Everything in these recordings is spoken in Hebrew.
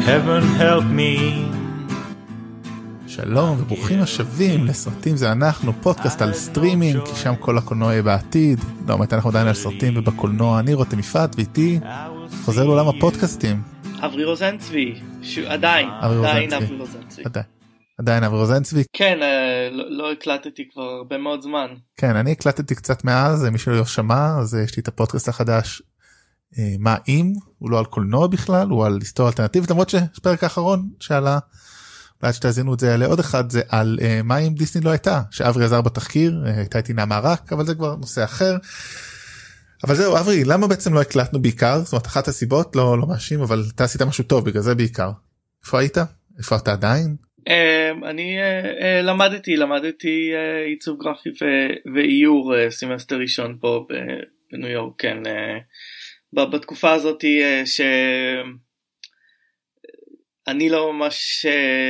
heaven help me. שלום וברוכים השבים לסרטים זה אנחנו, פודקאסט על סטרימינג, כי שם כל הקולנוע יהיה בעתיד. לא, מתי אנחנו עדיין על סרטים ובקולנוע. אני רותם יפעת ואיתי חוזר לעולם הפודקאסטים אברי רוזנצבי, עדיין אברי רוזנצבי. עדיין אברי רוזנצבי. כן, לא הקלטתי כבר הרבה מאוד זמן. כן, אני הקלטתי קצת מאז, מי שלא שמע, אז יש לי את הפודקאסט החדש, מה אם? הוא לא על קולנוע בכלל, הוא על היסטוריה אלטרנטיבית, למרות שפרק האחרון שעלה, אולי שתאזינו את זה, יעלה עוד אחד, זה על מה אם דיסני לא הייתה, שאברי עזר בתחקיר, הייתה איתי נעמה רק, אבל זה כבר נושא אחר. אבל זהו, אברי, למה בעצם לא הקלטנו בעיקר? זאת אומרת, אחת הסיבות, לא מאשים, אבל אתה עשית משהו טוב, בגלל זה בעיקר. איפה היית? איפה אתה עדיין? אני למדתי עיצוב גרפי ואיור סמסטר ראשון פה בניו יורק, כן. בתקופה הזאת שאני לא ממש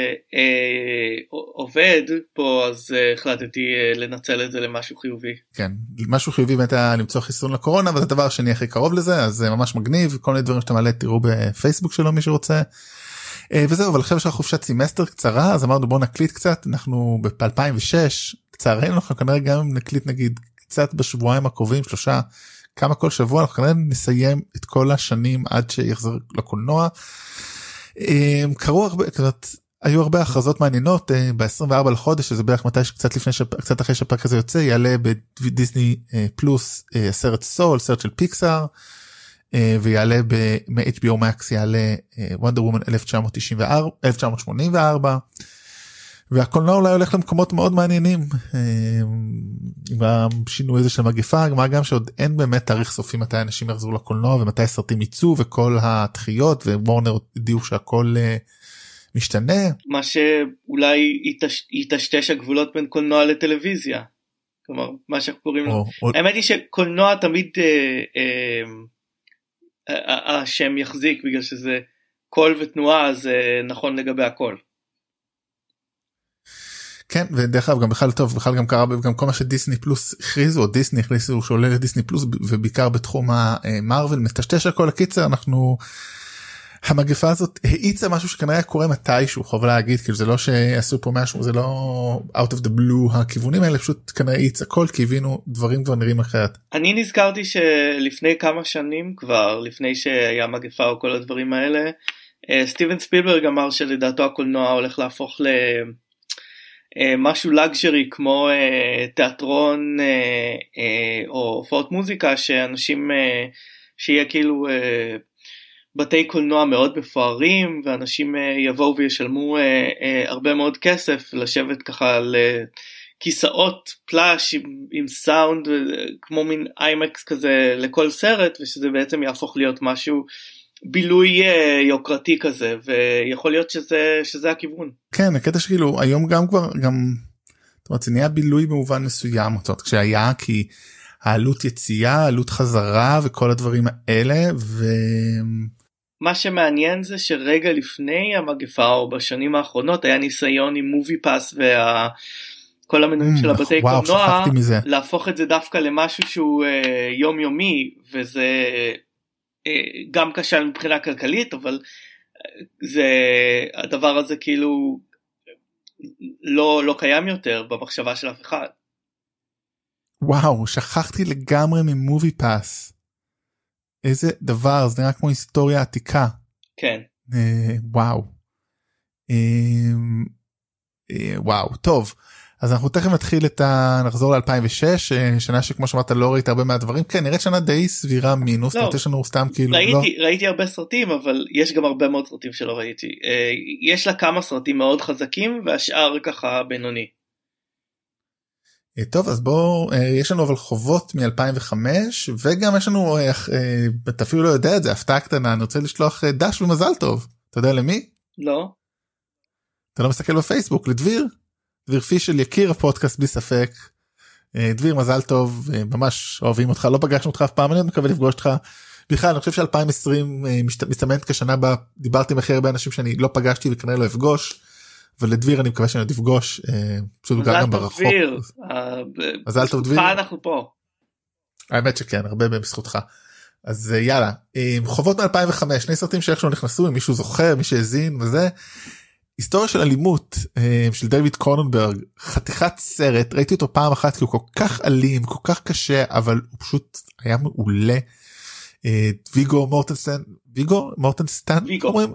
עובד פה, אז החלטתי לנצל את זה למשהו חיובי. כן, משהו חיובי באמת היה למצוא חיסון לקורונה, אבל זה הדבר השני הכי קרוב לזה, אז זה ממש מגניב, כל מיני דברים שאתה מעלה תראו בפייסבוק שלו מי שרוצה. וזהו, אבל עכשיו יש לך חופשת סמסטר קצרה, אז אמרנו בואו נקליט קצת, אנחנו ב-2006, קצרנו, אנחנו כנראה גם נקליט נגיד קצת בשבועיים הקרובים, 3, כמה כל שבוע, אנחנו כנראה נסיים את כל השנים עד שיחזר לקולנוע. קרו הרבה, היו הרבה הכרזות מעניינות, ב-24 לחודש, שזה בערך מתי קצת אחרי שהפרק הזה יוצא, יעלה בדיסני פלוס סרט סול, סרט של פיקסאר, ויעלה מ-HBO Max יעלה Wonder Woman 1984, והקולנוע אולי הולך למקומות מאוד מעניינים, עם השינוי הזה של מגפה, מה גם שעוד אין באמת תאריך סופי מתי אנשים יחזרו לקולנוע, ומתי סרטים ייצאו, וכל הדחיות, ווורנר הודיעו שהכל משתנה. מה שאולי יטשטש הגבולות בין קולנוע לטלוויזיה, כלומר, מה שאנחנו קוראים לו. האמת היא שקולנוע תמיד השם יחזיק, בגלל שזה קול ותנועה, אז נכון לגבי הכל. כן, ודרך אגב גם בכלל טוב, בכלל גם קרה גם כל מה שדיסני פלוס הכריזו, או דיסני הכריזו שעולה לדיסני פלוס, ובעיקר בתחום המרוול, מטשטש הכל. הקיצר, המגפה הזאת האיצה משהו שכנראה קורה מתישהו, חובה להגיד, כאילו זה לא שעשו פה משהו, זה לא out of the blue, הכיוונים האלה פשוט כנראה האיצה הכל, כי הבינו דברים כבר נראים אחרת. אני נזכרתי שלפני כמה שנים כבר, לפני שהיה מגפה או כל הדברים האלה, סטיבן ספילברג אמר שלדעתו הקולנוע הולך להפוך משהו לגז'רי כמו תיאטרון או הופעות מוזיקה, שאנשים שיהיה כאילו בתי קולנוע מאוד מפוארים, ואנשים יבואו וישלמו הרבה מאוד כסף לשבת ככה על כיסאות פלאש עם סאונד כמו מין איימקס כזה לכל סרט, ושזה בעצם יהפוך להיות משהו בילוי יוקרתי כזה, ויכול להיות שזה הכיוון. כן, הקטע שכאילו היום גם כבר, זאת אומרת, זה נהיה בילוי במובן מסוים, זאת אומרת, כשהיה כי העלות יציאה, העלות חזרה וכל הדברים האלה, מה שמעניין זה שרגע לפני המגפה או בשנים האחרונות היה ניסיון עם מובי פאס וכל המנויים של הבתי קולנוע, להפוך את זה דווקא למשהו שהוא יומיומי, וזה גם קשה מבחינה כלכלית, אבל הדבר הזה כאילו לא קיים יותר במחשבה של אף אחד. וואו, שכחתי לגמרי ממובי פאס. איזה דבר, זה נראה כמו היסטוריה עתיקה. כן. וואו. וואו, טוב. אז אנחנו תכף נתחיל נחזור ל-2006, שנה שכמו שאמרת לא ראית הרבה מהדברים, כן, נראית שנה די סבירה מינוס, לא, יש לנו סתם כאילו, ראיתי הרבה סרטים, אבל יש גם הרבה מאוד סרטים שלא ראיתי. יש לה כמה סרטים מאוד חזקים, והשאר ככה בינוני. טוב, אז בואו, יש לנו אבל חובות מ-2005, וגם יש לנו, אתה אפילו לא יודע את זה, הפתעה קטנה, אני רוצה לשלוח דש ומזל טוב. אתה יודע למי? לא. אתה לא מסתכל בפייסבוק, לדביר. דביר פישל, יקיר הפודקאסט בלי ספק. דביר, מזל טוב, ממש אוהבים אותך, לא פגשנו אותך אף פעם, אני מקווה לפגוש אותך. בכלל, אני חושב ש-2020 מסתמנת כשנה בה, דיברתי עם הכי הרבה אנשים שאני לא פגשתי וכנראה לא אפגוש, ולדביר אני מקווה שאני עוד אפגוש, פשוט גם ברחוק. מזל טוב דביר. אנחנו פה. האמת שכן, הרבה בזכותך. אז יאללה, חובות מ-2005, שני סרטים שאיכשהו נכנסו, אם מישהו זוכר, מי שהזין וזה, היסטוריה של אלימות של דיוויד קרוננברג, חתיכת סרט, ראיתי אותו פעם אחת כי הוא כל כך אלים, כל כך קשה, אבל הוא פשוט היה מעולה. ויגו מורטנסטן,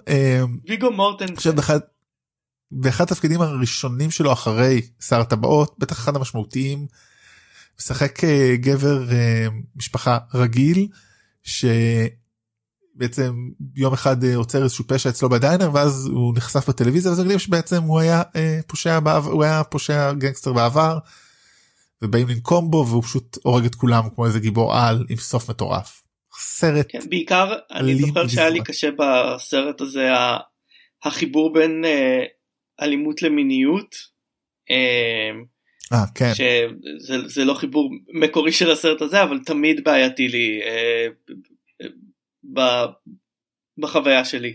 באחד התפקידים הראשונים שלו אחרי שר הטבעות, בטח אחד המשמעותיים, משחק גבר משפחה רגיל, שבעצם יום אחד עוצר איזשהו פשע אצלו בדיינר, ואז הוא נחשף בטלוויזיה, וזה גלים שבעצם הוא היה פושע גנגסטר בעבר, ובאים לנקום בו, והוא פשוט הורג את כולם כמו איזה גיבור על, עם סוף מטורף. סרט. כן, בעיקר אני זוכר שהיה לי קשה בסרט הזה, החיבור בין אלימות למיניות, כן. שזה לא חיבור מקורי של הסרט הזה, אבל תמיד בעייתי לי בחוויה שלי.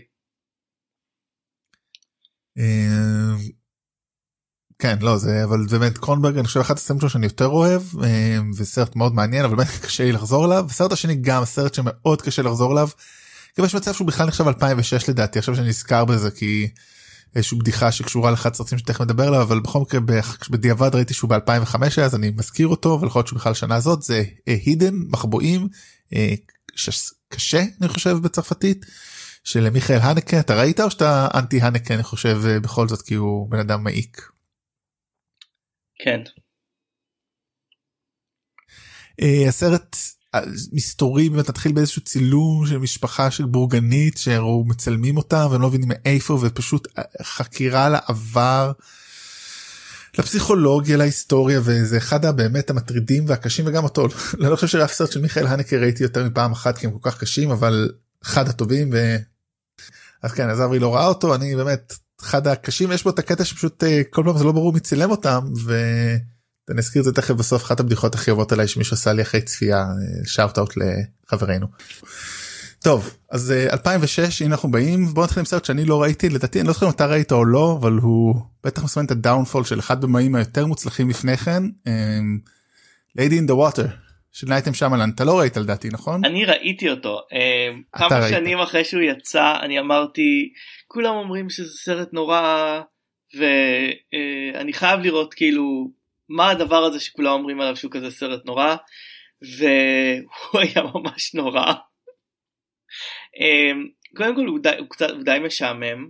כן, לא, אבל באמת קרונברג, אני חושב אחד הסרטים שלו שאני יותר אוהב, וסרט מאוד מעניין, אבל באמת קשה לי לחזור אליו, וסרט השני גם סרט שמאוד קשה לחזור אליו, גם יש מצב שהוא בכלל נחשב 2006 לדעתי, עכשיו שאני נזכר בזה, כי איזושהי בדיחה שקשורה לאחד סרטים שתכף מדבר עליו, אבל בכל מקרה בדיעבד ראיתי שהוא ב-2005, אז אני מזכיר אותו, אבל יכול להיות שהוא בכלל שנה הזאת, זה הידן, מחבואים, קשה אני חושב בצרפתית, של מיכאל הנקה. אתה ראית או שאתה אנטי הנקה, אני חושב בכל זאת, כי הוא בן אדם מעיק? כן. הסרט מסתורי באמת תתחיל באיזשהו צילום של משפחה של בורגנית שהוא מצלמים אותם והם לא מבינים מאיפה, ופשוט חקירה לעבר, לפסיכולוגיה, להיסטוריה, וזה אחד באמת המטרידים והקשים, וגם אותו אני לא חושב שאף סרט של מיכאל הנקה ראיתי יותר מפעם אחת כי הם כל כך קשים, אבל אחד הטובים. אז כן, אז אברי לא ראה אותו, אני באמת אחד הקשים, יש בו את הקטע שפשוט כל פעם זה לא ברור מי צילם אותם, ואני אזכיר את זה תכף בסוף, אחת הבדיחות הכי אוהבות עליי שמישהו עשה לי אחרי צפייה, שאוט אאוט לחברינו. טוב, אז 2006, הנה אנחנו באים, בואו נתחיל עם סרט שאני לא ראיתי, לדעתי אני לא זוכר אם אתה ראית או לא, אבל הוא בטח מסמן את הדאונפול של אחד במאים היותר מוצלחים לפני כן, Lady in the Water, של נייטם שמלן. אתה לא ראית לדעתי, נכון? אני ראיתי אותו, כמה שנים אחרי שהוא יצא, אני אמרתי, כולם אומרים שזה סרט נורא, ואני חייב לראות כאילו, מה הדבר הזה שכולם אומרים עליו שהוא כזה סרט נורא, והוא היה ממש נורא. קודם כל הוא די משעמם,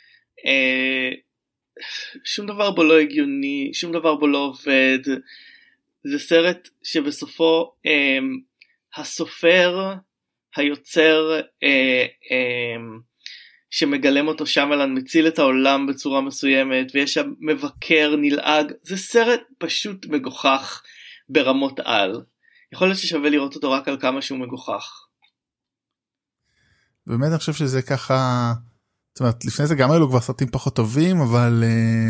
שום דבר בו לא הגיוני, שום דבר בו לא עובד, זה סרט שבסופו הסופר, היוצר שמגלם אותו שמלן מציל את העולם בצורה מסוימת, ויש שם מבקר נלעג, זה סרט פשוט מגוחך ברמות על, יכול להיות ששווה לראות אותו רק על כמה שהוא מגוחך. באמת אני חושב שזה ככה, זאת אומרת לפני זה גם היו כבר סרטים פחות טובים, אבל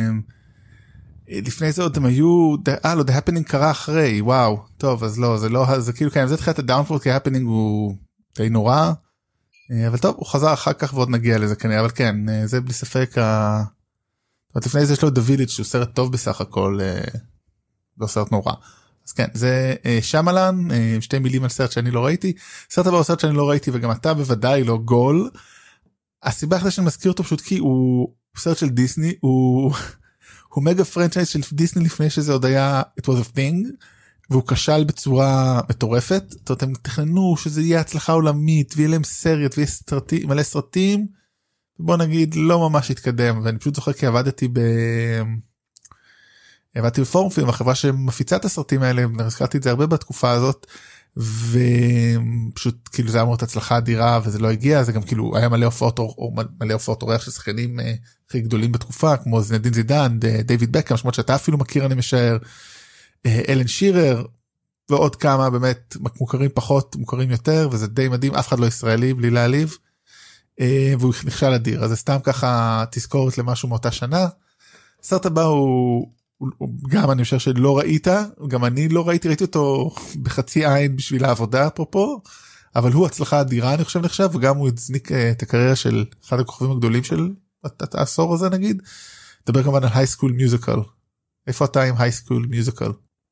לפני זה עוד הם היו, לא, The Happening קרה אחרי, וואו, טוב, אז לא, זה כאילו, כן, זה התחיל את הדאונפול, כי Happening הוא די נורא, אבל טוב, הוא חזר אחר כך ועוד נגיע לזה כנראה, אבל כן, זה בלי ספק, לפני זה יש לו The Village, שהוא סרט טוב בסך הכל, לא סרט נורא. אז כן, זה שמלן, שתי מילים על סרט שאני לא ראיתי, סרט הבא הוא סרט שאני לא ראיתי, וגם אתה בוודאי לא, גול. הסיבה אחת שאני מזכיר אותו פשוט כי הוא סרט של דיסני, הוא מגה פרנצ'ייז של דיסני לפני שזה עוד היה It was a thing, והוא כשל בצורה מטורפת. זאת אומרת, הם תכננו שזה יהיה הצלחה עולמית, ויהיה להם סרט, ויהיה מלא סרטים, בוא נגיד לא ממש התקדם, ואני פשוט זוכר כי עבדתי בפורום פילם, החברה שמפיצה את הסרטים האלה, הזכרתי את זה הרבה בתקופה הזאת, ופשוט כאילו זה היה מאוד הצלחה אדירה, וזה לא הגיע, זה גם כאילו היה מלא הופעות אורח של שחקנים הכי גדולים בתקופה, כמו זינדין זידן, דיוויד בקהאם, שמות שאתה אפילו מכיר אני משער, אלן שירר, ועוד כמה באמת מוכרים פחות, מוכרים יותר, וזה די מדהים, אף אחד לא ישראלי בלי להעליב, והוא נכשל אדיר, אז זה סתם ככה תזכורת למשהו מאותה שנה. הסרט הבא הוא גם אני חושב שלא ראית, גם אני לא ראיתי אותו בחצי עין בשביל העבודה אפרופו, אבל הוא הצלחה אדירה אני חושב נחשב, וגם הוא הצניק את הקריירה של אחד הכוכבים הגדולים של העשור הזה נגיד. דבר כמובן על היי סקול מיוזיקל. איפה אתה עם היי סקול מיוזיקל?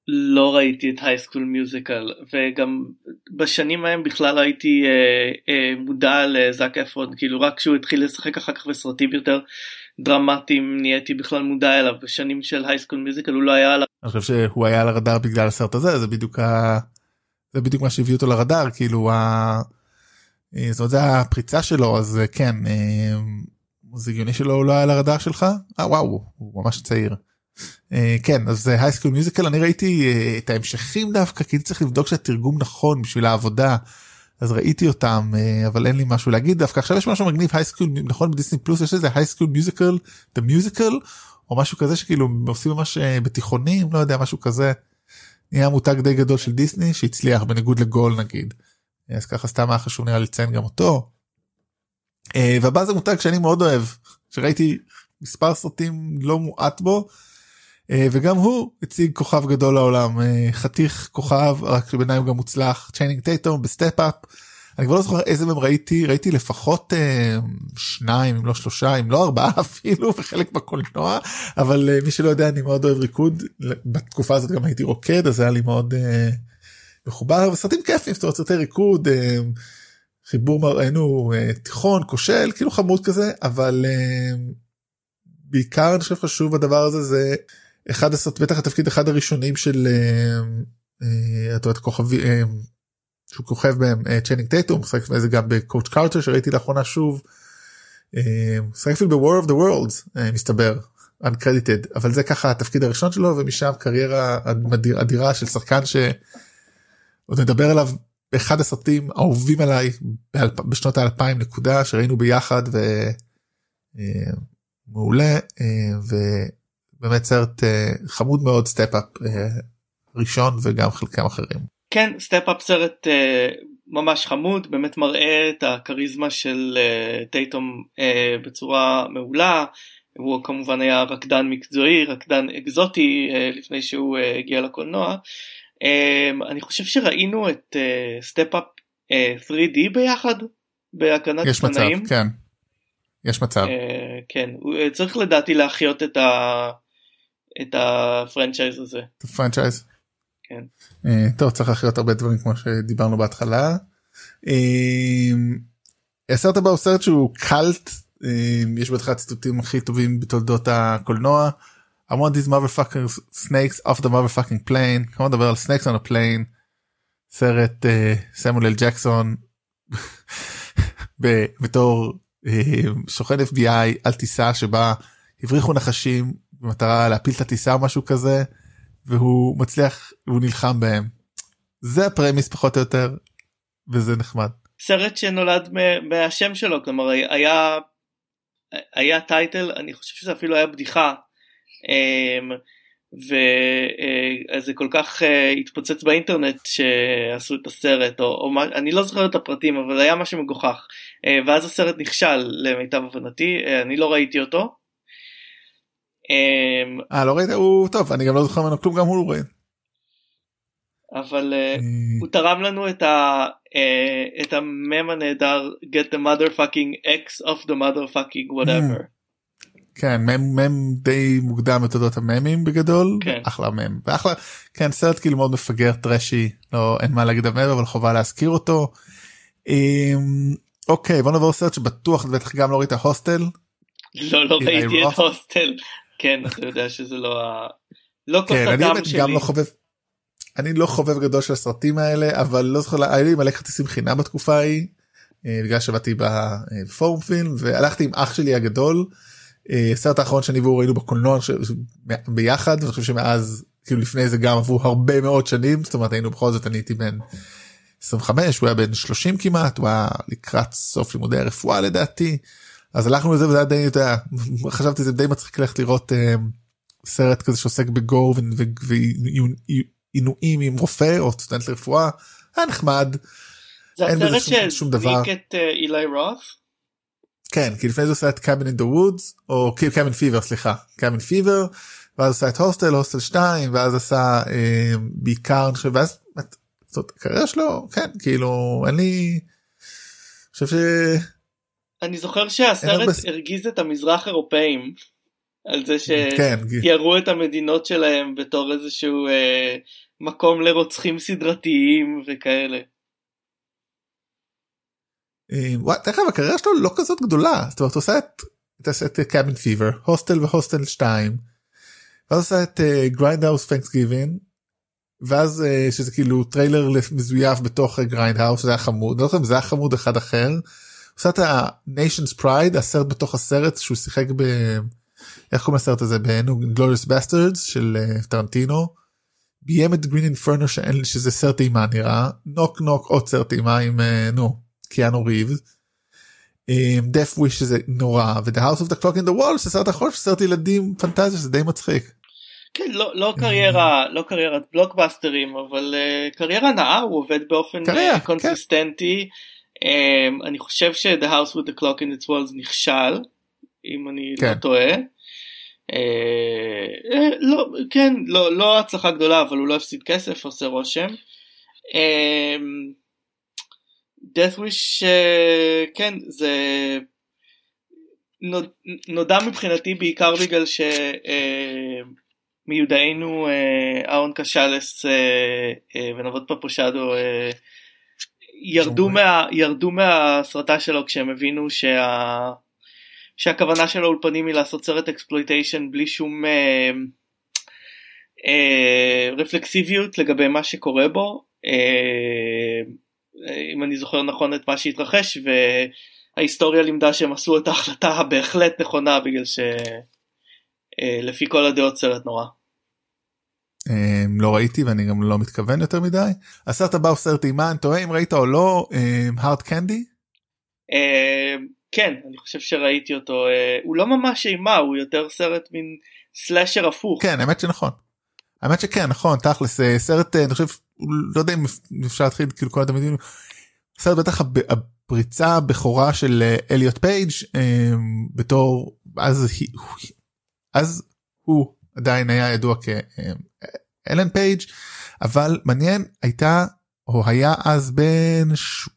לא ראיתי את הייסקול מיוזיקל, וגם בשנים ההם בכלל הייתי מודע לזאק אפרון, כאילו רק כשהוא התחיל לשחק אחר כך בסרטים יותר דרמטיים נהייתי בכלל מודע אליו. בשנים של הייסקול מיוזיקל הוא לא היה עליו. אני חושב שהוא היה על הרדאר בגלל הסרט הזה, זה בדיוק מה שהביא אותו לרדאר, כאילו זאת אומרת, זה הפריצה שלו, אז כן, זה הגיוני שלו הוא לא היה על הרדאר שלך? וואו, הוא ממש צעיר. כן, אז הייסקול מיוזיקל, אני ראיתי את ההמשכים דווקא, כי צריך לבדוק שהתרגום נכון בשביל העבודה, אז ראיתי אותם, אבל אין לי משהו להגיד דווקא. עכשיו יש משהו מגניב, הייסקול, נכון, בדיסני פלוס יש איזה הייסקול מיוזיקל, The Musical, או משהו כזה שכאילו עושים ממש בתיכונים, לא יודע, משהו כזה. נהיה מותג די גדול של דיסני שהצליח בניגוד לגול נגיד. אז ככה סתם היה חשוב נראה לציין גם אותו. והבא זה מותג שאני מאוד אוהב, שראיתי מספר סרטים לא מועט בו, וגם הוא הציג כוכב גדול לעולם, חתיך כוכב, רק שביניים גם מוצלח, צ'יינינג טייטום בסטפ-אפ. אני כבר לא זוכר איזה מהם ראיתי לפחות 2 אם לא 3 אם לא 4 אפילו, וחלק בקולנוע, אבל מי שלא יודע אני מאוד אוהב ריקוד, בתקופה הזאת גם הייתי רוקד, אז היה לי מאוד מחובר, וסרטים כיפים, סרטי ריקוד, חיבור מראינו תיכון, כושל, כאילו חמוד כזה, אבל בעיקר אני חושב חשוב הדבר הזה, זה אחד הסרט, בטח התפקיד אחד הראשונים של כוכבי, שהוא כוכב בהם, צ'יינינג טייטום, משחק בזה גם בקואץ' קארטר שראיתי לאחרונה שוב, משחק אפילו ב-War of the Worlds, מסתבר, uncredited, אבל זה ככה התפקיד הראשון שלו, ומשם קריירה אדירה של שחקן שעוד נדבר עליו, באחד הסרטים האהובים עליי, בשנות ה-2000 נקודה, שראינו ביחד, ומעולה, ובאמת סרט חמוד מאוד, סטפ-אפ ראשון, וגם חלקם אחרים. כן, סטפ-אפ סרט ממש חמוד, באמת מראה את הקריזמה של טייטום בצורה מעולה, הוא כמובן היה רקדן מקצועי, רקדן אקזוטי לפני שהוא הגיע לקולנוע. אני חושב שראינו את סטפ-אפ 3D ביחד, בהקרנת יש מצב, כן. יש מצב. כן, צריך לדעתי להחיות את הפרנצ'ייז הזה. את הפרנצ'ייז? כן. טוב, צריך להחיות הרבה דברים כמו שדיברנו בהתחלה. הסרט הבא הוא סרט שהוא קלט, יש בטח הציטוטים הכי טובים בתולדות הקולנוע. I want these motherfucking snakes off the motherfucking plane. כמה מדבר על snakes on a plane. סרט סמואל אל ג'קסון בתור שוכן FBI על טיסה שבה הבריחו נחשים במטרה להפיל את הטיסה או משהו כזה, והוא מצליח, הוא נלחם בהם. זה הפרמיס פחות או יותר, וזה נחמד. סרט שנולד מהשם שלו, כלומר היה טייטל, אני חושב שזה אפילו היה בדיחה, וזה כל כך התפוצץ באינטרנט שעשו את הסרט, אני לא זוכר את הפרטים, אבל היה משהו מגוחך, ואז הסרט נכשל למיטב הבנתי, אני לא ראיתי אותו. לא ראית? הוא טוב, אני גם לא זוכר ממנו כלום, גם הוא לא רואה. אבל הוא תרם לנו את המם הנהדר, get the motherfucking X of the motherfucking whatever. כן, מם די מוקדם בתולדות הממים בגדול, אחלה מם, ואחלה, כן, סרט כאילו מאוד מפגר, טרשי, לא, אין מה להגיד המם, אבל חובה להזכיר אותו. אוקיי, בוא נעבור סרט שבטוח, בטח גם לא ראית הוסטל. לא ראיתי את הוסטל, כן, אתה יודע שזה לא כוס הדם שלי. אני לא חובב גדול של הסרטים האלה, אבל לא זוכר, היה לי מלא כרטיסים חינם בתקופה ההיא, בגלל שבאתי בפורום פילם, והלכתי עם אח שלי הגדול, הסרט האחרון שאני והוא ראינו בקולנוע ביחד, ואני חושב שמאז, כאילו לפני זה גם עברו הרבה מאוד שנים, זאת אומרת היינו בכל זאת, אני הייתי בן 25, הוא היה בן 30 כמעט, הוא היה לקראת סוף לימודי הרפואה לדעתי, אז הלכנו לזה וזה היה די, יודע, חשבתי זה די מצחיק ללכת לראות סרט כזה שעוסק בגור ועינויים עם רופא או סטודנט לרפואה, היה נחמד. זה הסרט שהזניק את אילי רות? כן, כי לפני זה עושה את Cabin in the Woods, או Cabin Fever, סליחה, Cabin Fever, ואז עושה את הוסטל 2, ואז עשה בעיקר, ואז זאת הקריירה שלו, כן, כאילו, אני חושב אני זוכר שהסרט הרגיז את המזרח אירופאים, על זה שיראו את המדינות שלהם בתור איזשהו מקום לרוצחים סדרתיים וכאלה. תכף, הקריירה שלו לא כזאת גדולה, זאת אומרת, הוא עושה את קאבין פיבר, הוסטל והוסטל 2, ואז עושה את גריינדהאוס Thanksgiving, ואז שזה כאילו טריילר מזויף בתוך גריינדהאוס, זה היה חמוד, לא יודע אם זה היה חמוד אחד אחר, הוא עושה את ה-Nation's Pride, הסרט בתוך הסרט, שהוא שיחק איך קוראים לסרט הזה, ב-Glorious Bastards של טרנטינו, ביים את Green Inferno, שזה סרט אימה נראה, נוק נוק עוד סרט אימה עם, קיאנו ריבס, Death Wish שזה נורא, ו-The House of the Clock in the Wall, שזה סרט אחרון, סרט ילדים פנטזיה, זה די מצחיק. כן, לא קריירת בלוקבאסטרים, אבל קריירה נאה, הוא עובד באופן קונסיסטנטי. אני חושב ש-The House with the Clock in its Walls נכשל, אם אני לא טועה. כן, לא הצלחה גדולה, אבל הוא לא הפסיד כסף, עושה רושם. Death Wish, כן, זה נודע מבחינתי בעיקר בגלל מיודענו אהרון קשלס ונבות פפושדו ירדו מהסרטה שלו כשהם הבינו שהכוונה של האולפנים היא לעשות סרט אקספלויטיישן בלי שום רפלקסיביות לגבי מה שקורה בו, אם אני זוכר נכון את מה שהתרחש, וההיסטוריה לימדה שהם עשו את ההחלטה הבהחלט נכונה, בגלל שלפי כל הדעות סרט נורא. לא ראיתי ואני גם לא מתכוון יותר מדי. הסרט הבא הוא סרט אימה, אני תוהה אם ראית או לא, Hard Candy? כן, אני חושב שראיתי אותו. הוא לא ממש אימה, הוא יותר סרט מין סלאשר הפוך. כן, האמת שנכון. האמת שכן, נכון, תכלס, סרט, אני חושב, לא יודע אם אפשר להתחיל, כאילו כל התלמידים, סרט בטח הפריצה הבכורה של אליוט פייג' בתור, אז הוא עדיין היה ידוע כאלן פייג', אבל מעניין, הייתה, או היה אז בין,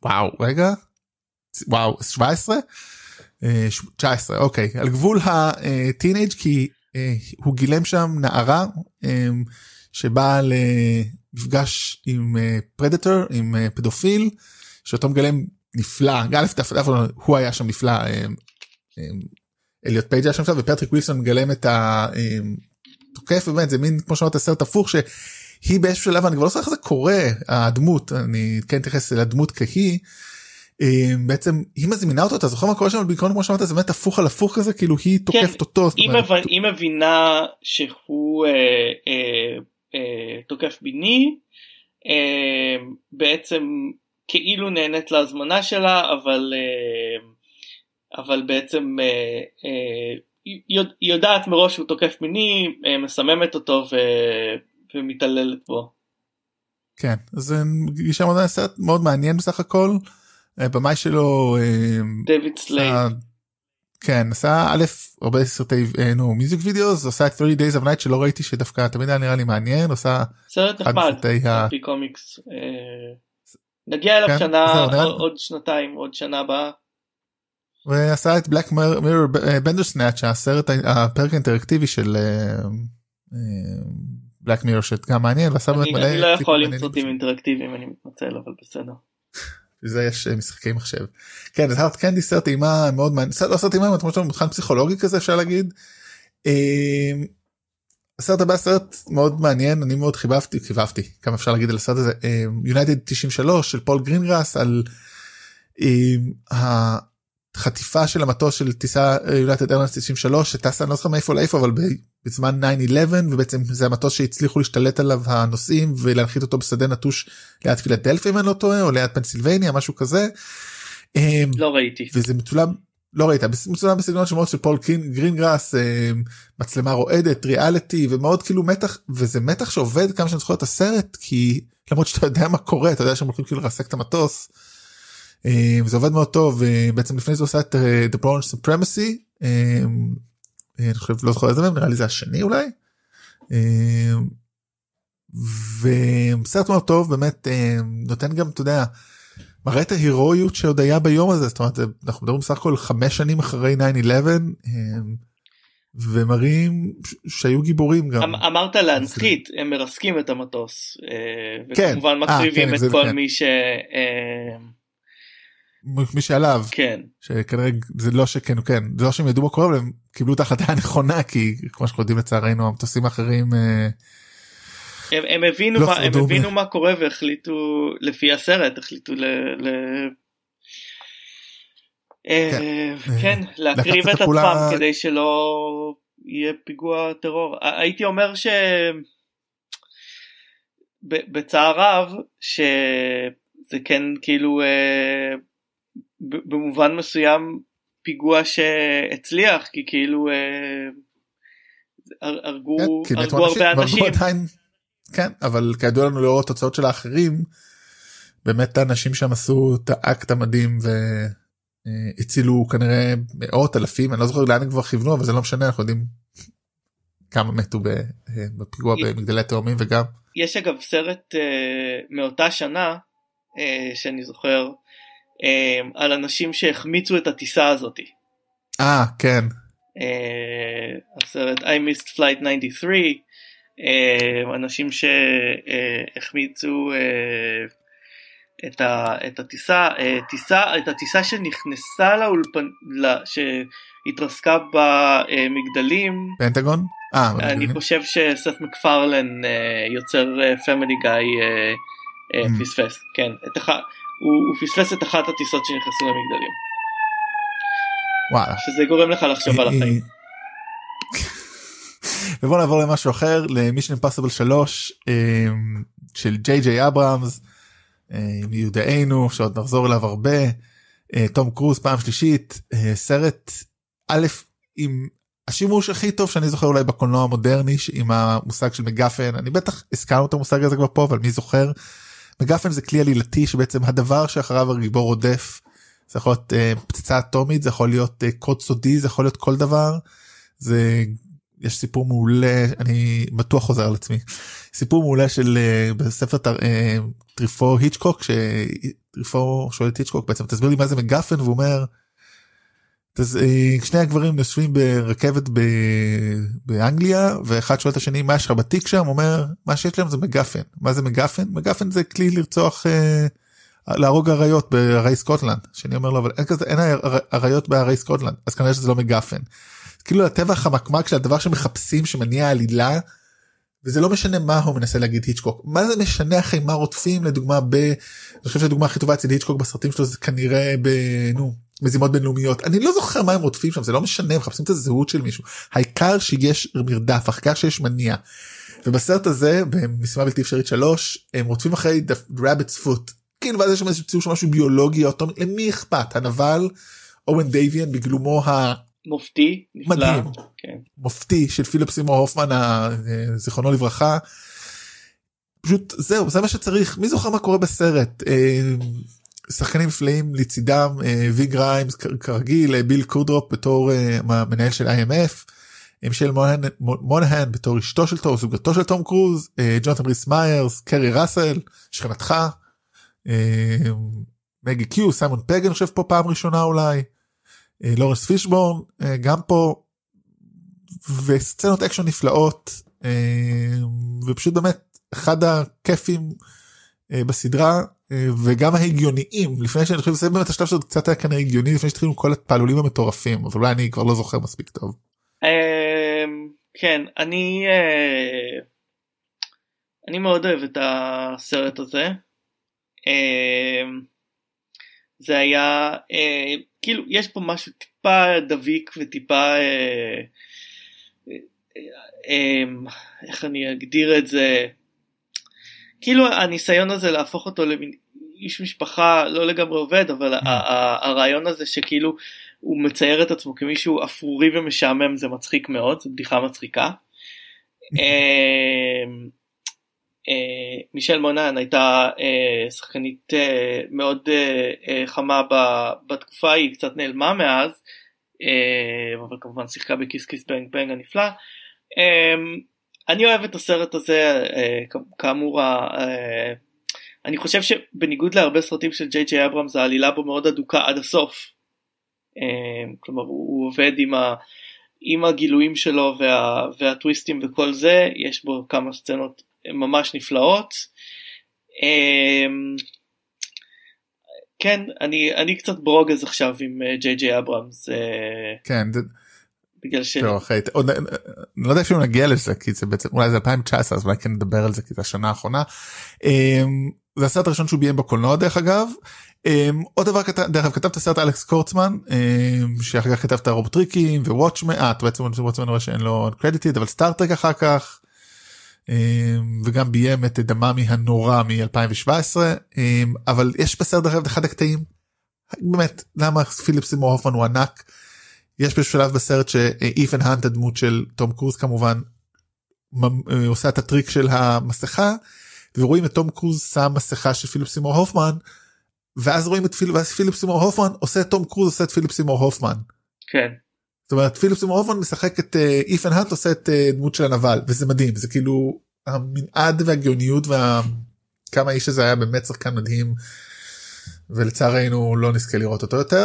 וואו, 17? 19, אוקיי, על גבול הטינאג' כי הוא גילם שם נערה שבאה למפגש עם פרדטור, עם פדופיל, שאותו מגלם נפלא, הוא היה שם נפלא, אליוט פייג' היה שם, ופטריק ווילסון מגלם את התוקף, באמת זה מין כמו שאמרת סרט הפוך, שהיא באיזשהו שלב, אני כבר לא יודע איך זה קורה, הדמות, אני כן אתייחס לדמות כהיא, בעצם היא מזמינה אותו, אתה זוכר מה קורה שם בעיקרון כמו שאמרת, זה באמת הפוך על הפוך כזה, כאילו היא תוקפת אותו. היא מבינה שהוא תוקף ביני, בעצם כאילו נהנית להזמנה שלה, אבל בעצם היא יודעת מראש שהוא תוקף מיני, מסממת אותו ומתעללת בו. כן, אז זה גישה מאוד מעניין בסך הכל, במאי שלו דויד סלייד, כן, עשה א' הרבה סרטי מיוזיק וידאוס, עושה את 30 Days of Night שלא ראיתי, שדווקא תמיד היה נראה לי מעניין, עושה סרט נחמד, פי קומיקס, נגיע אליו שנה, עוד שנתיים, עוד שנה הבאה. ועשה את בלק מירור בנדרסנאץ', הסרט, הפרק האינטראקטיבי של בלק מירור, שגם מעניין, ועשה באמת מלא. אני לא יכול עם סרטים אינטראקטיביים, אני מתנצל, אבל בסדר. וזה יש משחקי מחשב. כן, אז הארד קנדי סרט אימה מאוד מעניין, לא סרט אימה, כמו שאתה מבחן פסיכולוגי כזה אפשר להגיד. הסרט הבא סרט מאוד מעניין, אני מאוד חיבבתי, כמה אפשר להגיד על הסרט הזה, יונייטד 93 של פול גרינגראס, על החטיפה של המטוס של טיסה יונייטד איירליינס 93, שטסה, אני לא זוכר מאיפה לאיפה, אבל בזמן 9/11, ובעצם זה המטוס שהצליחו להשתלט עליו הנוסעים, ולהנחית אותו בשדה נטוש ליד פילדלפיה, אם אני לא טועה, או ליד פנסילבניה, משהו כזה. לא ראיתי. וזה מצולם, לא ראית, מצולם בסגנון שמות של פול גרינגראס, מצלמה רועדת, ריאליטי, ומאוד כאילו מתח, וזה מתח שעובד כמה שאני זוכר את הסרט, כי למרות שאתה יודע מה קורה, אתה יודע שהם הולכים כאילו לרסק את המטוס, וזה עובד מאוד טוב, ובעצם לפני זה עושה את The Bourne Supremacy, אני חושב, לא זוכר איזה מהם, נראה לי זה השני אולי, וסרט מאוד טוב, באמת נותן גם, אתה יודע, מראה את ההירואיות שעוד היה ביום הזה, זאת אומרת, אנחנו מדברים בסך הכל 5 שנים אחרי 9/11. ומראים שהיו גיבורים גם. אמרת להנחית, הם מרסקים את המטוס, וכמובן מקריבים את כל מי ש... מי שעליו, כן. שכנראה זה לא שכן, כן, זה לא שהם ידעו מה קורה, אבל הם קיבלו את ההחלטה הנכונה, כי כמו שאנחנו יודעים לצערנו, המטוסים האחרים... הם הבינו מה קורה והחליטו, לפי הסרט, החליטו כן, להקריב את עצמם כדי שלא יהיה פיגוע טרור. הייתי אומר בצער רב שזה כן כאילו במובן מסוים פיגוע שהצליח, כי כאילו הרגו הרבה אנשים. כן, אבל כידוע לנו לאור התוצאות של האחרים, באמת האנשים שם עשו את האקט המדהים הצילו כנראה מאות אלפים, אני לא זוכר לאן הם כבר כיוונו, אבל זה לא משנה, אנחנו יודעים כמה מתו בפיגוע במגדלי התאומים. וגם יש אגב סרט מאותה שנה שאני זוכר על אנשים שהחמיצו את הטיסה הזאת. כן, הסרט I Missed Flight 93, אנשים שהחמיצו את הטיסה שנכנסה לאולפן, שהתרסקה במגדלים. פנטגון? אני חושב שסת מקפרלן יוצר פמילי גאי פספס, כן, הוא פספס את אחת הטיסות שנכנסו למגדלים. וואלה. שזה גורם לך לחשוב על החיים. ובואו נעבור למשהו אחר, למישן אימפסיבל 3 של ג'יי אברהמס, מיודענו שעוד נחזור אליו הרבה, תום קרוז פעם שלישית, סרט א' עם השימוש הכי טוב שאני זוכר אולי בקולנוע המודרני, עם המושג של מגפן. אני בטח הזכרנו את המושג הזה כבר פה, אבל מי זוכר? מגפן זה כלי עלילתי שבעצם הדבר שאחריו הגיבור רודף, זה יכול להיות פצצה אטומית, זה יכול להיות קוד סודי, זה יכול להיות כל דבר. יש סיפור מעולה, אני בטוח חוזר על עצמי, סיפור מעולה של בספר טריפור היצ'קוק, שטריפור שואל את היצ'קוק בעצם, תסביר לי מה זה מגפן, והוא אומר, שני הגברים נוסעים ברכבת באנגליה, ואחד שואל את השני, מה יש לך בתיק שם? הוא אומר, מה שיש להם זה מגפן. מה זה מגפן? מגפן זה כלי לרצוח, להרוג אריות בערי סקוטלנד, שאני אומר לו, אבל אין אריות בערי סקוטלנד, אז כנראה שזה לא מגפן. כאילו הטבח המקמק של הדבר שמחפשים, שמניע עלילה, וזה לא משנה מה הוא מנסה להגיד היצ'קוק. מה זה משנה אחרי מה רודפים, לדוגמה אני חושב שהדוגמה הכי טובה אצל היצ'קוק בסרטים שלו, זה כנראה מזימות בינלאומיות. אני לא זוכר מה הם רודפים שם, זה לא משנה, הם מחפשים את הזהות של מישהו. העיקר שיש מרדף, העיקר שיש מניע. ובסרט הזה, במשימה בלתי אפשרית 3, הם רודפים אחרי the rabbit's foot. כאילו, ואז יש שם משהו ביולוגי, למי אכפת? הנבל, אוון דייביאן, בגלומו מופתי, מדהים, מופתי של פיליפ סימור הופמן, זיכרונו לברכה. פשוט זהו, זה מה שצריך. מי זוכר מה קורה בסרט? שחקנים נפלאים לצידם, ויג ריימס כרגיל, ביל קורדרופ בתור מנהל של IMF, מישל מונהן בתור אשתו של תום, זוגתו של תום קרוז, ג'ונתן ריס מיירס, קרי ראסל, שכנתך, מגי קיו, סיימון פג, אני חושב פה פעם ראשונה אולי, לורנס פישבורן, גם פה, וסצנות אקשן נפלאות, ופשוט באמת אחד הכיפים בסדרה, וגם ההגיוניים, לפני שאני חושב, זה באמת השלב שזה קצת היה כנראה הגיוני, לפני שתחילו כל הפעלולים המטורפים, אבל אולי אני כבר לא זוכר מספיק טוב. כן, אני מאוד אוהב את הסרט הזה. זה היה, כאילו, יש פה משהו טיפה דביק וטיפה, איך אני אגדיר את זה, כאילו הניסיון הזה להפוך אותו למין איש משפחה לא לגמרי עובד, אבל הרעיון הזה שכאילו הוא מצייר את עצמו כמישהו אפרורי ומשעמם, זה מצחיק מאוד, זו בדיחה מצחיקה. מישל מונן הייתה שחקנית מאוד חמה בתקופה, היא קצת נעלמה מאז, אבל כמובן שיחקה בכיס כיס בנג בנג הנפלא. אני אוהב את הסרט הזה, כאמור, אני חושב שבניגוד להרבה סרטים של ג'יי אברהמס, העלילה בו מאוד אדוקה עד הסוף, כלומר הוא עובד עם הגילויים שלו והטוויסטים וכל זה, יש בו כמה סצנות ממש נפלאות. כן, אני קצת ברוגז עכשיו עם ג'יי ג'יי אברמס. כן, בגלל ש... אני לא יודע אפילו נגיע לזה, כי זה בעצם, אולי זה 2019, אז אולי כן נדבר על זה, כי זה השנה האחרונה. זה הסרט הראשון שהוא ביים בקולנוע דרך אגב. עוד דבר, דרך אגב, כתב את הסרט אלכס קורצמן, שאחר כך כתב את הרובוטריקים ווואטשמן, בעצם וואטשמן רואה שאין לו קרדיטית, אבל סטארטרק אחר כך, וגם ביים את דממי הנורא מ-2017, אבל יש בסרט דרך אגב אחד הקטעים, באמת, למה פיליפ סימור הופמן הוא ענק, יש בשלב בסרט שאית'ן האנט, הדמות של תום קרוז כמובן, עושה את הטריק של המסכה, ורואים את תום קרוז שם מסכה של פיליפ סימור הופמן, ואז רואים את פיליפ סימור הופמן עושה את תום קרוז עושה את פיליפ סימור הופמן. כן. זאת אומרת פיליפ סימור הופמן משחק את אית'ן האנט עושה את דמות של הנבל, וזה מדהים, זה כאילו המנעד והגאוניות וכמה האיש הזה היה באמת שחקן מדהים, ולצערנו לא נזכה לראות אותו יותר.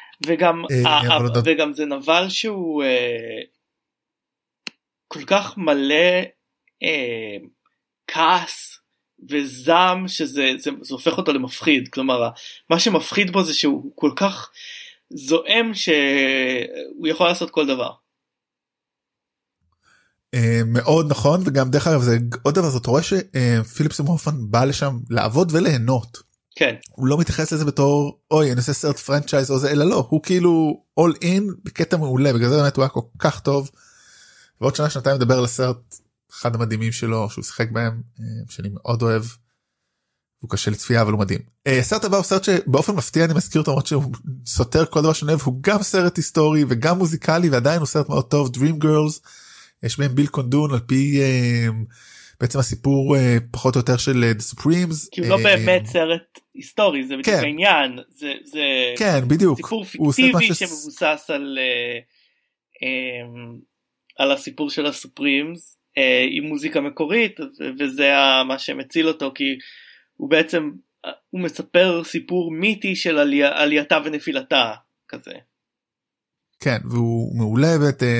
וגם זה נבל שהוא כל כך מלא כעס וזעם, שזה הופך אותו למפחיד. כלומר, מה שמפחיד בו זה שהוא כל כך זועם שהוא יכול לעשות כל דבר. מאוד נכון, וגם דרך אגב זה עוד דבר, זאת רואה שפיליפ סימור הופמן בא לשם לעבוד וליהנות. כן. הוא לא מתייחס לזה בתור אוי אני עושה סרט פרנצ'ייז או זה, אלא לא, הוא כאילו all in בקטע מעולה, בגלל זה באמת הוא היה כל כך טוב. ועוד שנה שנתיים מדבר על הסרט אחד המדהימים שלו שהוא שיחק בהם, שאני מאוד אוהב, הוא קשה לצפייה אבל הוא מדהים. הסרט הבא הוא סרט שבאופן מפתיע אני מזכיר אותו, למרות שהוא סותר כל דבר שאני אוהב, הוא גם סרט היסטורי וגם מוזיקלי ועדיין הוא סרט מאוד טוב, Dream Girls, יש בהם ביל קונדון על פי בעצם הסיפור פחות או יותר של The Supremes. כי הוא לא באמת סרט היסטורי, זה בדיוק העניין, זה סיפור פיקטיבי שמבוסס על הסיפור של הסופרימס, עם מוזיקה מקורית, וזה מה שמציל אותו, כי הוא בעצם, הוא מספר סיפור מיתי של עלייתה ונפילתה, כזה. כן, והוא מעולה,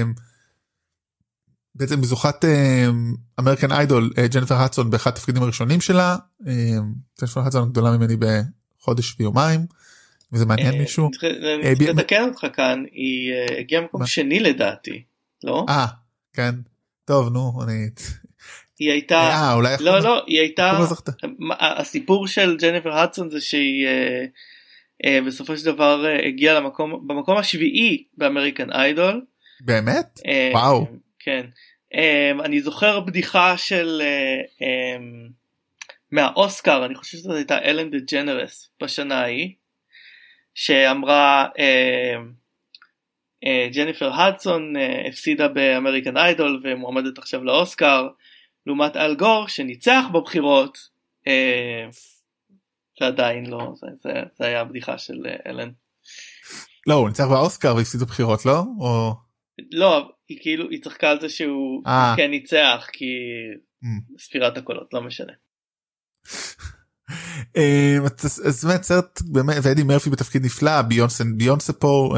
בעצם מזוכת אמריקן איידול, ג'ניפר הדסון, באחד התפקידים הראשונים שלה, ג'ניפר הדסון גדולה ממני בחודש ויומיים, וזה מעניין מישהו. אני צריך לתקן אותך כאן, היא הגיעה מקום שני לדעתי, לא? כן, טוב נו, היא הייתה, לא, היא הייתה, הסיפור של ג'ניפר הדסון זה שהיא בסופו של דבר הגיעה במקום השביעי באמריקן איידול. באמת? וואו. כן, אני זוכר בדיחה של מהאוסקר, אני חושב שזאת הייתה אלן דה ג'נרס בשנה ההיא, שאמרה ג'ניפר הדסון הפסידה באמריקן איידול ומועמדת עכשיו לאוסקר, לעומת אל גור שניצח בבחירות, ועדיין לא, זה היה הבדיחה של אלן. לא, הוא ניצח באוסקר והפסידו בחירות, לא? לא, היא כאילו, היא צחקה על זה שהוא כן ניצח, כי ספירת הקולות, לא משנה. אז באמת סרט, ואדי מרפי בתפקיד נפלא, ביונסה פה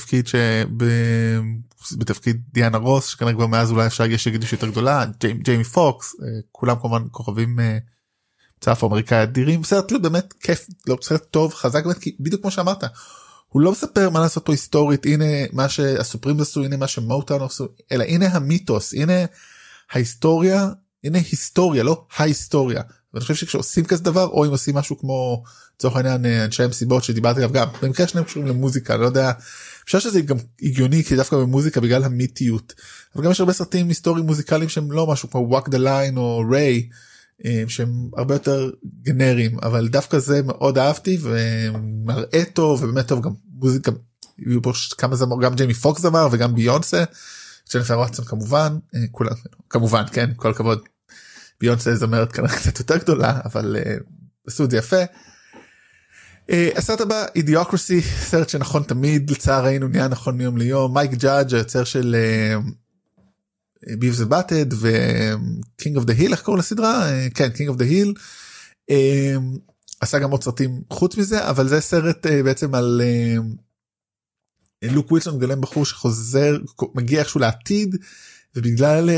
בתפקיד דיאנה רוס, שכנראה כבר מאז אולי אפשר להגיע שיגידו שיותר גדולה, ג'יימי פוקס, כולם כמובן כוכבים צף אמריקאי אדירים, סרט באמת כיף, לא סרט טוב, חזק באמת, כי בדיוק כמו שאמרת, הוא לא מספר מה לעשות פה היסטורית, הנה מה שהסופרים עשו, הנה מה שמוטאון עשו, אלא הנה המיתוס, הנה ההיסטוריה, הנה היסטוריה, לא ההיסטוריה. ואני חושב שכשעושים כזה דבר, או אם עושים משהו כמו, לצורך העניין, אנשי המסיבות שדיברתי עליו גם, במקרה שלהם קשורים למוזיקה, אני לא יודע, אפשר שזה גם הגיוני, כי דווקא במוזיקה בגלל המיתיות, אבל גם יש הרבה סרטים היסטוריים מוזיקליים שהם לא משהו כמו Walk the Line או Ray, שהם הרבה יותר גנריים, אבל דווקא זה מאוד אהבתי, ומראה טוב, ובאמת טוב, גם מוזיקה, כמה זמר, גם ג'יימי פוקס זמר, וגם ביונסה, ג'ניפר הדסון כמובן, כמובן, כן, כל הכבוד, ביונסה זמרת כנראה קצת יותר גדולה, אבל עשו את זה יפה. הסרט הבא, אידיוקרסי, סרט שנכון תמיד, לצערנו נהיה נכון מיום ליום, מייק ג'אדג' היוצר של ביבס ובאטד ו-King of the Hill, איך קוראים לסדרה? כן, King of the Hill, עשה גם עוד סרטים חוץ מזה, אבל זה סרט בעצם על לוק ווילסון מגלם בחור שחוזר, מגיע איכשהו לעתיד, ובגלל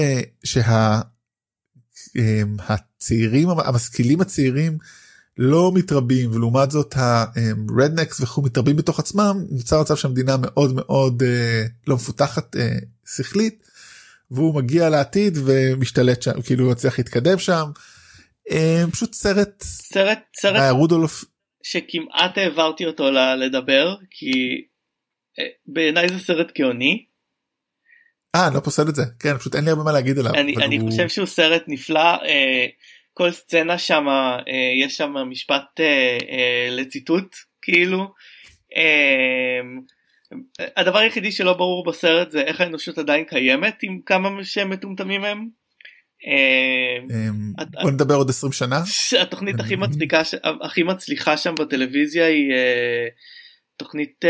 שהצעירים, המשכילים הצעירים לא מתרבים, ולעומת זאת הרדנקס וכו' מתרבים בתוך עצמם, נוצר מצב שהמדינה מאוד מאוד לא מפותחת שכלית, והוא מגיע לעתיד ומשתלט שם, כאילו הוא הצליח להתקדם שם. פשוט סרט רודולף שכמעט העברתי אותו לדבר, כי בעיניי זה סרט גאוני. אני לא פוסל את זה, כן, פשוט אין לי הרבה מה להגיד עליו. אני חושב שהוא סרט נפלא, כל סצנה שם, יש שם משפט לציטוט, כאילו. הדבר היחידי שלא ברור בסרט זה איך האנושות עדיין קיימת, עם כמה שהם מטומטמים הם. בוא נדבר עוד 20 שנה. התוכנית הכי מצליחה שם בטלוויזיה היא תוכנית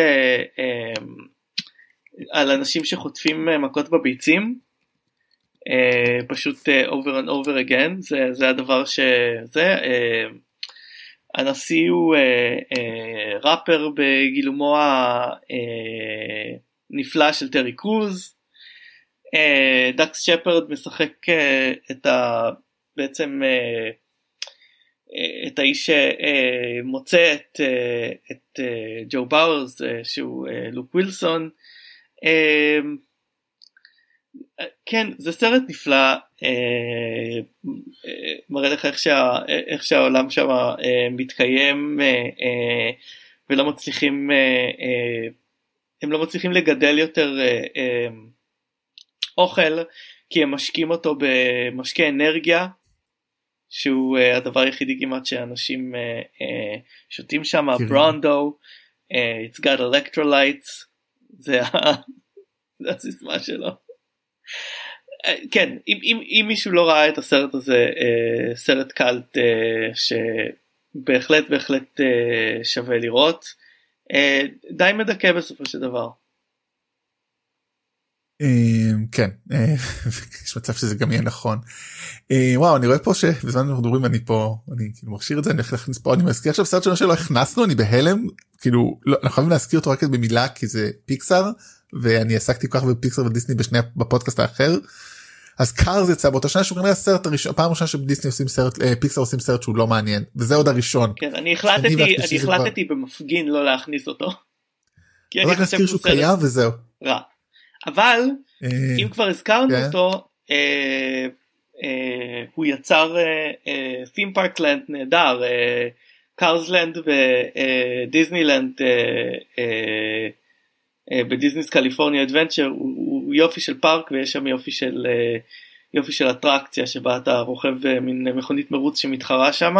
על אנשים שחוטפים מכות בביצים, פשוט over and over again. זה הדבר שזה, הנשיא הוא ראפר בגילומו הנפלא של טרי קרוז. דקס שפרד משחק בעצם את האיש שמוצא את ג'ו באורס, שהוא לוק ווילסון. כן, זה סרט נפלא, מראה לך איך שהעולם שם מתקיים, ולא מצליחים, הם לא מצליחים לגדל יותר אוכל, כי הם משקים אותו במשקי אנרגיה, שהוא הדבר היחידי כמעט שאנשים שותים שם, ברונדו, it's got electrolytes, זה הסיסמה שלו. כן, אם מישהו לא ראה את הסרט הזה, סרט קלט שבהחלט שווה לראות, די מדכא בסופו של דבר. כן, יש מצב שזה גם יהיה נכון. וואו, אני רואה פה שבזמן אנחנו מדברים, אני כאילו מכשיר את זה, אני הולך להכניס פה, אני מזכיר עכשיו סרט שלא הכנסנו, אני בהלם, כאילו אנחנו חייבים להזכיר אותו רק במילה, כי זה פיקסאר, ואני עסקתי כל כך בפיקסאר ודיסני בפודקאסט האחר. אז קארס יצא באותה שנה, שהוא כנראה הסרט הראשון, פעם ראשונה שבדיסני עושים סרט, פיקסאר עושים סרט שהוא לא מעניין, וזה עוד הראשון. כן, אני החלטתי במפגין לא להכניס אותו. רק נזכיר שהוא קיים וזהו. רע. אבל אם כבר הזכרנו אותו, הוא יצר theme park land נהדר, קארסלנד ודיסנילנד בדיסניס קליפורניה אדוונצ'ר, הוא יופי של פארק, ויש שם יופי של אטרקציה שבה אתה רוכב מין מכונית מרוץ שמתחרה שם.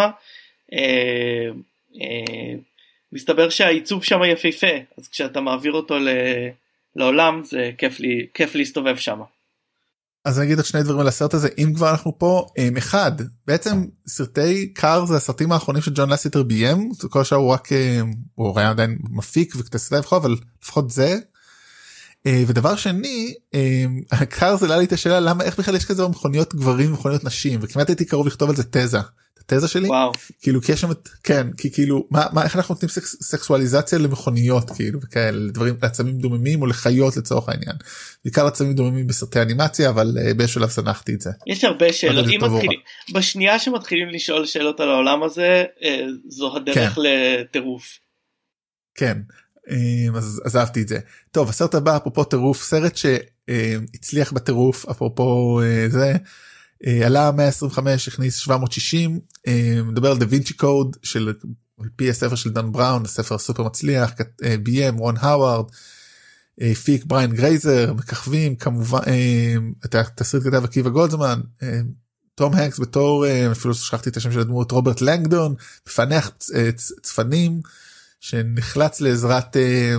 מסתבר שהעיצוב שם יפהפה, אז כשאתה מעביר אותו לעולם זה כיף להסתובב שם. אז אני אגיד עוד שני דברים על הסרט הזה, אם כבר אנחנו פה. אחד, בעצם סרטי קאר זה הסרטים האחרונים של ג'ון לסיטר ביים, כל השאר הוא רק, הוא היה עדיין מפיק וכתסריטאי וכו', אבל לפחות זה. ודבר שני, קאר זה לי את השאלה, איך בכלל יש כזה מכוניות גברים ומכוניות נשים, וכמעט הייתי קרוב לכתוב על זה תזה. התזה שלי, כאילו, כי יש שם, כן, כי כאילו, איך אנחנו נותנים סקסואליזציה למכוניות, כאילו, וכאלה, לדברים, לעצמים דוממים, או לחיות לצורך העניין. בעיקר לעצמים דוממים בסרטי אנימציה, אבל בשלב סנחתי את זה. יש הרבה שאלות, בשנייה שמתחילים לשאול שאלות על העולם הזה, זו הדרך לטירוף. כן, אז אהבתי את זה. טוב, הסרט הבא, אפרופו טירוף, סרט שהצליח בטירוף, אפרופו זה, עלה 125, הכניס 760, מדבר על דה וינצ'י קוד, על פי הספר של דן בראון, הספר הסופר מצליח, ביים רון האווארד, פיק בריין גרייזר, מככבים כמובן, את התסריט כתב עקיבא גולדזמן, תום הנקס בתור, אפילו שכחתי את השם של הדמות, רוברט לנגדון, מפענח צפנים, שנחלץ לעזרת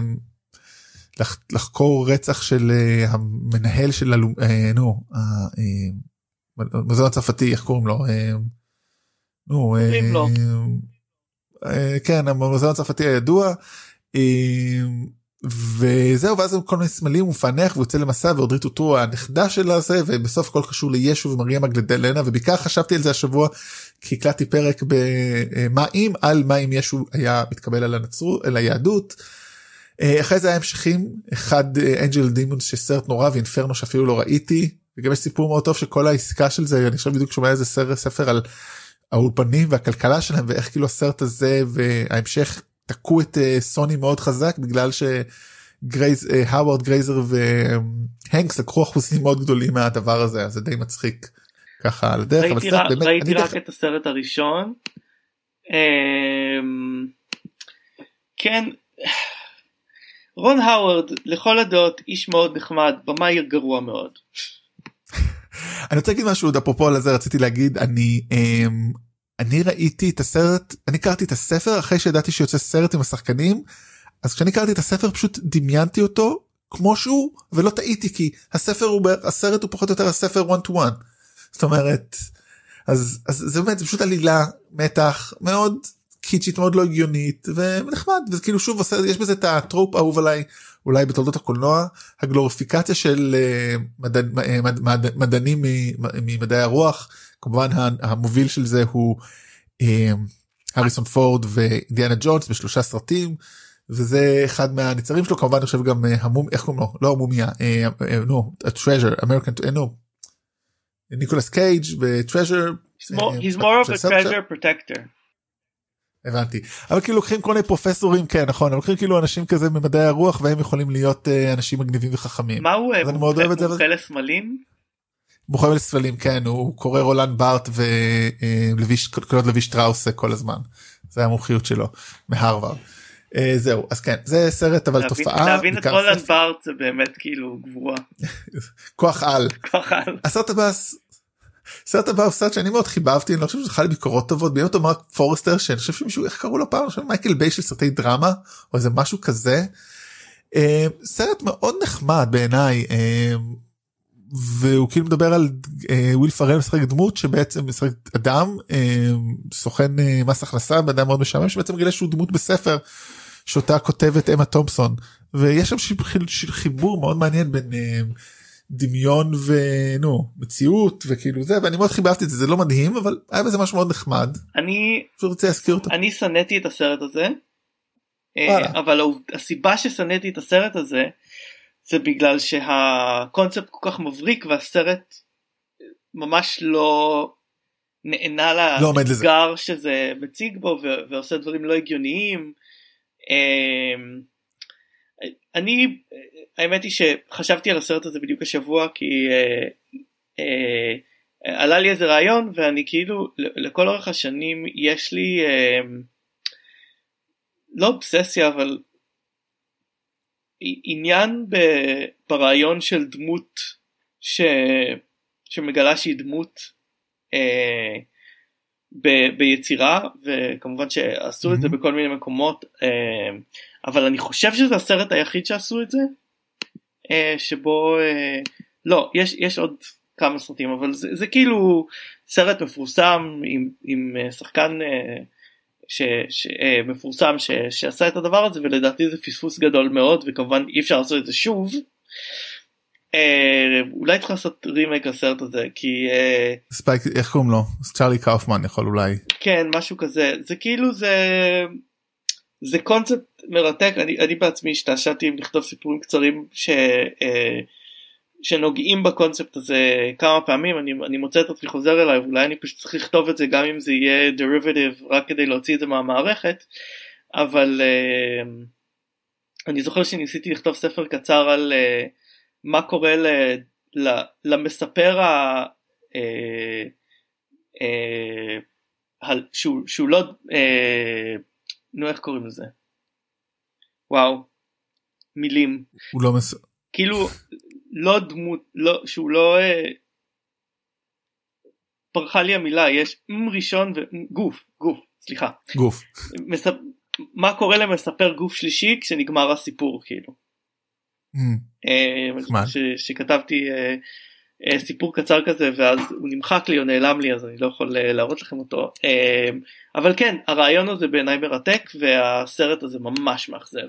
לחקור רצח של המנהל של המוזיאון הצרפתי, איך קוראים לו? כן, המוזיאון הצרפתי הידוע, וזהו, ואז כל מיני סמלים הוא מפענח ויוצא למסע, ואודרית אותו הנכדה שלה זה, ובסוף הכל קשור לישו ומריה מגדלנה, ובעיקר חשבתי על זה השבוע, כי הקלטתי פרק על מה אם ישו היה מתקבל על היהדות, אחרי זה היה המשכים, אחד אנג'ל דימונס שסרט נורא ואינפרנו שאפילו לא ראיתי, וגם יש סיפור מאוד טוב שכל העסקה של זה, אני חושב בדיוק שומע איזה ספר על האולפנים והכלכלה שלהם, ואיך כאילו הסרט הזה וההמשך תקעו את סוני מאוד חזק, בגלל שהאוורד גרייזר והנקס לקחו אחוזים מאוד גדולים מהדבר הזה, אז זה די מצחיק ככה על הדרך. ראיתי רק את הסרט הראשון, כן, רון האוורד לכל הדעות איש מאוד נחמד, במאי גרוע מאוד. אני רוצה להגיד משהו, אפרופו על זה רציתי להגיד, אני ראיתי את הסרט, אני קראתי את הספר אחרי שידעתי שיוצא סרט עם השחקנים, אז כשאני קראתי את הספר פשוט דמיינתי אותו כמו שהוא, ולא טעיתי, כי הסרט הוא פחות או יותר הספר one to one. זאת אומרת, אז זה באמת, זה פשוט עלילה, מתח, מאוד קיצ'ית, מאוד לא הגיונית, ונחמד, וכאילו שוב, יש בזה את הטרופ האהוב עליי, אולי בתולדות הקולנוע, הגלוריפיקציה של מדענים ממדעי הרוח, כמובן המוביל של זה הוא הריסון פורד ואינדיאנה ג'ונס בשלושה סרטים, וזה אחד מהניצרים שלו, כמובן אני חושב גם איך קוראים לו, לא המומיה, ה-Treasure, ניקולס קייג' ו-Treasure. He's more of a treasure protector. הבנתי, אבל כאילו לוקחים כל מיני פרופסורים, כן נכון, לוקחים כאילו אנשים כזה ממדעי הרוח, והם יכולים להיות אנשים מגניבים וחכמים. מה הוא מומחה לסמלים? מומחה לסמלים, כן, הוא קורא רולנד בארט וקורא לוי שטראוס כל הזמן, זה המומחיות שלו מהרווארד. זהו, אז כן, זה סרט אבל תופעה. להבין את רולנד בארט זה באמת כאילו גבורה. כוח על. הסרט הבא הוא סרט שאני מאוד חיבבתי, אני לא חושב שזכה לי ביקורות טובות, באמת הוא מרק פורסטר, שאני חושב שמישהו, איך קראו לו פעם, אני חושב מייקל ביי של סרטי דרמה, או איזה משהו כזה, סרט מאוד נחמד בעיניי, והוא כאילו מדבר על וויל פרל משחק דמות, שבעצם משחק אדם, סוכן מס הכנסה, באדם מאוד משעמם, שבעצם גילה שהוא דמות בספר, שאותה כותבת אמה תומפסון, ויש שם חיבור מאוד מעניין בין דמיון מציאות וכאילו זה, ואני מאוד חיבבתי את זה, זה לא מדהים, אבל היה בזה משהו מאוד נחמד. אני סנאתי את הסרט הזה, אבל הסיבה שסנאתי את הסרט הזה, זה בגלל שהקונספט כל כך מבריק, והסרט ממש לא נענה לאתגר שזה מציג בו, ועושה דברים לא הגיוניים. האמת היא שחשבתי על הסרט הזה בדיוק השבוע, כי עלה לי איזה רעיון, ואני כאילו לכל אורך השנים יש לי לא אובססיה, אבל עניין ברעיון של דמות שמגלה שהיא דמות ביצירה, וכמובן שעשו את זה בכל מיני מקומות, אבל אני חושב שזה הסרט היחיד שעשו את זה, שבו לא, יש עוד כמה סרטים, אבל זה כאילו סרט מפורסם עם שחקן מפורסם שעשה את הדבר הזה, ולדעתי זה פספוס גדול מאוד, וכמובן אי אפשר לעשות את זה שוב. אולי צריך לעשות רימייק לסרט הזה, כי ספייק, איך קוראים לו? צ'רלי קאופמן יכול אולי. כן, משהו כזה. זה כאילו זה קונספט מרתק. אני בעצמי השתעשעתי עם לכתוב סיפורים קצרים שנוגעים בקונספט הזה כמה פעמים. אני מוצא את עצמי חוזר אליי, אולי אני פשוט צריך לכתוב את זה גם אם זה יהיה דריבטיב, רק כדי להוציא את זה מהמערכת. אבל אני זוכר שניסיתי לכתוב ספר קצר על מה קורה למספר שהוא לא, איך קוראים לזה? וואו, מילים. הוא לא כאילו, לא דמות, שהוא לא, פרחה לי המילה, יש ראשון וגוף, סליחה. גוף. מה קורה למספר גוף שלישי כשנגמר הסיפור, כאילו. שכתבתי סיפור קצר כזה, ואז הוא נמחק לי או נעלם לי, אז אני לא יכול להראות לכם אותו, אבל כן, הרעיון הזה בעיניי מרתק, והסרט הזה ממש מאכזב.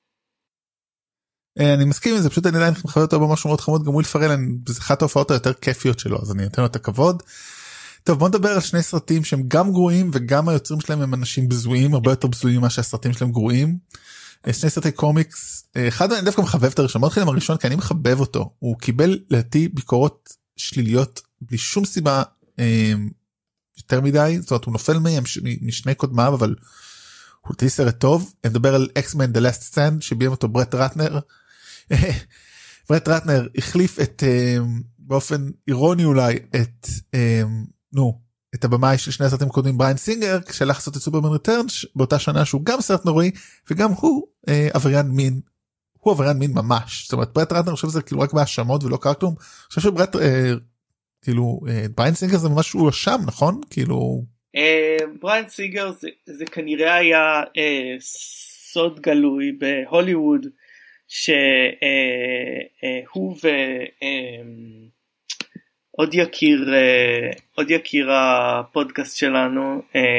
אני מסכים עם זה, פשוט אני עדיין מחווה אותו במשהו מאוד חמוד, גם וויל פרל זה אחת ההופעות היותר כיפיות שלו, אז אני נותן לו את הכבוד. טוב, בוא נדבר על שני סרטים שהם גם גרועים, וגם היוצרים שלהם הם אנשים בזויים, הרבה יותר בזויים מה שהסרטים שלהם גרועים. שני סרטי קומיקס, אחד אני דווקא מחבב את הראשון, מאוד חלם הראשון כי אני מחבב אותו, הוא קיבל לדעתי ביקורות שליליות בלי שום סיבה יותר מדי, זאת אומרת הוא נופל משני קודמיו, אבל הוא תהיה סרט טוב. אני מדבר על X-Men The Last Stand שביים אותו ברט רטנר. ברט רטנר החליף את באופן אירוני אולי את הבמאי של שני הסרטים קודמים בריין סינגר, כשהלך לעשות את סופרמן ריטרנס באותה שנה, שהוא גם סרט נוראי וגם הוא עבריין מין, הוא עבריין מין ממש. זאת אומרת ברט רטנר אני חושב שזה כאילו רק בהאשמות ולא קרה כלום. אני חושב שברט כאילו בריין סינגר זה ממש הוא אשם, נכון? כאילו בריין סינגר זה כנראה היה סוד גלוי בהוליווד, שהוא עוד יקיר הפודקאסט שלנו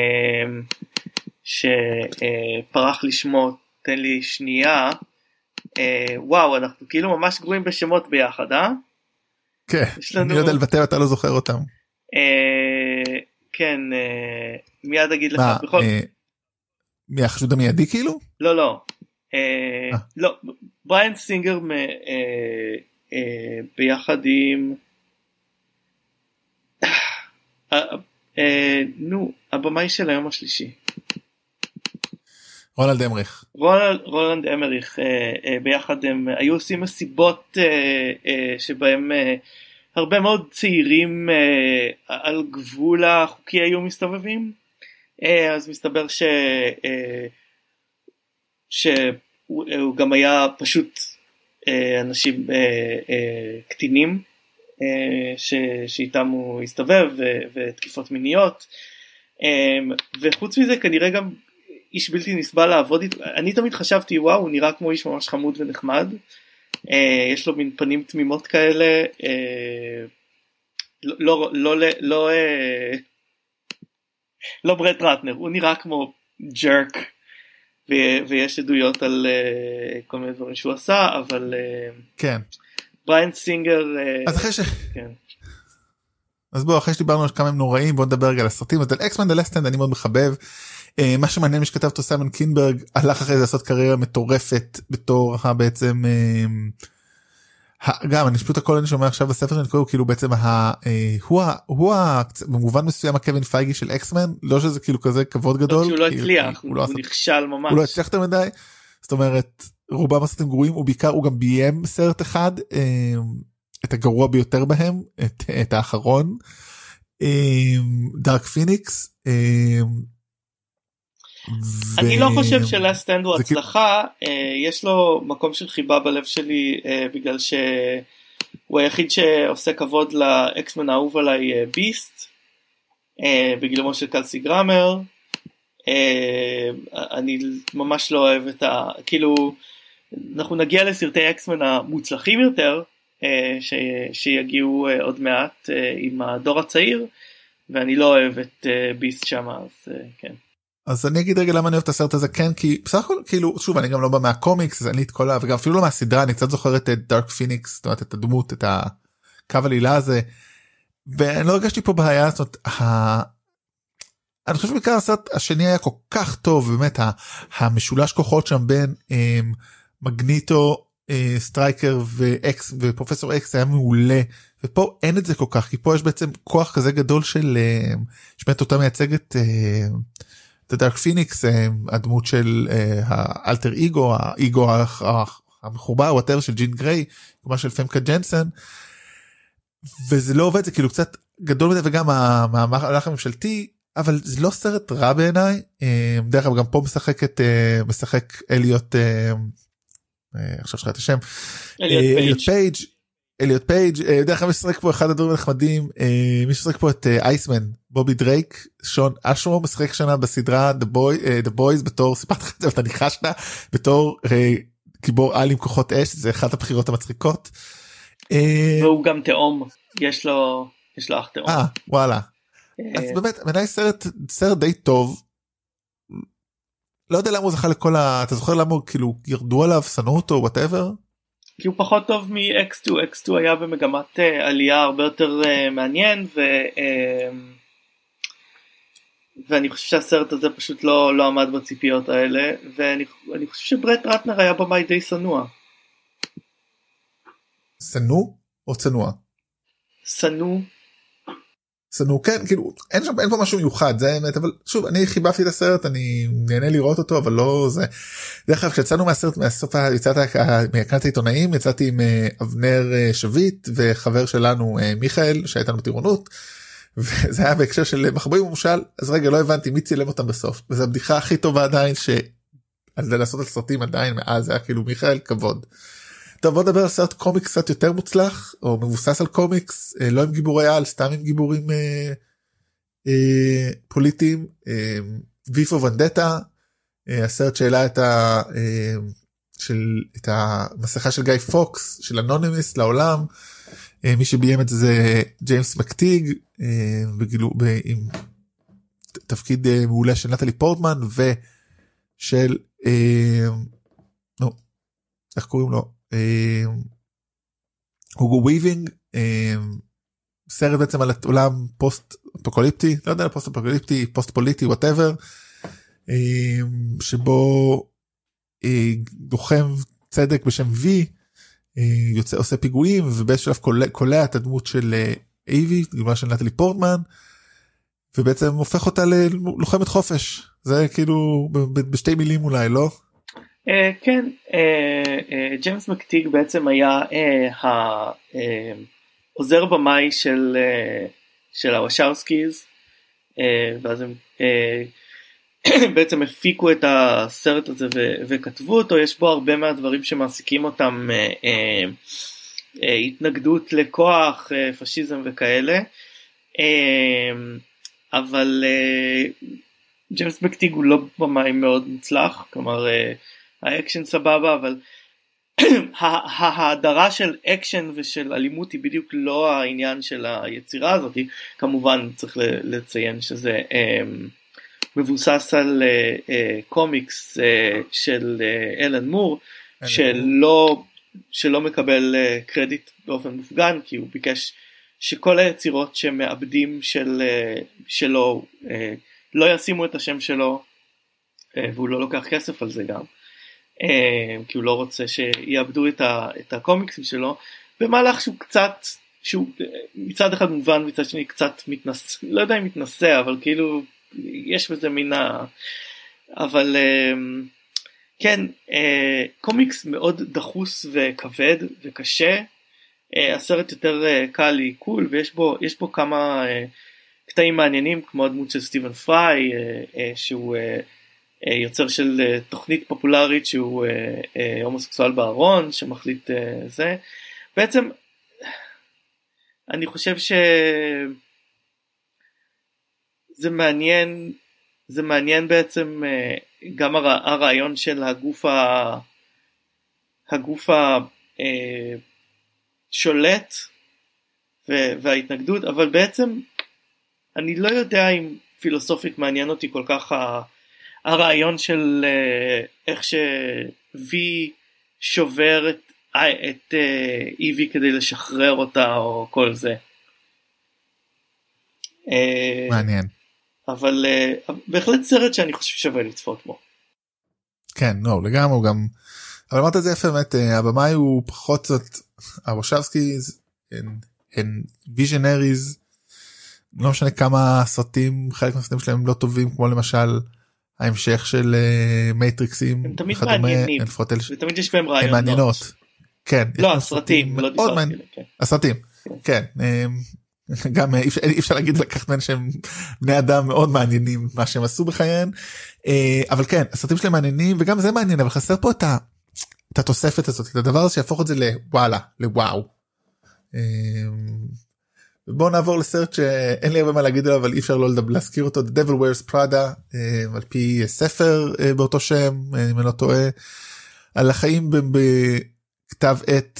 שפרח לשמו, תן לי שנייה, וואו אנחנו כאילו ממש גרועים בשמות ביחד, כן, אני יודע לבטא ואתה לא זוכר אותם. כן, מיד אגיד לך. מי החשוד המיידי כאילו? לא, לא, בריין סינגר ביחד עם הבמאי של היום השלישי, רולנד אמריך. רולנד אמריך, ביחד הם היו עושים מסיבות שבהם הרבה מאוד צעירים על גבול החוקי היו מסתובבים, אז מסתבר שהוא גם היה פשוט אנשים קטינים שאיתם הוא הסתובב ותקיפות מיניות, וחוץ מזה כנראה גם איש בלתי נסבל לעבוד איתו. אני תמיד חשבתי וואו הוא נראה כמו איש ממש חמוד ונחמד, יש לו מין פנים תמימות כאלה, לא ברט רטנר, הוא נראה כמו ג'רק, ויש עדויות על כל מיני דברים שהוא עשה, אבל כן, בריין סינגר אז בואו, אחרי שדיברנו על כמה הם נוראים, בואו נדבר רגע על הסרטים. אז על X-Men The Last Stand אני מאוד מחבב. מה שמעניין מי שכתב אותו סיימון קינברג, הלך אחרי זה לעשות קריירה מטורפת בתור בעצם גם אני שפוט הכל אני שומע עכשיו בספר שאני קורא, כאילו בעצם הוא במובן מסוים הקווין פייגי של X-Men, לא שזה כאילו כזה כבוד גדול, הוא לא הצליח, הוא נכשל ממש, הוא לא הצליח יותר מדי, זאת אומרת רובם הסרטים גרועים, ובעיקר הוא גם ביים סרט אחד, את הגרוע ביותר בהם, את האחרון, דארק פיניקס. אני לא חושב שלאסט סטנד הוא הצלחה, יש לו מקום של חיבה בלב שלי, בגלל שהוא היחיד שעושה כבוד לאקסמן האהוב עליי, ביסט, בגילומו של קלסי גראמר. אני ממש לא אוהב את כאילו, אנחנו נגיע לסרטי אקסמן המוצלחים יותר, שיגיעו עוד מעט עם הדור הצעיר, ואני לא אוהב את ביסט שם, אז כן. אז אני אגיד רגע למה אני אוהב את הסרט הזה, כן, כי בסך הכל, כאילו, שוב, אני גם לא בא מהקומיקס, אז אין לי את כל וגם אפילו לא מהסדרה, אני קצת זוכר את דארק פיניקס, זאת אומרת, את הדמות, את הקו הלילה הזה, ואני לא הרגשתי פה בעיה, זאת אומרת, אני חושב שבעיקר הסרט השני היה כל כך טוב, באמת, המשולש כוחות שם בין מגניטו, סטרייקר ואקס, ופרופסור אקס היה מעולה, ופה אין את זה כל כך, כי פה יש בעצם כוח כזה גדול של, שבאמת אותה מייצגת, את דארק פיניקס, הדמות של האלטר איגו, האיגו המחובר, וואטר של ג'ין גריי, כמו של פמקה ג'נסן, וזה לא עובד, זה כאילו קצת גדול מדי, וגם המהלך הממשלתי, אבל זה לא סרט רע בעיניי, דרך אגב גם פה משחק אליוט, עכשיו שכחתי את השם, אליוט פייג', דרך אגב משחק פה אחד הדברים הנחמדים, מי שמשחק פה את אייסמן, בובי דרייק, שון אשרו, משחק שנה בסדרה The Boys, בתור, סיפרת לך את זה, אתה ניחשת, בתור גיבור על עם כוחות אש, זה אחת הבחירות המצחיקות. והוא גם תאום, יש לו אח תאום. וואלה. אז באמת, בעיניי סרט די טוב, לא יודע למה הוא זכה לכל אתה זוכר למה כאילו ירדו עליו, שנאו אותו, whatever? כי הוא פחות טוב מ-X2, X2 היה במגמת עלייה הרבה יותר מעניין, ואני חושב שהסרט הזה פשוט לא עמד בציפיות האלה, ואני חושב שברט רטנר היה במאי די שנוע. שנוא או צנוע? שנוא. שנוא, כן, כאילו אין פה משהו מיוחד, זה האמת, אבל שוב, אני חיבבתי את הסרט, אני נהנה לראות אותו, אבל לא זה. דרך אגב, כשיצאנו מהסרט, מהסוף מהקנת העיתונאים, יצאתי עם אבנר שביט וחבר שלנו מיכאל שהייתה לנו בטירונות, וזה היה בהקשר של מחבואים ומושל. אז רגע, לא הבנתי מי צילם אותם בסוף, וזו הבדיחה הכי טובה עדיין, על זה לעשות את סרטים עדיין מאז, זה היה כאילו מיכאל, כבוד. טוב, בוא נדבר על סרט קומיקס קצת יותר מוצלח, או מבוסס על קומיקס, לא עם גיבורי על, סתם עם גיבורים פוליטיים. ויפו ונדטה, הסרט שהעלה את המסכה של גיא פוקס, של אנונימיס לעולם. מי שביים את זה ג'יימס מקטיג, עם תפקיד מעולה של נטלי פורטמן, ושל, איך קוראים לו? הוגו וויבינג. סרט בעצם על עולם פוסט אפוקליפטי, לא יודע, פוסט אפוקליפטי, פוסט פוליטי, whatever, שבו לוחם צדק בשם וי עושה פיגועים, ובאיזשהו שלב קולע את הדמות של אייבי, דוגמה של נטלי פורטמן, ובעצם הופך אותה ללוחמת חופש. זה כאילו בשתי מילים אולי, לא? כן, ג'יימס מקטיג בעצם היה העוזר במאי של הוושאוסקיז, ואז הם בעצם הפיקו את הסרט הזה וכתבו אותו. יש בו הרבה מהדברים שמעסיקים אותם, התנגדות לכוח, פשיזם וכאלה, אבל ג'יימס מקטיג הוא לא במאי מאוד מוצלח, כלומר האקשן סבבה, אבל ההדרה של אקשן ושל אלימות היא בדיוק לא העניין של היצירה הזאת. כמובן צריך לציין שזה מבוסס על קומיקס של אלן מור, שלא מקבל קרדיט באופן מופגן, כי הוא ביקש שכל היצירות שמאבדים שלו לא ישימו את השם שלו, והוא לא לוקח כסף על זה גם, כי הוא לא רוצה שיאבדו את הקומיקסים שלו, במהלך שהוא מצד אחד מובן, מצד שני קצת מתנשא, לא יודע אם מתנשא, אבל כאילו יש בזה מינה, אבל כן, קומיקס מאוד דחוס וכבד וקשה. הסרט יותר קל לעיכול, ויש בו כמה קטעים מעניינים, כמו הדמות של סטיבן פריי, שהוא יוצר של תוכנית פופולרית, שהוא הומוסקסואל בארון, שמחליט זה. בעצם אני חושב זה מעניין בעצם גם הרעיון של הגוף השולט וההתנגדות, אבל בעצם אני לא יודע אם פילוסופית מעניין אותי כל כך הרעיון של איך שווי שובר את איבי כדי לשחרר אותה או כל זה. מעניין. אבל בהחלט סרט שאני חושב שווה לצפות בו. כן, לא, לגמרי הוא גם, אבל אמרת את זה יפה באמת, הבמאי הוא פחות זאת, הוושאוסקיז הן ויז'נריז, לא משנה כמה סרטים, חלק מהסרטים שלהם לא טובים, כמו למשל ההמשך של מייטריקסים, הם תמיד מעניינים, ותמיד יש בהם רעיונות. הם מעניינות. כן. לא, הסרטים, לא דיברתי. הסרטים, כן. גם אי אפשר להגיד לקחת מהם שהם בני אדם מאוד מעניינים מה שהם עשו בחייהם, אבל כן, הסרטים שלהם מעניינים, וגם זה מעניין, אבל חסר פה את התוספת הזאת, את הדבר הזה שיהפוך את זה לוואלה, לוואו. בואו נעבור לסרט שאין לי הרבה מה להגיד עליו, אבל אי אפשר לא להזכיר אותו, The Devil Wears Prada, על פי ספר באותו שם, אם אני לא טועה, על החיים בכתב עת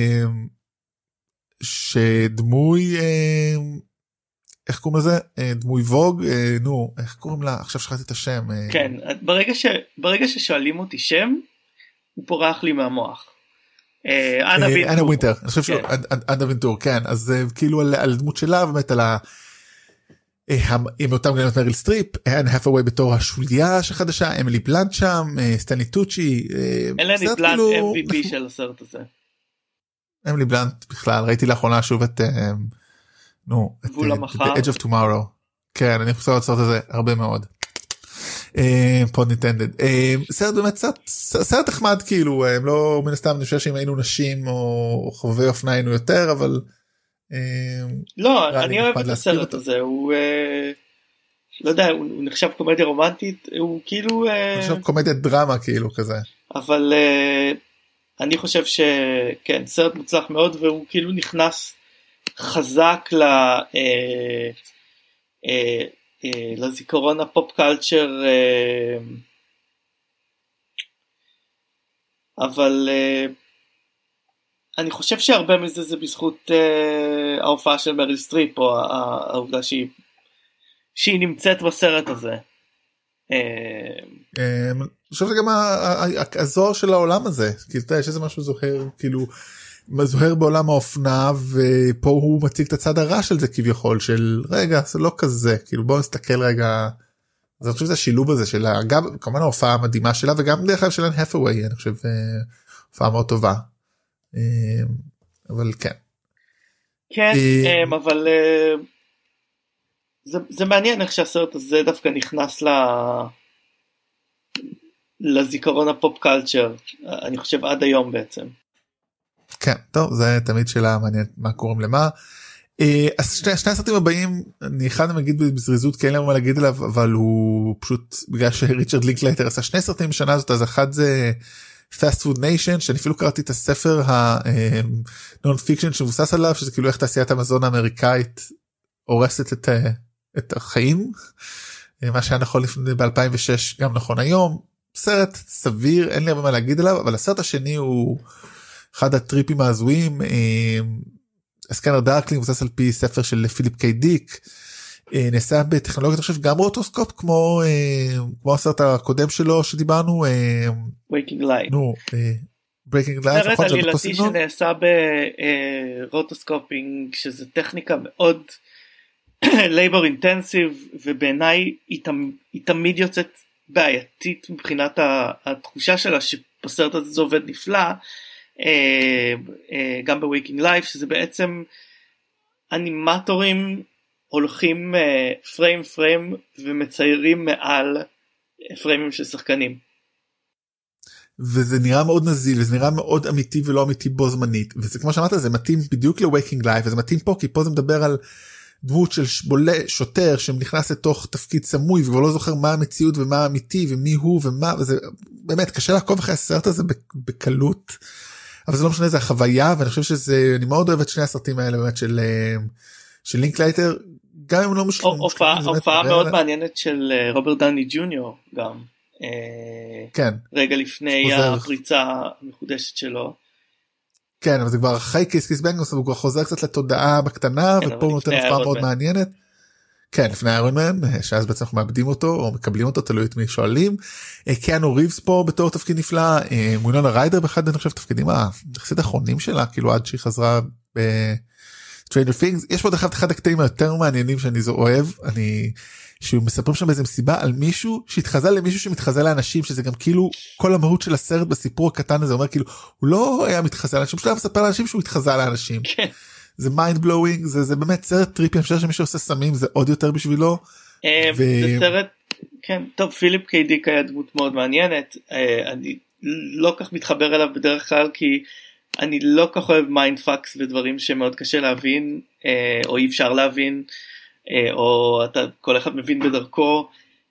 שדמוי, איך קוראים לזה? דמוי ווג, נו, איך קוראים לה? עכשיו שכחתי את השם. כן, ברגע ששואלים אותי שם, הוא פורח לי מהמוח. אנה ווינטר, אני חושב שהוא אנה וינטור, כן, אז כאילו על דמות שלה, באמת על עם אותם גלנות מריל סטריפ, אן האת'ווי בתור השוליה החדשה, אמילי בלנט שם, סטנלי טוצ'י. אמילי בלנט MVP של הסרט הזה. אמילי בלנט בכלל, ראיתי לאחרונה שוב את גבול המחר. The Edge of Tomorrow. כן, אני חושב על הסרט הזה הרבה מאוד. פוד ניטנדד. סרט באמת סרט נחמד כאילו, הם לא מן הסתם, אני חושב שאם היינו נשים או חובבי אופנה היינו יותר, אבל לא, אני אוהב את הסרט הזה, הוא לא יודע, הוא נחשב קומדיה רומנטית, הוא כאילו נחשב קומדיית דרמה כאילו כזה, אבל אני חושב שכן, סרט מוצלח מאוד, והוא כאילו נכנס חזק לזיכרון הפופ קלצ'ר, אבל אני חושב שהרבה מזה זה בזכות ההופעה של מריל סטריפ, או העובדה שהיא נמצאת בסרט הזה. אני חושב שזה גם הזוהר של העולם הזה, כי אתה יודע שזה משהו זוהר, כאילו זוהר בעולם האופנה, ופה הוא מציג את הצד הרע של זה כביכול, של רגע זה לא כזה, כאילו בואו נסתכל רגע, אז אני חושב שזה השילוב הזה שלה, גם כמובן ההופעה המדהימה שלה, וגם דרך כלל של אן האת'ווי, אני חושב הופעה מאוד טובה. אבל כן. כן, אבל זה מעניין איך שהסרט הזה דווקא נכנס לזיכרון הפופ קלצ'ר, אני חושב עד היום בעצם. כן, טוב, זה תמיד שאלה מעניינת מה קוראים למה. אז שני הסרטים הבאים, אני אחד מגיד בזריזות כי אין למה להגיד עליו, אבל הוא פשוט בגלל שריצ'רד לינקלייטר עשה שני סרטים בשנה הזאת, אז אחד זה Fast Food Nation, שאני אפילו קראתי את הספר הנון פיקשן שמבוסס עליו, שזה כאילו איך תעשיית המזון האמריקאית הורסת את החיים, מה שהיה נכון ב-2006 גם נכון היום. סרט סביר, אין לי הרבה מה להגיד עליו, אבל הסרט השני הוא אחד הטריפים ההזויים, הסקנר דארקלי מבוסס על פי ספר של פיליפ קיי דיק, נעשה בטכנולוגיה, אני חושב גם רוטוסקופ, כמו הסרט הקודם שלו שדיברנו, Waking Light. Breaking Light, סרט עלילתי שנעשה ברוטוסקופינג, שזה טכניקה מאוד labor intensive, ובעיניי היא תמיד יוצאת בעייתית מבחינת התחושה שלה, שבסרט הזה זה עובד נפלא, גם ב-Waking Life, שזה בעצם אנימטורים הולכים פריים פריים ומציירים מעל פריימים של שחקנים. וזה נראה מאוד נזיל, וזה נראה מאוד אמיתי ולא אמיתי בו זמנית, וזה כמו שאמרת, זה מתאים בדיוק ל-Waking Life, וזה מתאים פה, כי פה זה מדבר על דמות של שוטר שנכנס לתוך תפקיד סמוי, וכבר לא זוכר מה המציאות ומה האמיתי, ומי הוא ומה, וזה באמת קשה לעקוב אחרי הסרט הזה בקלות, אבל זה לא משנה, זה החוויה, ואני חושב שזה, אני מאוד אוהב את שני הסרטים האלה באמת של לינקלייטר, גם אם לא משלמים. הופעה מאוד מעניינת של רוברט דאני ג'וניור גם, כן. רגע לפני הפריצה המחודשת שלו. כן, אבל זה כבר אחרי קיס בנגוס, הוא כבר חוזר קצת לתודעה בקטנה, ופה הוא נותן הופעה מאוד מעניינת. כן, לפני איירון מן, שאז בעצם אנחנו מאבדים אותו, או מקבלים אותו, תלוי את מי שואלים. קיאנו ריבס פה בתור תפקיד נפלא, מוינונה ריידר באחד, אני חושב, תפקידים היחסית האחרונים שלה, כאילו עד שהיא חזרה ב-Stranger Things. יש פה אחד הקטעים היותר מעניינים שאני אוהב, שהוא מספרים שם באיזה מסיבה על מישהו שהתחזה למישהו שמתחזה לאנשים, שזה גם כאילו כל המהות של הסרט בסיפור הקטן הזה, אומר כאילו, הוא לא היה מתחזה לאנשים, הוא היה מספר לאנשים שהוא התחזה לאנשים. זה mind blowing, זה באמת סרט טריפי, אני חושב שמי שעושה סמים זה עוד יותר בשבילו. זה סרט, כן, טוב, פיליפ קיי דיק היה דמות מאוד מעניינת, אני לא כך מתחבר אליו בדרך כלל, כי אני לא כך אוהב מיינד פאקס ודברים שמאוד קשה להבין, או אי אפשר להבין, או כל אחד מבין בדרכו,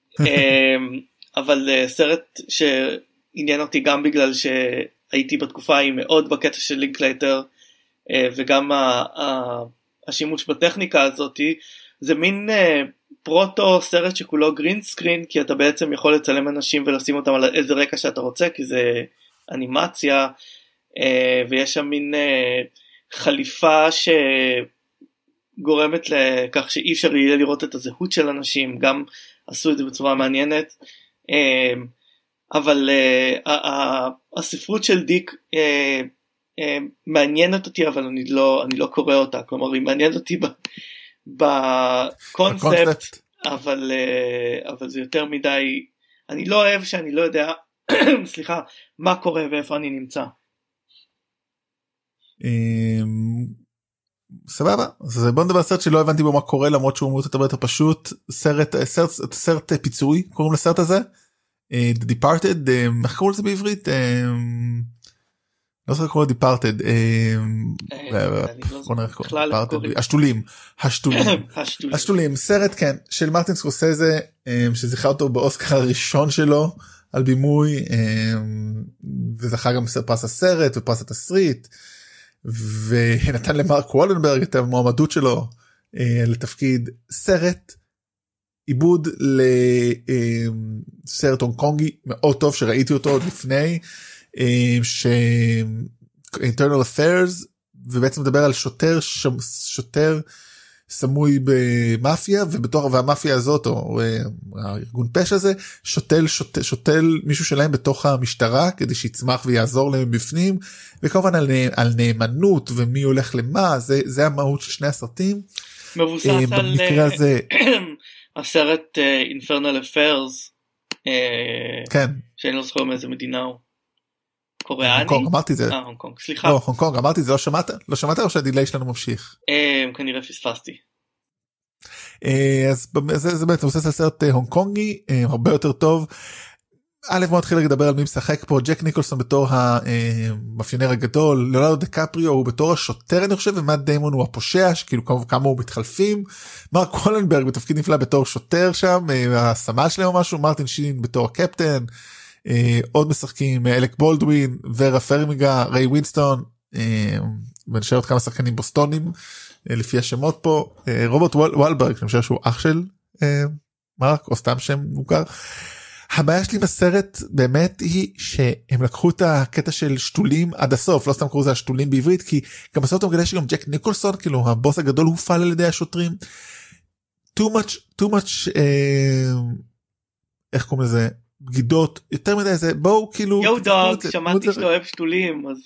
אבל סרט שעניין אותי גם בגלל שהייתי בתקופה היא מאוד בקטע של לינקלייטר, וגם השימוש בטכניקה הזאת, זה מין פרוטו סרט שכולו גרין סקרין, כי אתה בעצם יכול לצלם אנשים ולשים אותם על איזה רקע שאתה רוצה, כי זה אנימציה, ויש שם מין חליפה שגורמת לכך שאי אפשר יהיה לראות את הזהות של אנשים, גם עשו את זה בצורה מעניינת, אבל הספרות של דיק מעניינת אותי, אבל אני לא קורא אותה, כלומר היא מעניינת אותי בקונספט, אבל זה יותר מדי, אני לא אוהב שאני לא יודע, סליחה, מה קורה ואיפה אני נמצא. סבבה, אז בוא נדבר על סרט שלא הבנתי בו מה קורה, למרות שהוא מאוד יותר פשוט, סרט פיצוי, קוראים לסרט הזה, The Departed, איך קוראים לזה בעברית? לא זוכר קוראים Departed, השתולים, סרט כן, של מרטין סקורסזה, שזכה אותו באוסקר הראשון שלו, על בימוי, וזכה גם פרס הסרט ופרס התסריט, ונתן למרק וולנברג את המועמדות שלו לתפקיד סרט, עיבוד לסרט הונג קונגי מאוד טוב שראיתי אותו עוד לפני, Internal Affairs, ובעצם מדבר על שוטר סמוי במאפיה, והמאפיה הזאת, או הארגון פשע הזה, שותל מישהו שלהם בתוך המשטרה, כדי שיצמח ויעזור להם בפנים, וכמובן על נאמנות, ומי הולך למה, זה המהות של שני הסרטים. מבוסס על הסרט Infernal Affairs, כן. שאני לא זוכר מאיזה מדינה הוא. קוריאני? הונג קונג, אמרתי זה. הונג קונג, סליחה. לא, הונג קונג, אמרתי זה, לא שמעת? לא שמעת או שהדילי שלנו ממשיך? כנראה פספסתי. אז זה בעצם עושה סרט הונג קונגי, הרבה יותר טוב. א' בוא נתחיל לדבר על מי משחק פה, ג'ק ניקולסון בתור המאפיונר הגדול, ליאונרדו דיקפריו הוא בתור השוטר אני חושב, ומאט דיימון הוא הפושע, שכאילו כמה הוא מתחלפים, מרק וולנברג בתפקיד נפלא בתור שוטר שם, הסמל שלהם או משהו, מרטין שין בתור הקפטן, עוד משחקים אלק בולדווין, ורה פרמיגה, ריי ווינסטון, ונשאר עוד כמה שחקנים בוסטונים, לפי השמות פה, רוברט וולברג, אני חושב שהוא אח של מרק, או סתם שם מוכר. הבעיה שלי בסרט באמת היא שהם לקחו את הקטע של שתולים עד הסוף, לא סתם קראו זה השתולים בעברית, כי גם בסרט הוא מגלה שגם ג'ק ניקולסון, כאילו הבוס הגדול הופעל על ידי השוטרים. too much, איך קוראים לזה? בגידות, יותר מדי זה, בואו כאילו... יו דוג, שמעתי שאתה אוהב שתולים, אז...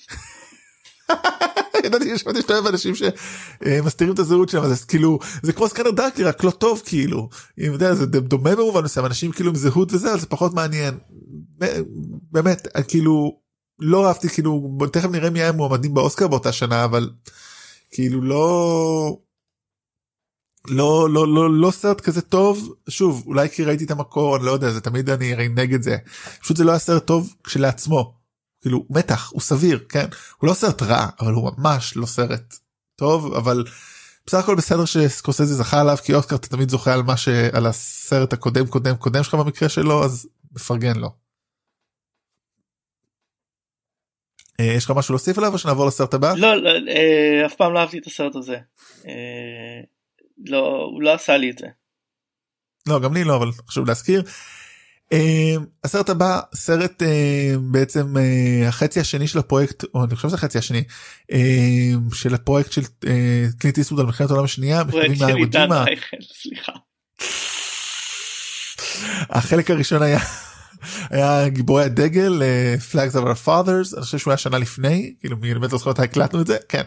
ידעתי שאתה אוהב אנשים שמסתירים את הזהות שלהם, אז כאילו, זה כמו סקנר דארקלי, רק לא טוב כאילו, אם יודע, זה דומה במובן מסוים, אנשים כאילו עם זהות וזה, אז זה פחות מעניין, באמת, כאילו, לא אהבתי, כאילו, תכף נראה מי היה מועמדים באוסקר באותה שנה, אבל כאילו לא סרט כזה טוב, שוב, אולי כי ראיתי את המקור, אני לא יודע, זה תמיד אני הרי נגד זה, פשוט זה לא היה סרט טוב כשלעצמו, כאילו מתח, הוא סביר, כן, הוא לא סרט רע, אבל הוא ממש לא סרט טוב, אבל בסך הכל בסדר שסקורסזה זכה עליו, כי אוסקר אתה תמיד זוכה על על הסרט הקודם שלך במקרה שלו, אז מפרגן לו. יש לך משהו להוסיף עליו או שנעבור לסרט הבא? לא, אף פעם לא אהבתי את הסרט הזה. לא, הוא לא עשה לי את זה. לא, גם לי לא, אבל חשוב להזכיר. הסרט הבא, סרט בעצם החצי השני של הפרויקט, או אני חושב שזה החצי השני, של הפרויקט של קלינט איסטווד על מלחמת העולם השנייה, פרויקט של עידן רייכל, סליחה. החלק הראשון היה גיבורי הדגל, Flags of Our Fathers, אני חושב שהוא היה שנה לפני, כאילו באמת לא זוכר אותה, הקלטנו את זה, כן.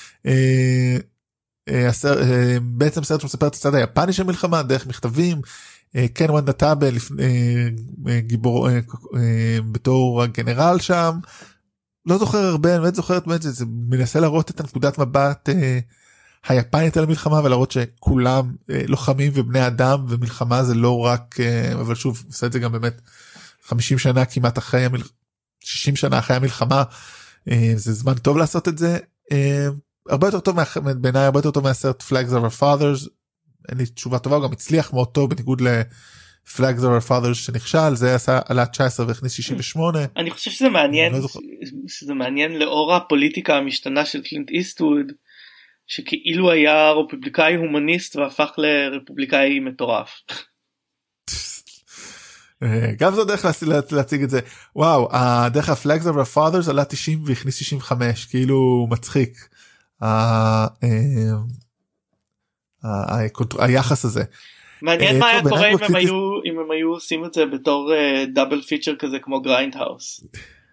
בעצם סרט שמספר את הצד היפני של מלחמה, דרך מכתבים, קן וונדטאבה גיבור בתור הגנרל שם, לא זוכר הרבה, אני באמת זוכרת, זה מנסה להראות את הנקודת מבט היפנית על המלחמה, ולהראות שכולם לוחמים ובני אדם, ומלחמה זה לא רק, אבל שוב, עושה את זה גם באמת 50 שנה כמעט אחרי, 60 שנה אחרי המלחמה, זה זמן טוב לעשות את זה, הרבה יותר טוב בעיניי, הרבה יותר טוב מהסרט Flags of Our Fathers, אין לי תשובה טובה, הוא גם הצליח מאוד טוב בניגוד ל-Flags of Our Fathers שנכשל, זה עלה 19 והכניס 68. אני חושב שזה מעניין, שזה מעניין לאור הפוליטיקה המשתנה של קלינט איסטווד, שכאילו היה רפובליקאי הומניסט והפך לרפובליקאי מטורף. גם זו דרך להציג את זה, וואו, דרך ה-Flags of Our Fathers עלה 90 והכניס 65, כאילו מצחיק. היחס הזה. מעניין מה היה קורה אם הם היו עושים את זה בתור דאבל פיצ'ר כזה כמו גריינדהאוס.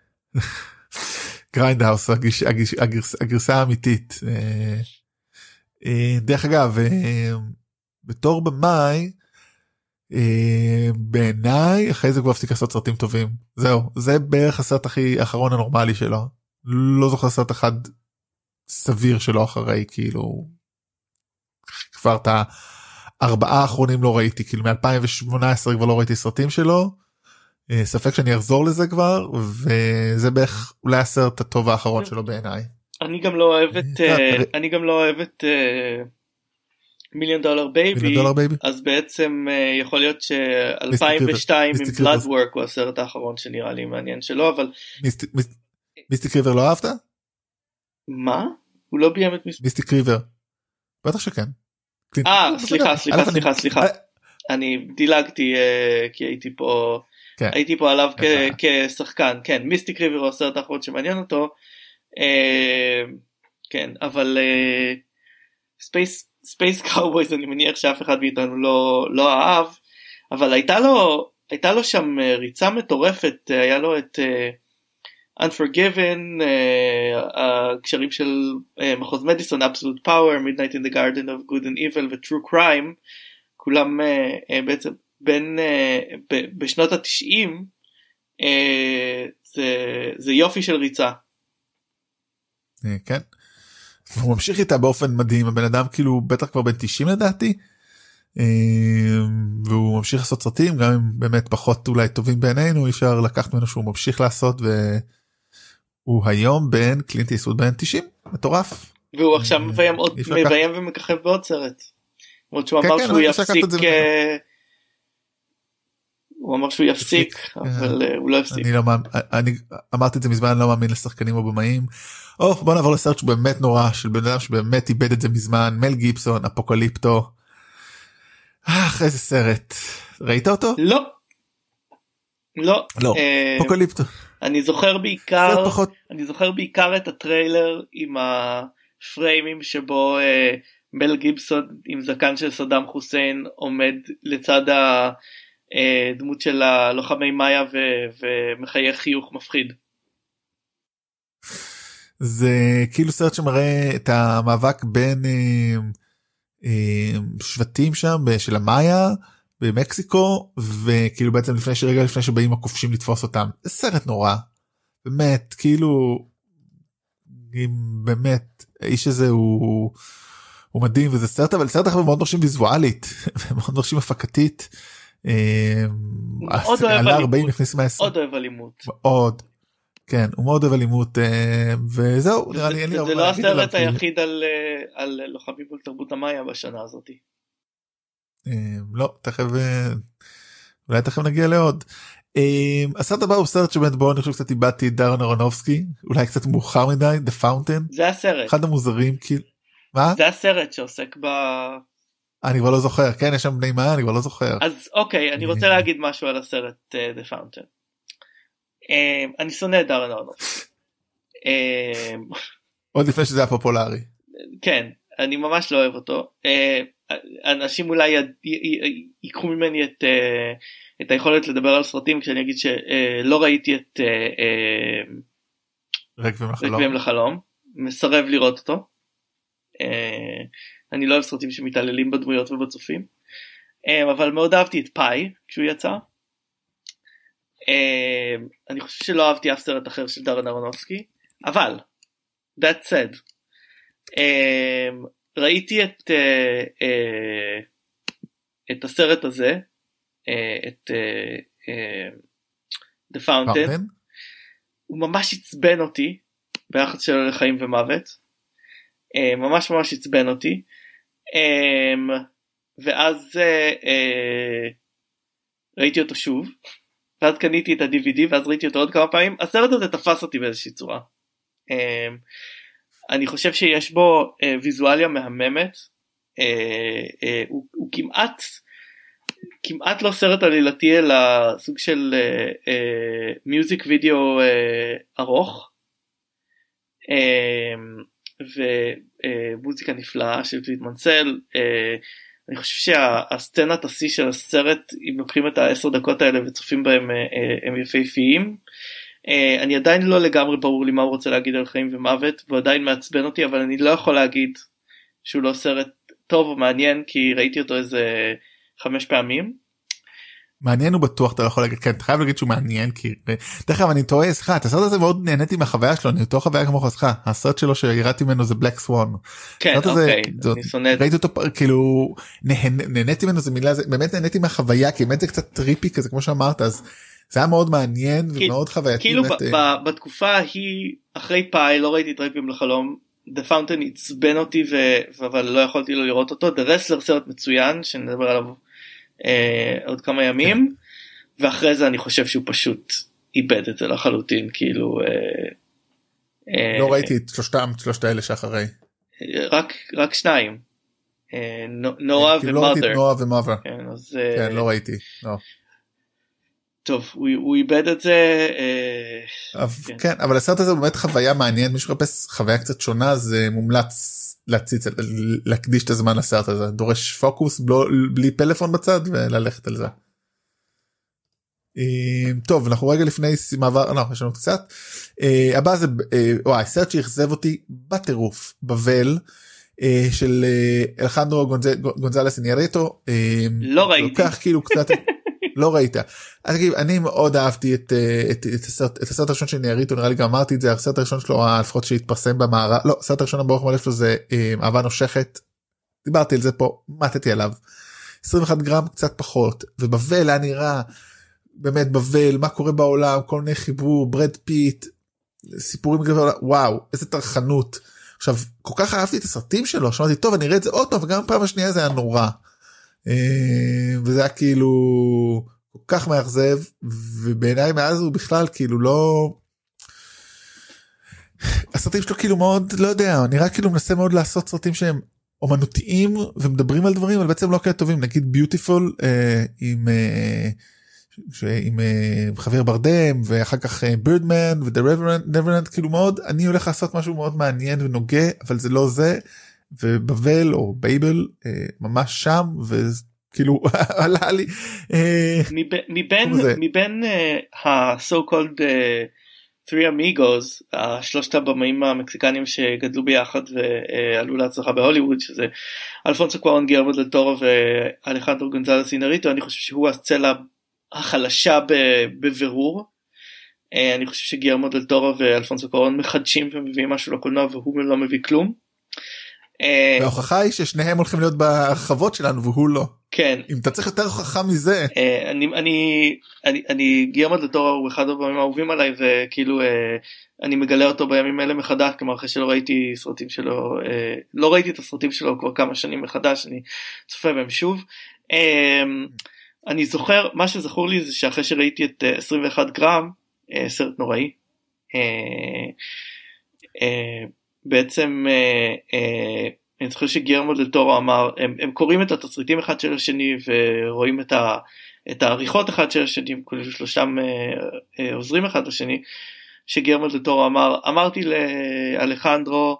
גריינדהאוס, הגרסה האמיתית. דרך אגב, בתור במאי, בעיניי אחרי זה כבר הפסיק לעשות סרטים טובים. זהו, זה בערך הסרט הכי אחרון הנורמלי שלו. לא זוכר סרט אחד סביר שלו אחרי, כאילו כבר את הארבעה האחרונים לא ראיתי, כאילו מ-2018 כבר לא ראיתי סרטים שלו. ספק שאני אחזור לזה כבר, וזה בערך אולי הסרט הטוב האחרון שלו בעיניי. אני גם לא אוהב את מיליון דולר בייבי, אז בעצם יכול להיות ש2002 עם בלאד וורק הוא הסרט האחרון שנראה לי מעניין שלו, אבל מיסטיק ריבר לא אהבת? מה? הוא לא ביים את מיסטיק ריבר. בטח שכן. סליחה, אני דילגתי כי הייתי פה עליו כשחקן. כן, מיסטיק ריבר הוא הסרט האחרון שמעניין אותו, כן, אבל ספייס קאובויז אני מניח שאף אחד מאיתנו לא אהב, אבל הייתה לו שם ריצה מטורפת, היה לו את Unforgiven, הקשרים של מחוז מדיסון, Absolute Power, Midnight in the Garden of Good and Evil ו-True Crime, כולם בעצם בשנות ה-90, זה יופי של ריצה. כן. הוא ממשיך איתה באופן מדהים, הבן אדם כאילו בטח כבר בן 90 לדעתי, והוא ממשיך לעשות סרטים, גם אם באמת פחות אולי טובים בעינינו, אי אפשר לקחת ממנו שהוא ממשיך לעשות, והוא היום בין קלינט איסטווד בן 90, מטורף. והוא עכשיו מביים ומככב בעוד סרט. למרות שהוא אמר שהוא יפסיק, הוא אמר שהוא יפסיק, אבל הוא לא יפסיק. אני אמרתי את זה מזמן, אני לא מאמין לשחקנים או במאים. בוא נעבור לסרט שהוא באמת נורא, של בן אדם שבאמת איבד את זה מזמן, מל גיבסון, אפוקליפטו. איזה סרט. ראית אותו? לא. אפוקליפטו. אני זוכר בעיקר את הטריילר עם הפריימים שבו מל גיבסון עם זקן של סדאם חוסיין עומד לצד הדמות של הלוחמי מאיה ומחייך חיוך מפחיד. זה כאילו סרט שמראה את המאבק בין שבטים שם של המאיה במקסיקו, וכאילו בעצם רגע לפני שבאים הכובשים לתפוס אותם. זה סרט נורא, באמת, כאילו באמת האיש הזה הוא מדהים, וזה סרט, אבל סרט אחר מאוד מרשים ויזואלית מאוד מרשים הפקתית, מאוד אוהב אלימות, מאוד, כן, הוא מאוד אוהב אלימות, וזהו, נראה לי, זה לא הסרט היחיד על לוחמים של תרבות המאיה בשנה הזאת. לא, אולי תכף נגיע לעוד. הסרט הבא הוא סרט שבאמת בו אני חושב קצת איבדתי את דארן אהרונובסקי, אולי קצת מאוחר מדי, The Fountain. זה הסרט. אחד המוזרים, מה? זה הסרט שעוסק אני כבר לא זוכר, כן, יש שם בני מאיה, אני כבר לא זוכר. אז אוקיי, אני רוצה להגיד משהו על הסרט The Fountain. אני שונא את דארן אהרונובסקי. עוד לפני שזה היה פופולרי. כן, אני ממש לא אוהב אותו. אנשים אולי ייקחו ממני את היכולת לדבר על סרטים כשאני אגיד שלא ראיתי את רקוויאם לחלום, מסרב לראות אותו. אני לא אוהב סרטים שמתעללים בדמויות ובצופים, אבל מאוד אהבתי את פאי כשהוא יצא. אני חושב שלא אהבתי אף סרט אחר של דארן אהרונובסקי, אבל that said, ראיתי את הסרט הזה, את The Fountain. הוא ממש עצבן אותי ביחס שלו לחיים ומוות, ממש עצבן אותי, ואז ראיתי אותו שוב, ואז קניתי את ה-DVD, ואז ראיתי אותו עוד כמה פעמים. הסרט הזה תפס אותי באיזושהי צורה. אני חושב שיש בו ויזואליה מהממת, הוא כמעט לא סרט עלילתי, אלא סוג של מיוזיק וידאו ארוך, ומוזיקה נפלאה של קליט מנסל. אני חושב שהסצנת השיא של הסרט, אם לוקחים את 10 דקות האלה וצופים בהם, הם יפהפיים. אני עדיין לא לגמרי ברור לי מה הוא רוצה להגיד על חיים ומוות, ועדיין מעצבן אותי, אבל אני לא יכול להגיד שהוא לא סרט טוב או מעניין, כי ראיתי אותו איזה 5 פעמים. מעניין הוא בטוח, אתה לא יכול להגיד, כן, אתה חייב להגיד שהוא מעניין, כי דרך אגב אני טועה, סליחה, את הסרט הזה מאוד נהניתי מהחוויה שלו, אני אותו חוויה כמוך, סליחה, הסרט שלו שירדתי ממנו זה בלק סוואן. כן, אוקיי, אני שונא את זה. ראיתי אותו כאילו, נהניתי ממנו, זה מילה, באמת נהניתי מהחוויה, כי באמת זה קצת טריפי כזה, כמו שאמרת, אז זה היה מאוד מעניין ומאוד חווייתי. כאילו בתקופה ההיא, אחרי פאי, לא ראיתי טריפים לחלום, The Fountain עצבן אותי, אבל לא יכולתי לא לראות אותו, The Wrestler סרט מצוין, שנדבר עליו עוד כמה ימים, ואחרי זה אני חושב שהוא פשוט איבד את זה לחלוטין, כאילו לא ראיתי את שלושת האלה שאחרי, רק שניים, נועה ומאדר. נועה ומאדר, כן, לא ראיתי, לא. טוב, הוא איבד את זה. כן, אבל הסרט הזה הוא באמת חוויה מעניין, מי שחפש חוויה קצת שונה, זה מומלץ להקדיש את הזמן לסרט הזה, דורש פוקוס בלי פלאפון בצד וללכת על זה. טוב, אנחנו רגע לפני מעבר, לא, יש לנו קצת. הבא זה, וואי, סרט שאכזב אותי בטירוף, בבל, של אלחנדרו גונזלס אינייריטו. לא ראיתי. לוקח כאילו קצת, לא ראית. אז תגיד, אני מאוד אהבתי את הסרט הראשון של אינייריטו, נראה לי גם אמרתי את זה, הסרט הראשון שלו, לפחות שהתפרסם במערב, לא, הסרט הראשון באורך מלף שלו זה אהבה נושכת, דיברתי על זה פה, מתתי עליו, 21 גרם קצת פחות, ובבל היה נראה, באמת בבל, מה קורה בעולם, כל מיני חיבור, ברד פיט, סיפורים גדולים, וואו, איזה תרחנות. עכשיו, כל כך אהבתי את הסרטים שלו, שמעתי, טוב, אני אראה את זה עוד פעם, וגם פעם השנייה זה היה נורא. וזה היה כאילו כל כך מאכזב, ובעיניי מאז הוא בכלל כאילו לא, הסרטים שלו כאילו מאוד, לא יודע, נראה כאילו מנסה מאוד לעשות סרטים שהם אומנותיים ומדברים על דברים, אבל בעצם לא כאלה טובים, נגיד ביוטיפול עם חבר ברדם, ואחר כך בירדמן ו-The Revenant, כאילו מאוד, אני הולך לעשות משהו מאוד מעניין ונוגע, אבל זה לא זה, ובבל או בייבל ממש שם, וכאילו עלה לי מבין ה-so called three amigos, השלושת הבמאים המקסיקנים שגדלו ביחד ועלו להצלחה בהוליווד, שזה אלפונסו קוארון, גילרמו דל טורו ואלחנדרו גונזלס אינייריטו, אני חושב שהוא הסצנה החלשה בבירור. אני חושב שגילרמו דל טורו ואלפונסו קוארון מחדשים ומביאים משהו לקולנוע, והוא לא מביא כלום. וההוכחה היא ששניהם הולכים להיות ברחבות שלנו והוא לא. כן. אם אתה צריך יותר הוכחה מזה. אני גילרמו דל טורו הוא אחד הבמים האהובים עליי, וכאילו אני מגלה אותו בימים האלה מחדש, כלומר אחרי שלא ראיתי סרטים שלו, לא ראיתי את הסרטים שלו כבר כמה שנים מחדש, אני צופה בהם שוב. אני זוכר, מה שזכור לי זה שאחרי שראיתי את 21 גרם, סרט נוראי, בעצם אני זוכר שגילרמו דל טורו אמר, הם קוראים את התסריטים אחד של השני ורואים את העריכות אחד של השני, כולל שלושתם עוזרים אחד לשני, שגילרמו דל טורו אמרתי לאלחנדרו,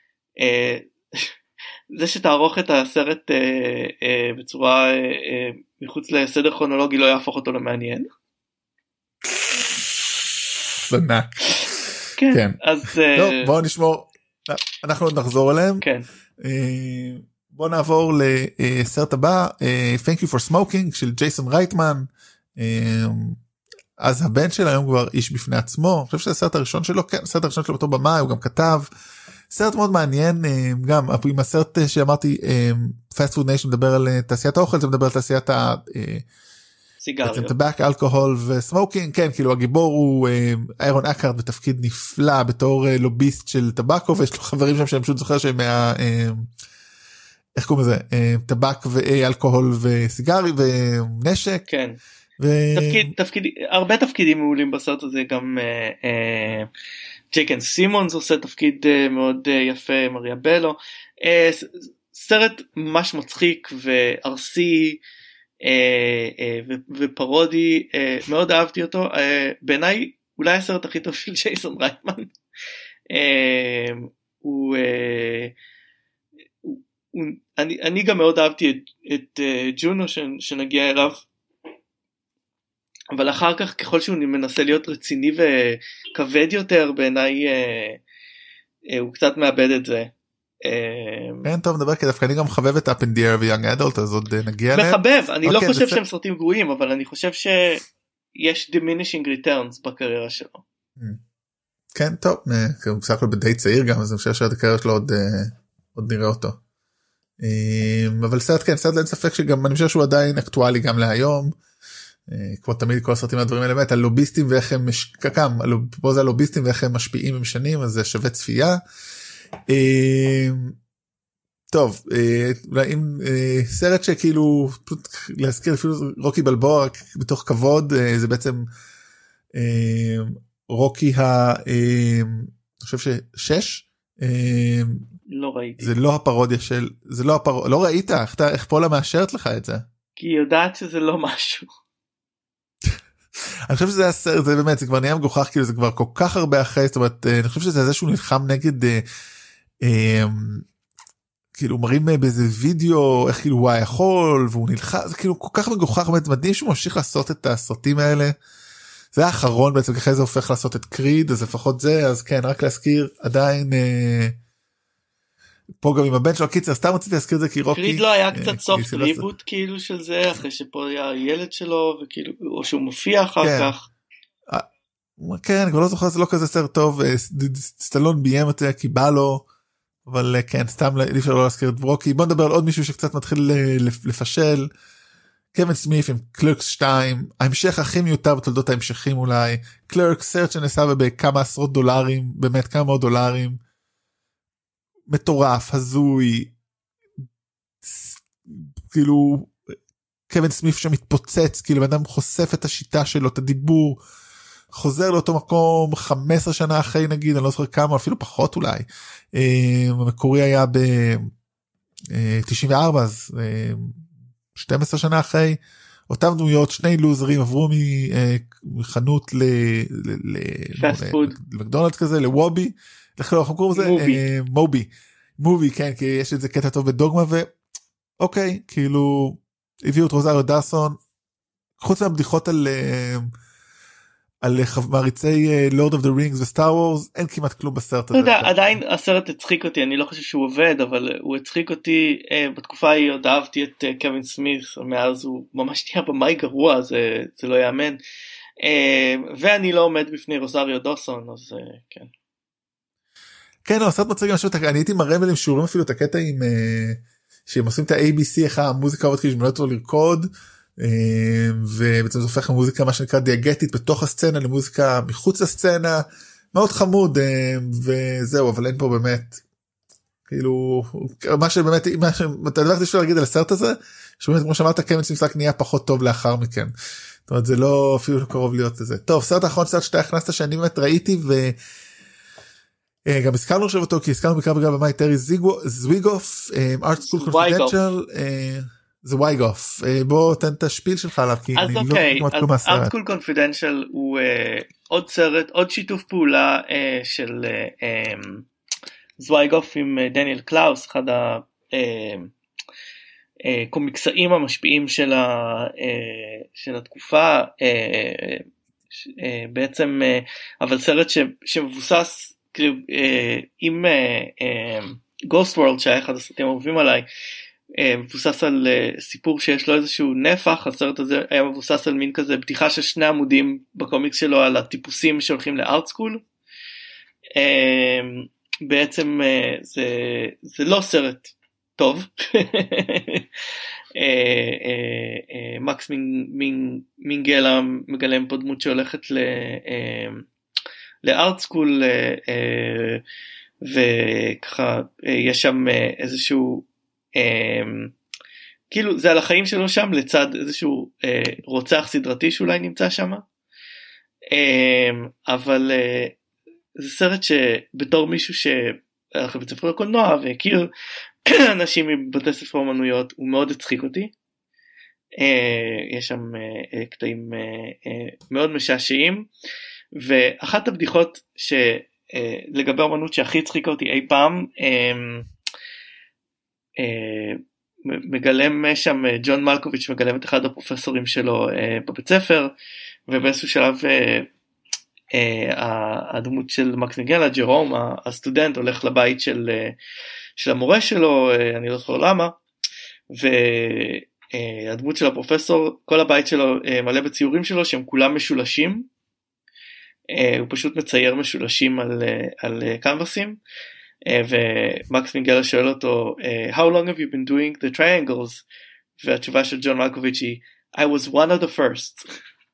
זה שתערוך את הסרט בצורה מחוץ לסדר כרונולוגי לא יהפוך אותו למעניין. ענק. כן, אז בואו נשמור, אנחנו עוד נחזור אליהם. כן. בואו נעבור לסרט הבא, Thank You for Smoking של ג'ייסון רייטמן. אז הבן של היום כבר איש בפני עצמו, אני חושב שזה הסרט הראשון שלו, כן, הסרט הראשון שלו בתור במה, הוא גם כתב, סרט מאוד מעניין, גם עם הסרט שאמרתי, Fast Food Nation מדבר על תעשיית האוכל, זה מדבר על תעשיית טבק, אלכוהול וסמוקינג, כן, כאילו הגיבור הוא איירון אקארד בתפקיד נפלא בתור לוביסט של טבקו, ויש לו חברים שם שאני פשוט זוכר שהם איך קוראים לזה, טבק ואלכוהול וסיגרי ונשק. כן. הרבה תפקידים מעולים בסרט הזה, גם ג'ייקן סימונס עושה תפקיד מאוד יפה, מריה בלו, סרט ממש מצחיק וארסי ופרודי, מאוד אהבתי אותו, בעיניי אולי הסרט הכי טוב של ג'ייסון רייטמן. אני גם מאוד אהבתי את ג'ונו שנגיע אליו, אבל אחר כך ככל שהוא מנסה להיות רציני וכבד יותר, בעיניי הוא קצת מאבד את זה. כן, טוב, נדבר, כי דווקא אני גם מחבב את Up in the Air ו-Young Adult, אז עוד נגיע להם. מחבב, אני לא חושב שהם סרטים גרועים, אבל אני חושב שיש diminishing returns בקריירה שלו. כן, טוב, הוא בסך הכל בדי צעיר גם, אז אני חושב שעד הקריירה שלו עוד נראה אותו. אבל סרט, כן, סרט אין ספק שגם, אני חושב שהוא עדיין אקטואלי גם להיום, כמו תמיד כל הסרטים מהדברים האלה, באמת, הלוביסטים ואיך הם, פה זה הלוביסטים ואיך הם משפיעים ומשנים, אז זה שווה צפייה. טוב, אם סרט שכאילו, להזכיר אפילו רוקי בלבוע, בתוך כבוד, זה בעצם רוקי אני חושב ששש, לא ראיתי. זה לא הפרודיה של, זה לא הפרודיה, לא ראית, איך פולה מאשרת לך את זה? כי היא יודעת שזה לא משהו. אני חושב שזה הסרט, זה באמת, זה כבר נהיה מגוחך, כאילו זה כבר כל כך הרבה אחרי, זאת אומרת, אני חושב שזה זה שהוא נלחם נגד, כאילו מראים באיזה וידאו, איך כאילו הוא היה יכול, והוא נלחם, זה כאילו כל כך מגוחך, מדהים שהוא ממשיך לעשות את הסרטים האלה, זה האחרון בעצם, אחרי זה הופך לעשות את קריד, אז לפחות זה, אז כן, רק להזכיר, עדיין, פה גם עם הבן שלו, קיצר, סתם רציתי להזכיר את זה, כי רוקי... קריד לא היה קצת סופט ריבוט כאילו של זה, אחרי שפה היה הילד שלו, וכאילו, או שהוא מופיע אחר כך. כן, אני כבר לא זוכר, זה לא כזה סרט טוב, סטלון ביים אותה, כי בא לו, אבל כן, סתם אי אפשר לא להזכיר את רוקי. בוא נדבר על עוד מישהו שקצת מתחיל לפשל, קווין סמית עם קלרקס 2, ההמשך הכי מיותר בתולדות ההמשכים אולי, קלרקס, סרט שנעשה בכמה עשרות דולרים, באמת כמה מאות דולרים, מטורף, הזוי, כאילו, קווין סמית שמתפוצץ, כאילו בן אדם חושף את השיטה שלו, את הדיבור, חוזר לאותו מקום 15 שנה אחרי נגיד, אני לא זוכר כמה, אפילו פחות אולי, המקורי היה ב-94, אז 12 שנה אחרי, אותם דמויות, שני לוזרים עברו מחנות למקדונלדס כזה, לוובי, אנחנו קוראים לזה מובי, כן, כי יש את זה קטע טוב בדוגמה, ואוקיי, כאילו, הביאו את רוזריו דארסון, חוץ מהבדיחות על מעריצי לורד אוף דה רינגס וסטאר וורס, אין כמעט כלום בסרט הזה. עדיין הסרט הצחיק אותי, אני לא חושב שהוא עובד, אבל הוא הצחיק אותי, בתקופה ההיא עוד אהבתי את קווין סמית, מאז הוא ממש נהיה במאי גרוע, זה לא יאמן, ואני לא עומד בפני רוזריו דארסון, אז כן. כן, הסרט מצחיק משהו, אני הייתי מראה בהם שיעורים אפילו את הקטע עם, שהם עושים את ה-ABC, איך המוזיקה עובד כאילו שמלא אותו לרקוד, ובעצם זה הופך למוזיקה מה שנקרא דיאגטית בתוך הסצנה למוזיקה מחוץ לסצנה, מאוד חמוד, וזהו, אבל אין פה באמת, כאילו, מה שבאמת, אתה יודע שאתה להגיד על הסרט הזה, שבאמת כמו שאמרת, קווין סמית נהיה פחות טוב לאחר מכן, זאת אומרת זה לא אפילו לא קרוב להיות לזה. טוב, סרט האחרון, סרט שאתה הכנסת שאני באמת ראיתי, גם הזכרנו עכשיו אותו, כי הזכרנו מקרא וגם במאי טרי זוויגוף, Art School Confidential, זה וייגוף, בוא תן את השפיל שלך עליו, כי אני לא כמעט כלום מהסרט. Art School Confidential הוא עוד סרט, עוד שיתוף פעולה של זוויגוף עם דניאל קלאוס, אחד הקומיקסאים המשפיעים של התקופה, בעצם, אבל סרט שמבוסס, כאילו, עם Ghost World, שהיה אחד הסרטים האהובים עליי, מבוסס על סיפור שיש לו איזשהו נפח, הסרט הזה היה מבוסס על מין כזה בדיחה של 2 עמודים בקומיקס שלו על הטיפוסים שהולכים לארט סקול. בעצם זה לא סרט טוב. מקס מינגלה מגלם פה דמות שהולכת לארט סקול, וככה יש שם איזשהו כאילו זה על החיים שלו שם לצד איזשהו רוצח סדרתי שאולי נמצא שם, אבל זה סרט שבתור מישהו שהלך לבית ספר לקולנוע והכיר אנשים מבתי ספר אומנויות הוא מאוד הצחיק אותי. יש שם קטעים מאוד משעשעים, ואחת הבדיחות שלגבי אומנות שהכי הצחיקה אותי אי פעם, מגלם שם ג'ון מלקוביץ' מגלם את אחד הפרופסורים שלו בבית ספר, ובאיזשהו שלב הדמות של מקס מינגלה, ג'רום, הסטודנט, הולך לבית של המורה שלו, אני לא זוכר למה, והדמות של הפרופסור, כל הבית שלו מלא בציורים שלו שהם כולם משולשים, הוא פשוט מצייר משולשים על קנבסים, ומקס מינגלה שואל אותו, How long have you been doing the triangles? והתשובה של ג'ון מלקוביץ' היא, I was one of the first.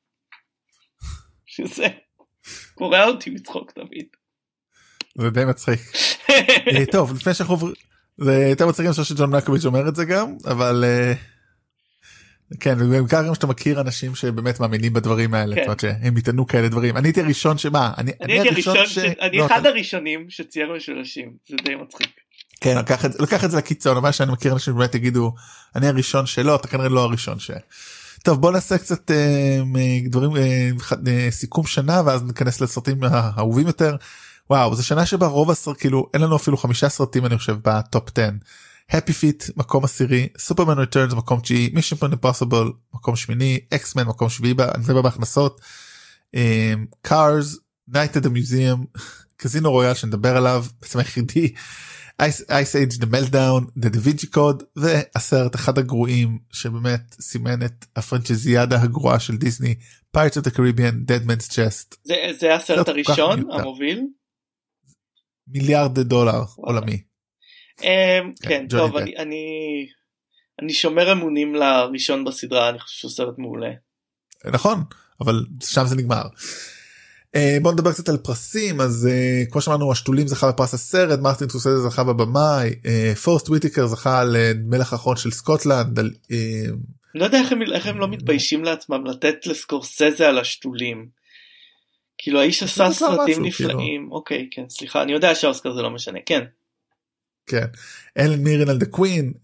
שזה קורא אותי מצחוק תמיד. זה די מצחיק. טוב, לפני שאנחנו עוברים, זה יותר מצחיק משהו שג'ון מלקוביץ' אומר את זה גם, אבל כן, ובעיקר גם שאתה מכיר אנשים שבאמת מאמינים בדברים האלה, זאת אומרת שהם יתנו כאלה דברים. אני הייתי הראשון שמה? אני אחד הראשונים שצייר משולשים, זה די מצחיק. כן, לקח את זה לקיצון, אבל שאני מכיר אנשים שבאמת יגידו, אני הראשון שלא, אתה כנראה לא הראשון ש... טוב, בוא נעשה קצת דברים, סיכום שנה, ואז ניכנס לסרטים האהובים יותר. וואו, זו שנה שבה רוב כאילו, אין לנו אפילו 5 סרטים, אני חושב, בטופ 10. Happy Feet, מקום 10, Superman Returns, מקום 9, Mission Impossible, מקום 8, X-Men, מקום 7, אני מדבר בהכנסות, Cars, Night at the Museum, Casino Royale, שנדבר עליו, בעצם היחידי, Ice Age The Meltdown, The Da Vinci Code, והסרט אחד הגרועים שבאמת סימן את הפרנצ'זיאדה הגרועה של דיסני, Pirates of the Caribbean, Dead Man's Chest. זה הסרט הראשון המוביל? $1 מיליארד עולמי. כן, טוב, אני שומר אמונים לראשון בסדרה, אני חושב שהוא סרט מעולה. נכון, אבל שם זה נגמר. בוא נדבר קצת על פרסים. אז כמו שאמרנו, השתולים זכה בפרס הסרט, מרטין סקורסזה זכה בבמאי, פורסט וויטיקר זכה על מלך האחרון של סקוטלנד. לא יודע איך הם לא מתביישים לעצמם לתת לסקורסזה על השתולים, כאילו האיש עשה סרטים נפלאים. אוקיי, כן, סליחה, אני יודע שהאוסקר זה לא משנה. כן, כן, אלן מירן על דה קווין,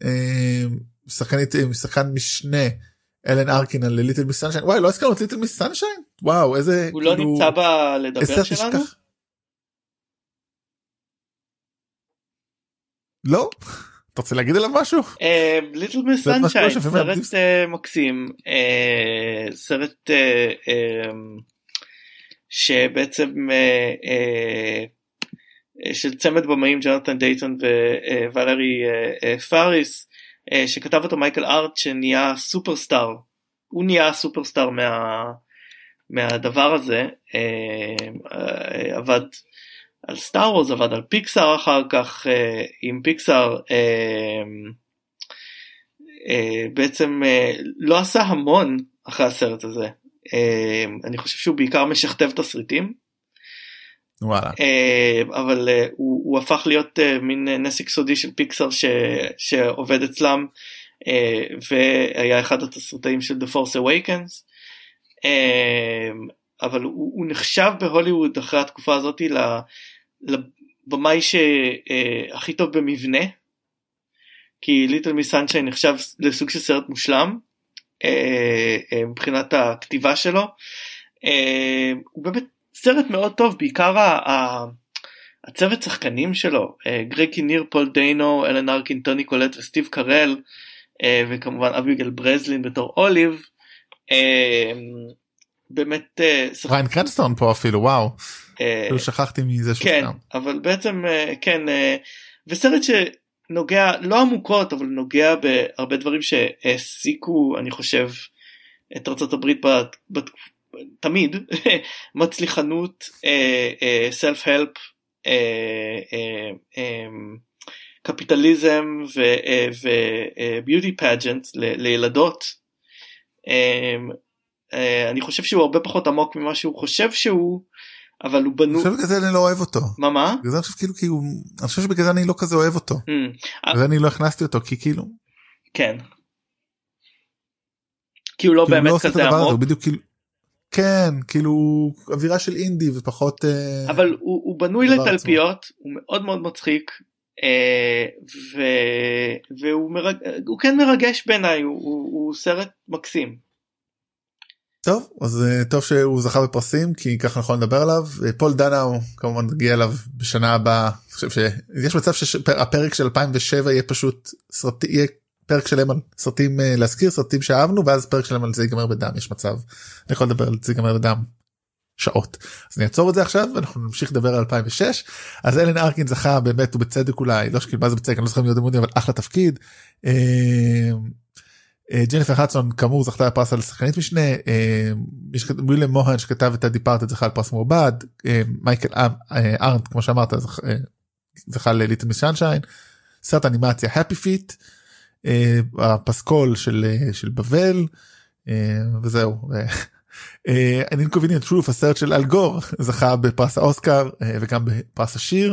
שחקן משנה אלן ארקין על ליטל מיס סנשיין. וואי, לא הזכרנו את ליטל מיס סנשיין? וואו, איזה... הוא לא נמצא בלדבר שלנו? לא? אתה רוצה להגיד עליו משהו? ליטל מיס סנשיין, סרט מקסים, סרט שבעצם של צמד במאים ג'ונתן דייטון וולרי פאריס, שכתב אותו מייקל ארט, שנהיה סופרסטאר. הוא נהיה סופרסטאר מהדבר הזה. עבד על סטאר וורס, עבד על פיקסאר אחר כך, עם פיקסאר בעצם לא עשה המון אחרי הסרט הזה. אני חושב שהוא בעיקר משכתב תסריטים, וואלה. אבל הוא הפך להיות מין נסיק סודי של פיקסאר שעובד אצלם, והיה אחד התסריטאים של The Force Awakens, אבל הוא נחשב בהוליווד אחרי התקופה הזאת לבמאי שהכי טוב במבנה, כי ליטל מיס סנשיין נחשב לסוג של סרט מושלם מבחינת הכתיבה שלו. הוא באמת סרט מאוד טוב, בעיקר הצוות שחקנים שלו, גרג קיניר, פול דיינו, אלן ארקין, טוני קולט וסטיב קרל, וכמובן אביגל ברזלין בתור אוליב. באמת ריין קרנסטון פה אפילו, וואו, לא שכחתי מזה שהוא כן, שם. אבל בעצם כן, וסרט שנוגע לא עמוקות, אבל נוגע בהרבה דברים שהעסיקו, אני חושב, את ארצות הברית תמיד, מצליחנות, סלף-הלפ, קפיטליזם וביוטי פאג'נט לילדות. אני חושב שהוא הרבה פחות עמוק ממה שהוא חושב שהוא, אבל הוא בנו... אני חושב בגלל זה אני לא אוהב אותו. מה? אני חושב שבגלל זה אני לא כזה אוהב אותו. בגלל זה אני לא הכנסתי אותו, כי כאילו... כן. כי הוא לא באמת כזה עמוק. כן, כאילו אווירה של אינדי ופחות... אבל הוא בנוי לתלפיות, הוא מאוד מאוד מצחיק, והוא כן מרגש בעיניי, הוא סרט מקסים. טוב, אז טוב שהוא זכה בפרסים, כי ככה נכון לדבר עליו. פול דנאו כמובן נגיע אליו בשנה הבאה. אני חושב שיש מצב שהפרק של 2007 יהיה פשוט יהיה פרק שלם על סרטים להזכיר, סרטים שאהבנו, ואז פרק שלם על זה ייגמר בדם. יש מצב, אני יכול לדבר על זה ייגמר בדם שעות. אז אני אעצור את זה עכשיו ואנחנו נמשיך לדבר על 2006. אז אלן ארקין זכה באמת ובצדק אולי, לא שכאילו מה זה בצדק, אני לא זוכר מי יודע מודי, אבל אחלה תפקיד. ג'ניפר הדסון כאמור זכתה בפרס על שחקנית משנה, ווילם מוהן שכתב את הדיפארטד זכה על פרס מעובד, מייקל ארנט כמו שאמרת זכה לליטל מיס סנשיין, סרט אנימציה הפי פיט, הפסקול של בבל, וזהו. An Inconvenient Truth, הסרט של אל גור, זכה בפרס האוסקר וגם בפרס השיר.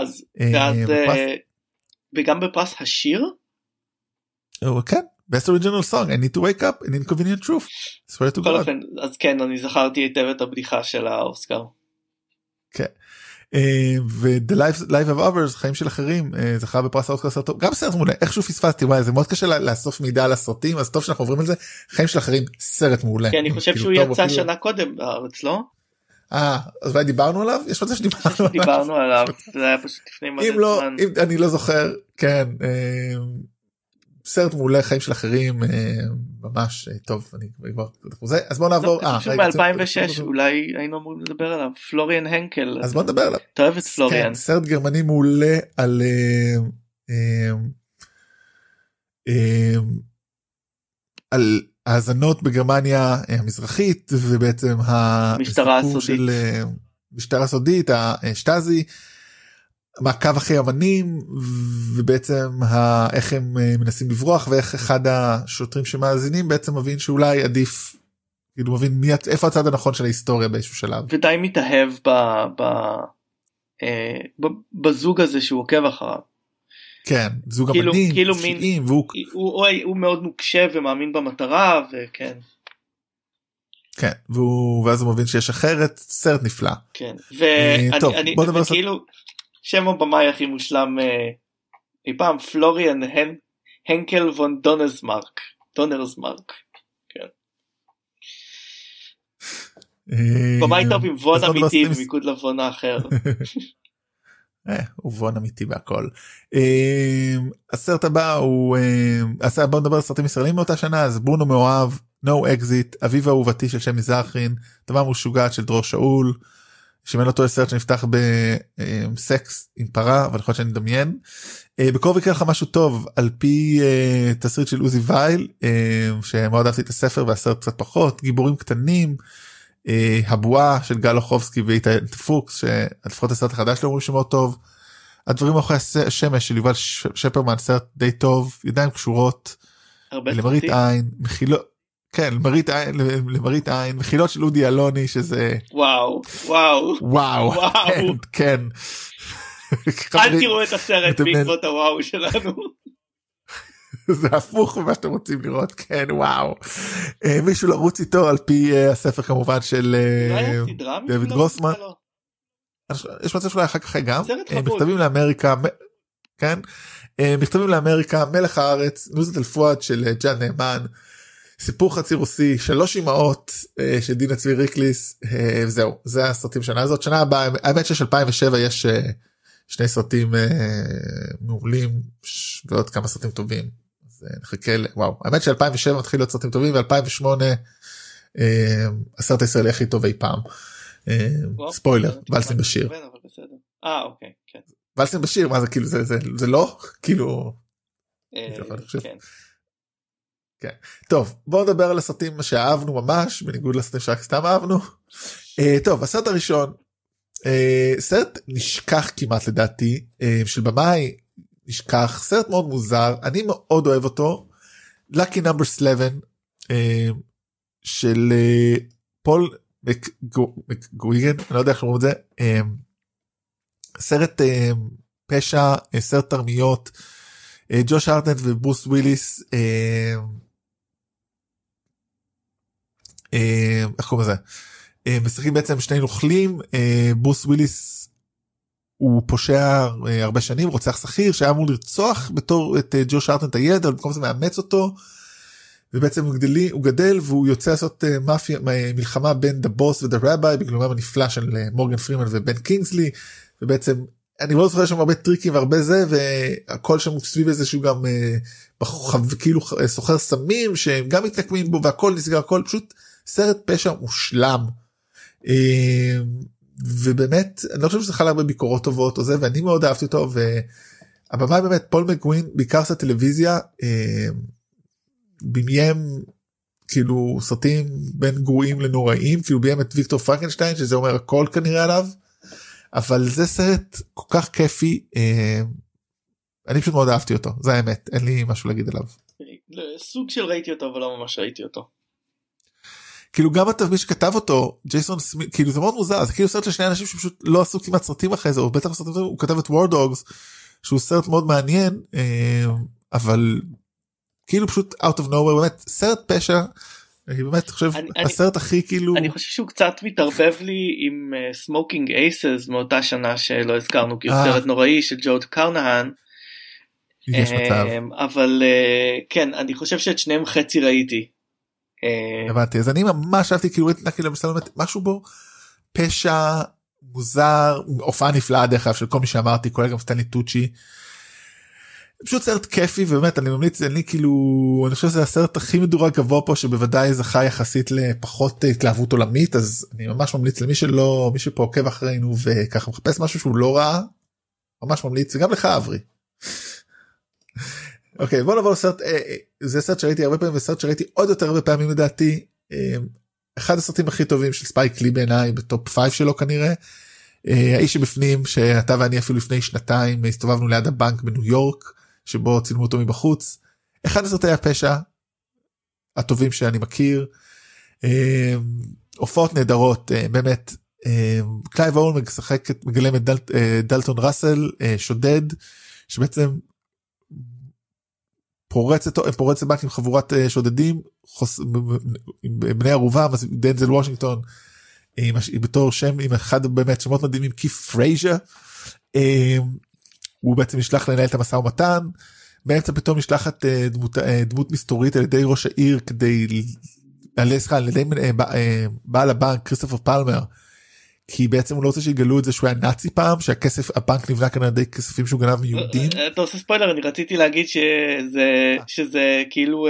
וגם בפרס השיר? כן, Best Original Song, I Need to Wake Up, An Inconvenient Truth. בכל אופן, אז כן, אני זכרתי היטב את הבדיחה של האוסקר. כן. ו-The Life of Others, חיים של אחרים, זכה בפרס האוסקר סרט טוב, גם סרט מעולה, איכשהו פספסתי, וואי, זה מאוד קשה לאסוף מידע על הסרטים, אז טוב שאנחנו עוברים על זה, חיים של אחרים, סרט מעולה. כן, אני חושב שהוא יצא שנה קודם בארץ, לא? אז אולי דיברנו עליו? יש מצב שדיברנו עליו, זה היה פשוט לפני מלא זמן. אם אני לא זוכר, כן, סרט מעולה, חיים של אחרים, ממש טוב, אז בוא נעבור. ב-2006 אולי היינו אמורים לדבר עליו, פלוריאן הנקל. אז בוא נדבר עליו. אתה אוהב את פלוריאן. סרט גרמני מעולה על האזנות בגרמניה המזרחית, ובעצם המשטרה הסודית, השטאזי, מעקב אחרי אמנים, ובעצם איך הם מנסים לברוח, ואיך אחד השוטרים שמאזינים בעצם מבין שאולי עדיף, כאילו מבין איפה הצד הנכון של ההיסטוריה באיזשהו שלב. ודי מתאהב בזוג הזה שהוא עוקב אחריו. כן, זוג אמנים, נפשיים, הוא מאוד נוקשה ומאמין במטרה, וכן. כן, ואז הוא מבין שיש אחרת, סרט נפלא. כן, וכאילו, שם הבמאי הכי מושלם אי פעם, פלוריאן הנקל וון דונרסמרק, כן. במאי טוב עם וון אמיתי במיקוד לבון האחר. הוא וון אמיתי בהכל. הסרט הבא הוא, בוא נדבר על סרטים ישראלים מאותה שנה, אז ברונו מאוהב, No Exit, אביב אהובתי של שמי זרחין, דבר משוגעת של דרור שאול, שמען אותו סרט שנפתח בסקס עם פרה, אבל יכול להיות שאני מדמיין. בקרוב יקרה לך משהו טוב, על פי תסריט של עוזי וייל, שמאוד אהבתי את הספר והסרט קצת פחות, גיבורים קטנים, הבועה של גל אוחובסקי ואיתי פוקס, שלפחות הסרט החדש לא אומרים שמאוד טוב, הדברים מאחורי השמש של יובל שפרמן, סרט די טוב, ידיים קשורות, למראית עין, מחילות, כן, למראית עין, מחילות של אודי אלוני, שזה וואו, כן. אל תראו את הסרט בעקבות הוואו שלנו. זה הפוך ממה שאתם רוצים לראות, כן, וואו. מישהו לרוץ איתו על פי הספר כמובן של דויד גרוסמן. יש מצב שאולי אחר כך גם. מכתבים לאמריקה, כן, מכתבים לאמריקה, מלך הארץ, נוזת אל פואד של ג'אן נאמן, סיפור חצי רוסי, 3 אמהות של דינה צבי ריקליס, וזהו, זה הסרטים שנה הזאת. שנה הבאה, האמת שיש 2007 יש 2 סרטים מעולים ועוד כמה סרטים טובים, אז נחכה, וואו, האמת ש2007 מתחיל להיות סרטים טובים, ו2008 הסרט הישראלי הכי טוב אי פעם, ספוילר, ולסים בשיר. אוקיי, כן. ולסים בשיר, מה זה כאילו, זה לא? כאילו... כן. טוב, בואו נדבר על הסרטים שאהבנו ממש, בניגוד לסרטים שרק סתם אהבנו. טוב, הסרט הראשון, סרט נשכח כמעט לדעתי, של במאי נשכח, סרט מאוד מוזר, אני מאוד אוהב אותו, Lucky Number 11, של פול מקגויגן, אני לא יודע איך שאומרים את זה, סרט פשע, סרט תרמיות, ג'וש ארטנט וברוס וויליס, איך קוראים לזה? משחקים בעצם 2 נוכלים, ברוס וויליס הוא פושע הרבה שנים, רוצח שכיר שהיה אמור לרצוח בתור את ג'וש ארטנט הילד, אבל במקום זה מאמץ אותו, ובעצם הוא גדל והוא יוצא לעשות מלחמה בין The Boss ו-The Rabbi, בגלומם הנפלא של מורגן פרימן ובן קינגסלי, ובעצם אני לא זוכר שם הרבה טריקים והרבה זה, והכל שם סביב איזשהו גם כאילו סוחר סמים שהם גם מתנקמים בו, והכל נסגר, הכל פשוט סרט פשע מושלם. ובאמת אני לא חושב שזה חל הרבה ביקורות טובות או זה, ואני מאוד אהבתי אותו, והבמה באמת פול מקווין בעיקר עשה טלוויזיה, ביים כאילו סרטים בין גרועים לנוראים, כאילו ביים את ויקטור פרנקנשטיין שזה אומר הכל כנראה עליו, אבל זה סרט כל כך כיפי, אני פשוט מאוד אהבתי אותו, זה האמת, אין לי משהו להגיד עליו. סוג של ראיתי אותו אבל לא ממש ראיתי אותו. כאילו גם מי שכתב אותו, ג'ייסון סמית, כאילו זה מאוד מוזר, זה כאילו סרט של שני אנשים שפשוט לא עשו כמעט סרטים אחרי זה, או בטח סרטים, הוא כתב את War Dogs, שהוא סרט מאוד מעניין, אבל כאילו פשוט out of nowhere, באמת סרט פשע, אני באמת חושב, הסרט הכי כאילו... אני חושב שהוא קצת מתערבב לי עם Smoking Aces מאותה שנה שלא הזכרנו, כי הוא סרט נוראי של ג'וד קרנהן, יש מצב. אבל כן, אני חושב שאת שניהם חצי ראיתי. הבנתי, אז אני ממש אהבתי, כאילו משהו בו פשע מוזר, הופעה נפלאה דרך אגב של כל מי שאמרתי, כולל גם סטנלי טוצ'י, פשוט סרט כיפי, ובאמת אני ממליץ, אני חושב שזה הסרט הכי מדורג גבוה פה, שבוודאי זכה יחסית לפחות התלהבות עולמית, אז אני ממש ממליץ למי שלא, מי שפה עוקב אחרינו וככה מחפש משהו שהוא לא רע, ממש ממליץ, וגם לך אברי. אוקיי, בוא נעבור לסרט, זה סרט שראיתי הרבה פעמים, וסרט שראיתי עוד יותר הרבה פעמים לדעתי, אחד הסרטים הכי טובים של ספייק לי בעיניי, בטופ 5 שלו כנראה, האיש שבפנים, שאתה ואני אפילו לפני שנתיים, הסתובבנו ליד הבנק בניו יורק, שבו צילמו אותו מבחוץ, אחד הסרטי הפשע, הטובים שאני מכיר, הופעות נהדרות, באמת, קלייב אוון מגלם את דלטון ראסל, שודד, שבעצם, פורץ לבנק עם חבורת שודדים, בני ערובה, דנזל וושינגטון, בתור שם, עם אחד באמת שמות מדהימים, קיף פרייזר, הוא בעצם נשלח לנהל את המשא ומתן, באמצע פתאום נשלחת דמות מסתורית על ידי ראש העיר, על ידי בעל הבנק, כריסטופר פלמר, כי בעצם הוא לא רוצה שיגלו את זה שהוא היה נאצי פעם, שהכסף, הבנק נבנה כאן על ידי כספים שהוא גנב מיהודים. אתה עושה ספוילר, אני רציתי להגיד שזה כאילו,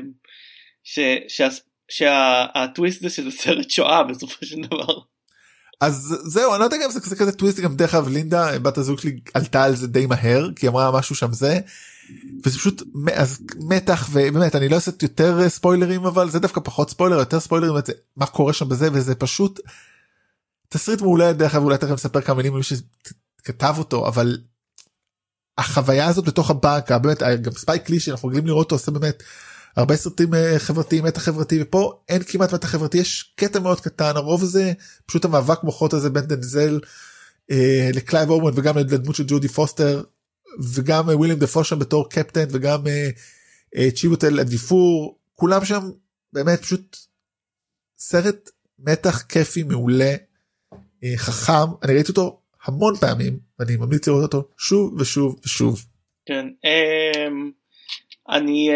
שהטוויסט זה שזה סרט שואה בסופו של דבר. אז זהו, אני לא יודע גם זה כזה טוויסט, גם דרך אגב לינדה, בת הזוג שלי עלתה על זה די מהר, כי אמרה משהו שם זה, וזה פשוט מתח, ובאמת אני לא עושה יותר ספוילרים, אבל זה דווקא פחות ספוילר, יותר ספוילרים, מה קורה שם בזה, וזה פשוט תסריט מעולה, דרך אגב אולי תכף נספר כמה מילים למי שכתב אותו, אבל החוויה הזאת בתוך הבנק, באמת גם ספייק לי שאנחנו רגילים לראות אותו, עושה באמת הרבה סרטים חברתיים, מתח חברתי, ופה אין כמעט מתח חברתי, יש קטע מאוד קטן, הרוב הזה פשוט המאבק מוחות הזה בין דנזל לקלייב אורמן, וגם לדמות של ג'ודי פוסטר, וגם וויליאם דפו שם בתור קפטן, וגם צ'יבוטל אדיפור, כולם שם באמת פשוט סרט מתח כיפי מעולה, חכם, אני ראיתי אותו המון פעמים, ואני ממליץ לראות אותו שוב ושוב ושוב. כן, אני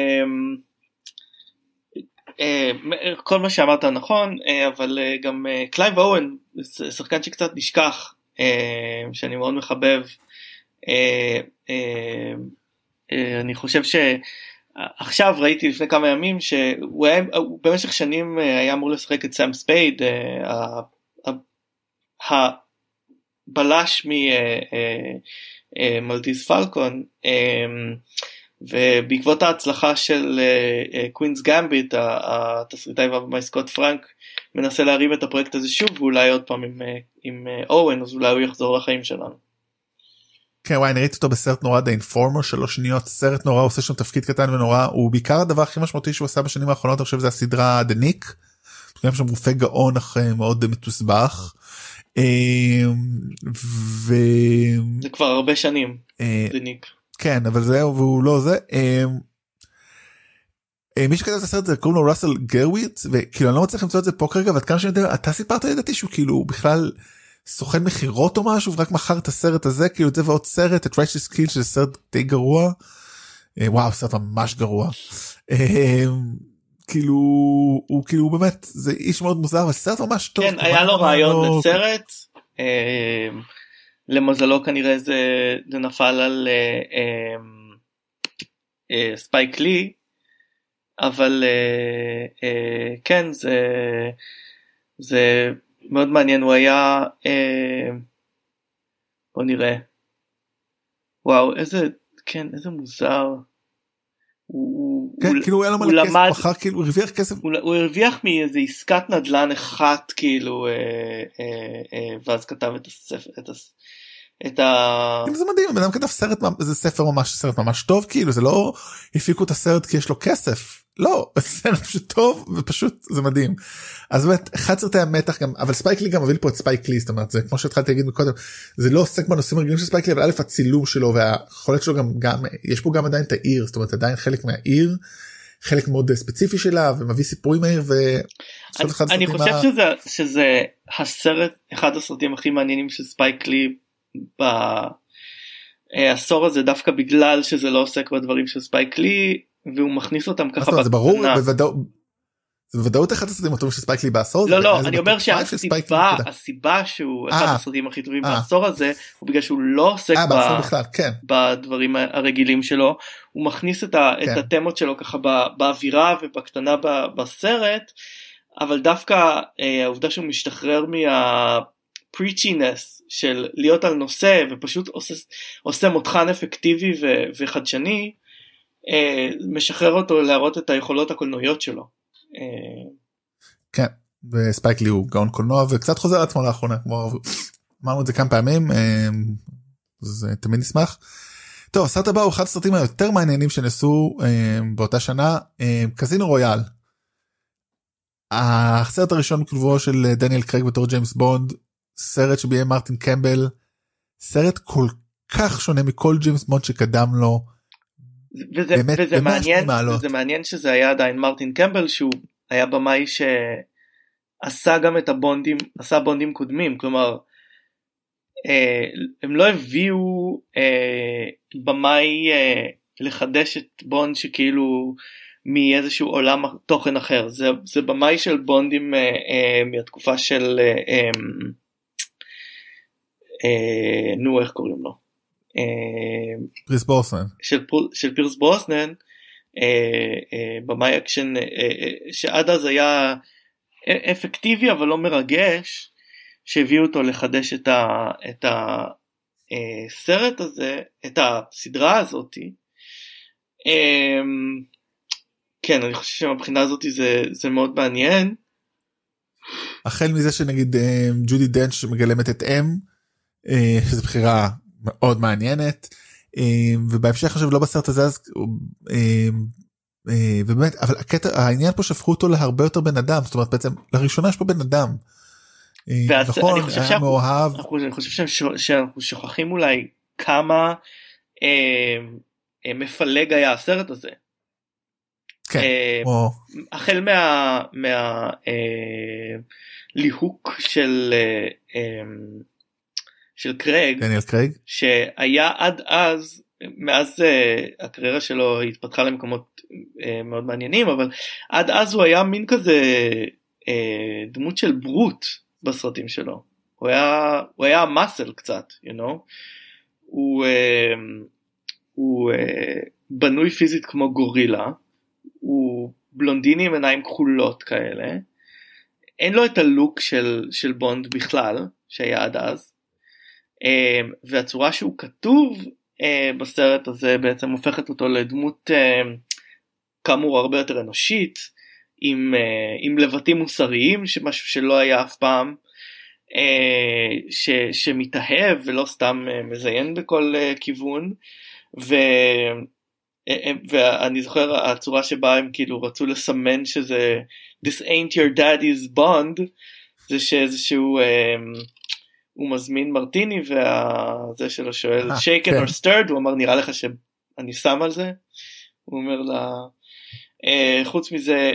כל מה שאמרת נכון, אבל גם קלייב אוון, שחקן שקצת נשכח, שאני מאוד מחבב, אני חושב שעכשיו ראיתי לפני כמה ימים, שהוא במשך שנים היה אמור לשחק את סאם ספייד, הבלש ממלטיז פלקון, ובעקבות ההצלחה של קווינס גמביט, התסריטאי והבמאי סקוט פרנק מנסה להרים את הפרויקט הזה שוב, ואולי עוד פעם עם אורן, אז אולי הוא יחזור לחיים שלנו. כן, וואי, אני ראיתי אותו בסרט נורא, The Informer, 3 שניות, סרט נורא, הוא עושה שם תפקיד קטן ונורא, הוא בעיקר הדבר הכי משמעותי שהוא עשה בשנים האחרונות, אני חושב זה הסדרה The Nick, יש שם רופא גאון מאוד מתוסבך, זה כבר הרבה שנים, The Nick. כן, אבל זהו, והוא לא זה. מי שכתב את הסרט זה קוראים לו ראסל גרוויץ, וכאילו אני לא מצליח למצוא את זה פה כרגע, ועד כמה שאני יודע, אתה סיפרת לדעתי שהוא כאילו בכלל סוכן מחירות או משהו, ורק מכר את הסרט הזה, כאילו את זה ועוד סרט, את Righteous Kill, שזה סרט די גרוע. וואו, סרט ממש גרוע. כאילו, הוא כאילו באמת, זה איש מאוד מוזר, אבל סרט ממש טוב. כן, היה לו רעיון לסרט, למזלו כנראה זה נפל על ספייק לי, אבל כן, זה מאוד מעניין, הוא היה, בוא נראה, וואו, איזה מוזר, כן, כאילו הוא היה לו מלא כסף, אחר כאילו הוא הרוויח כסף. הוא הרוויח מאיזה עסקת נדל"ן אחת, כאילו, ואז כתב את ה... זה מדהים, בן אדם כתב זה סרט ממש טוב, כאילו זה לא הפיקו את הסרט כי יש לו כסף, לא, סרט פשוט טוב ופשוט זה מדהים. אז באמת אחד סרטי המתח גם, אבל ספייק לי גם מוביל פה את ספייק לי, זאת אומרת זה כמו שהתחלתי להגיד מקודם, זה לא עוסק בנושאים הרגילים של ספייק לי, אבל א' הצילום שלו והיכולת שלו גם יש פה גם עדיין את העיר, זאת אומרת עדיין חלק מהעיר, חלק מאוד ספציפי שלה ומביא סיפורים מהעיר. אני חושב שזה הסרט, אחד הסרטים הכי מעניינים של ספייק לי בעשור הזה, דווקא בגלל שזה לא עוסק בדברים של ספייק לי, והוא מכניס אותם ככה. זה ברור, זה בוודאות אחד הסרטים הטובים של ספייק לי בעשור. לא, אני אומר שהסיבה שהוא אחד הסרטים הכי טובים בעשור הזה, הוא בגלל שהוא לא עוסק בדברים הרגילים שלו, הוא מכניס את התמות שלו ככה באווירה ובקטנה בסרט, אבל דווקא העובדה שהוא משתחרר preachiness של להיות על נושא ופשוט עושה מותחן אפקטיבי וחדשני, משחרר אותו להראות את היכולות הקולנועיות שלו. כן, וספייק לי הוא גאון קולנוע וקצת חוזר עצמו לאחרונה, כמו אמרנו את זה כמה פעמים, זה תמיד נשמח. טוב, הסרט הבא הוא אחד הסרטים היותר מעניינים שנעשו באותה שנה, קזינו רויאל. הסרט הראשון כלבו של דניאל קרייג בתור ג'יימס בונד, סרט שביים מרטין קמבל, סרט כל כך שונה מכל ג'יימס בונד שקדם לו, וזה מעניין שזה היה עדיין מרטין קמבל, שהוא היה במאי שעשה גם את הבונדים, עשה בונדים קודמים, כלומר הם לא הביאו במאי לחדש את בונד שכאילו מאיזשהו עולם תוכן אחר, זה במאי של בונדים מהתקופה של נו, איך קוראים לו? פירס ברוסנן. של פירס ברוסנן, במאי אקשן, שעד אז היה אפקטיבי אבל לא מרגש, שהביאו אותו לחדש את הסרט הזה, את הסדרה הזאת. כן, אני חושב שמבחינה הזאת זה מאוד מעניין. החל מזה שנגיד ג'ודי דנץ' שמגלמת את שזו בחירה מאוד מעניינת, ובהמשך חושב לא בסרט הזה, ובאמת, אבל העניין פה שפכו אותו להרבה יותר בן אדם, זאת אומרת בעצם לראשונה יש פה בן אדם, נכון, היה מאוהב. אני חושב שאנחנו שוכחים אולי כמה מפלג היה הסרט הזה. כן, החל מהליהוק של קרייג, דניאל קרייג, שהיה עד אז, מאז הקריירה שלו התפתחה למקומות מאוד מעניינים, אבל עד אז הוא היה מין כזה דמות של ברוט בסרטים שלו. הוא היה מסל קצת, you know? הוא בנוי פיזית כמו גורילה, הוא בלונדיני עם עיניים כחולות כאלה, אין לו את הלוק של בונד בכלל, שהיה עד אז, והצורה שהוא כתוב בסרט הזה בעצם הופכת אותו לדמות כאמור הרבה יותר אנושית, עם לבטים מוסריים, משהו שלא היה אף פעם, שמתאהב ולא סתם מזיין בכל כיוון, ואני זוכר הצורה שבה הם כאילו רצו לסמן שזה this ain't your daddy's bond, זה שאיזשהו הוא מזמין מרטיני וזה שלו שואל shaken or stirred, הוא אמר נראה לך שאני שם על זה, הוא אומר לה חוץ מזה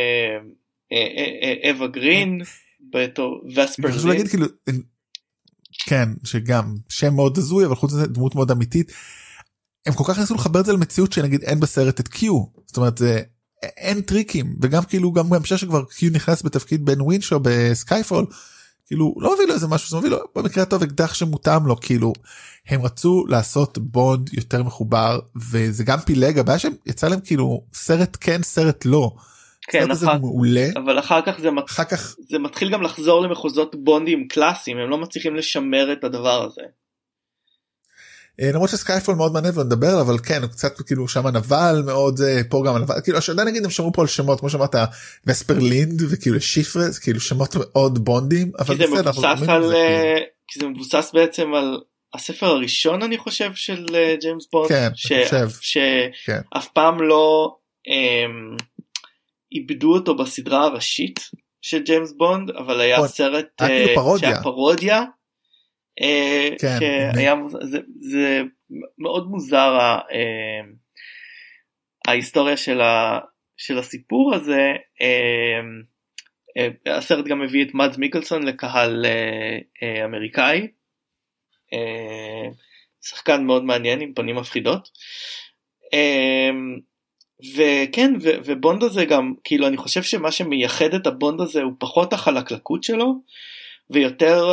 אווה גרין בתור וספר לי, כן, שגם שם מאוד הזוי אבל חוץ מזה דמות מאוד אמיתית, הם כל כך ניסו לחבר את זה למציאות שנגיד אין בסרט את קיו, זאת אומרת זה אין טריקים, וגם כאילו גם בהמשך שכבר קיו נכנס בתפקיד בן ווינשו בסקייפול, כאילו לא מביא לו איזה משהו, זה מביא לו במקרה הטוב אקדח שמותאם לו, כאילו הם רצו לעשות בונד יותר מחובר, וזה גם פילג, הבעיה שהם יצא להם כאילו סרט כן סרט לא, כן, הזה הוא מעולה. אבל אחר כך זה מתחיל גם לחזור למחוזות בונדים קלאסיים, הם לא מצליחים לשמר את הדבר הזה. למרות שסקייפול מאוד מעניין ונדבר עליו, אבל כן, הוא קצת כאילו שם נבל מאוד, פה גם נבל, כאילו השאלה נגיד הם שמרו פה על שמות, כמו שאמרת, וספרלינד וכאילו שיפרס, כאילו שמות מאוד בונדים, אבל בסדר. כי זה מבוסס בעצם על הספר הראשון אני חושב של ג'יימס בונד, כן, שאף פעם לא איבדו אותו בסדרה הראשית של ג'יימס בונד, אבל היה סרט שהיה פרודיה, זה מאוד מוזר ההיסטוריה של הסיפור הזה. הסרט גם מביא את מאדס מיקלסון לקהל אמריקאי, שחקן מאוד מעניין עם פנים מפחידות, וכן, ובונד הזה גם, כאילו אני חושב שמה שמייחד את הבונד הזה הוא פחות החלקלקות שלו, ויותר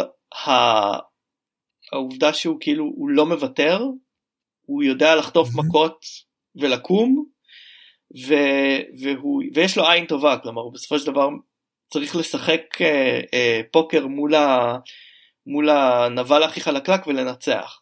העובדה שהוא כאילו, הוא לא מוותר, הוא יודע לחטוף מכות ולקום, ויש לו עין טובה, כלומר הוא בסופו של דבר צריך לשחק פוקר מול הנבל הכי חלקלק ולנצח.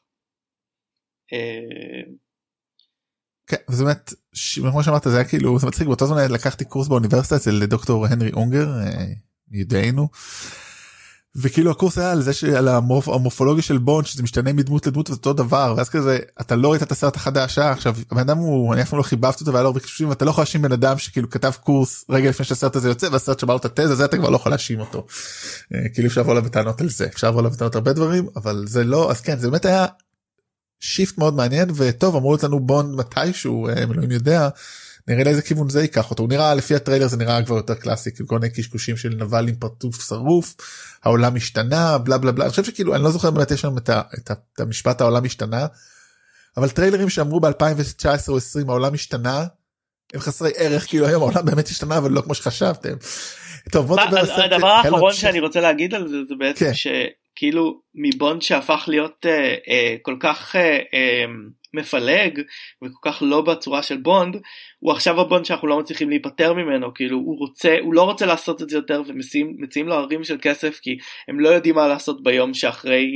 כן, וזה באמת, כמו שאמרת, זה היה כאילו, זה מצחיק, באותו זמן לקחתי קורס באוניברסיטה אצל דוקטור הנרי אונגר, ידענו, וכאילו הקורס היה על זה, על המורפולוגיה של בונד, שזה משתנה מדמות לדמות וזה אותו דבר, ואז כזה, אתה לא ראית את הסרט החדש, עכשיו, הבן אדם הוא, אני אף פעם לא חיבבתי אותו, והיה לו הרבה קשקושים, ואתה לא יכול להאשים בן אדם שכאילו כתב קורס רגע לפני שהסרט הזה יוצא, והסרט שבר לו את התזה, זה אתה כבר לא יכול להאשים אותו. כאילו אפשר לבוא עליו בטענות על זה, אפשר לבוא עליו בטענות הרבה דברים, אבל זה לא, אז כן, זה באמת היה שיפט מאוד מעניין, וטוב, אמרו לנו בונד מתישהו, אלוהים יודע, נראה לאיזה כיוון זה ייקח אותו, הוא נראה, לפי הטריילר זה נראה כבר יותר קלאסי, כאילו כל מיני קשקושים של נבל עם פרצוף שרוף, העולם השתנה, בלה בלה בלה, אני חושב שכאילו, אני לא זוכר באמת יש לנו את המשפט העולם השתנה, אבל טריילרים שאמרו ב-2019 או 20 העולם השתנה, הם חסרי ערך, כאילו היום העולם באמת השתנה, אבל לא כמו שחשבתם. טוב, בוא נדבר על הסרט. הדבר האחרון שאני רוצה להגיד על זה, זה בעצם שכאילו מבונד שהפך להיות כל כך מפלג, וכל כך לא בצורה של בונד, הוא עכשיו הבונד שאנחנו לא מצליחים להיפטר ממנו, כאילו הוא לא רוצה לעשות את זה יותר, ומציעים לו הרים של כסף, כי הם לא יודעים מה לעשות ביום שאחרי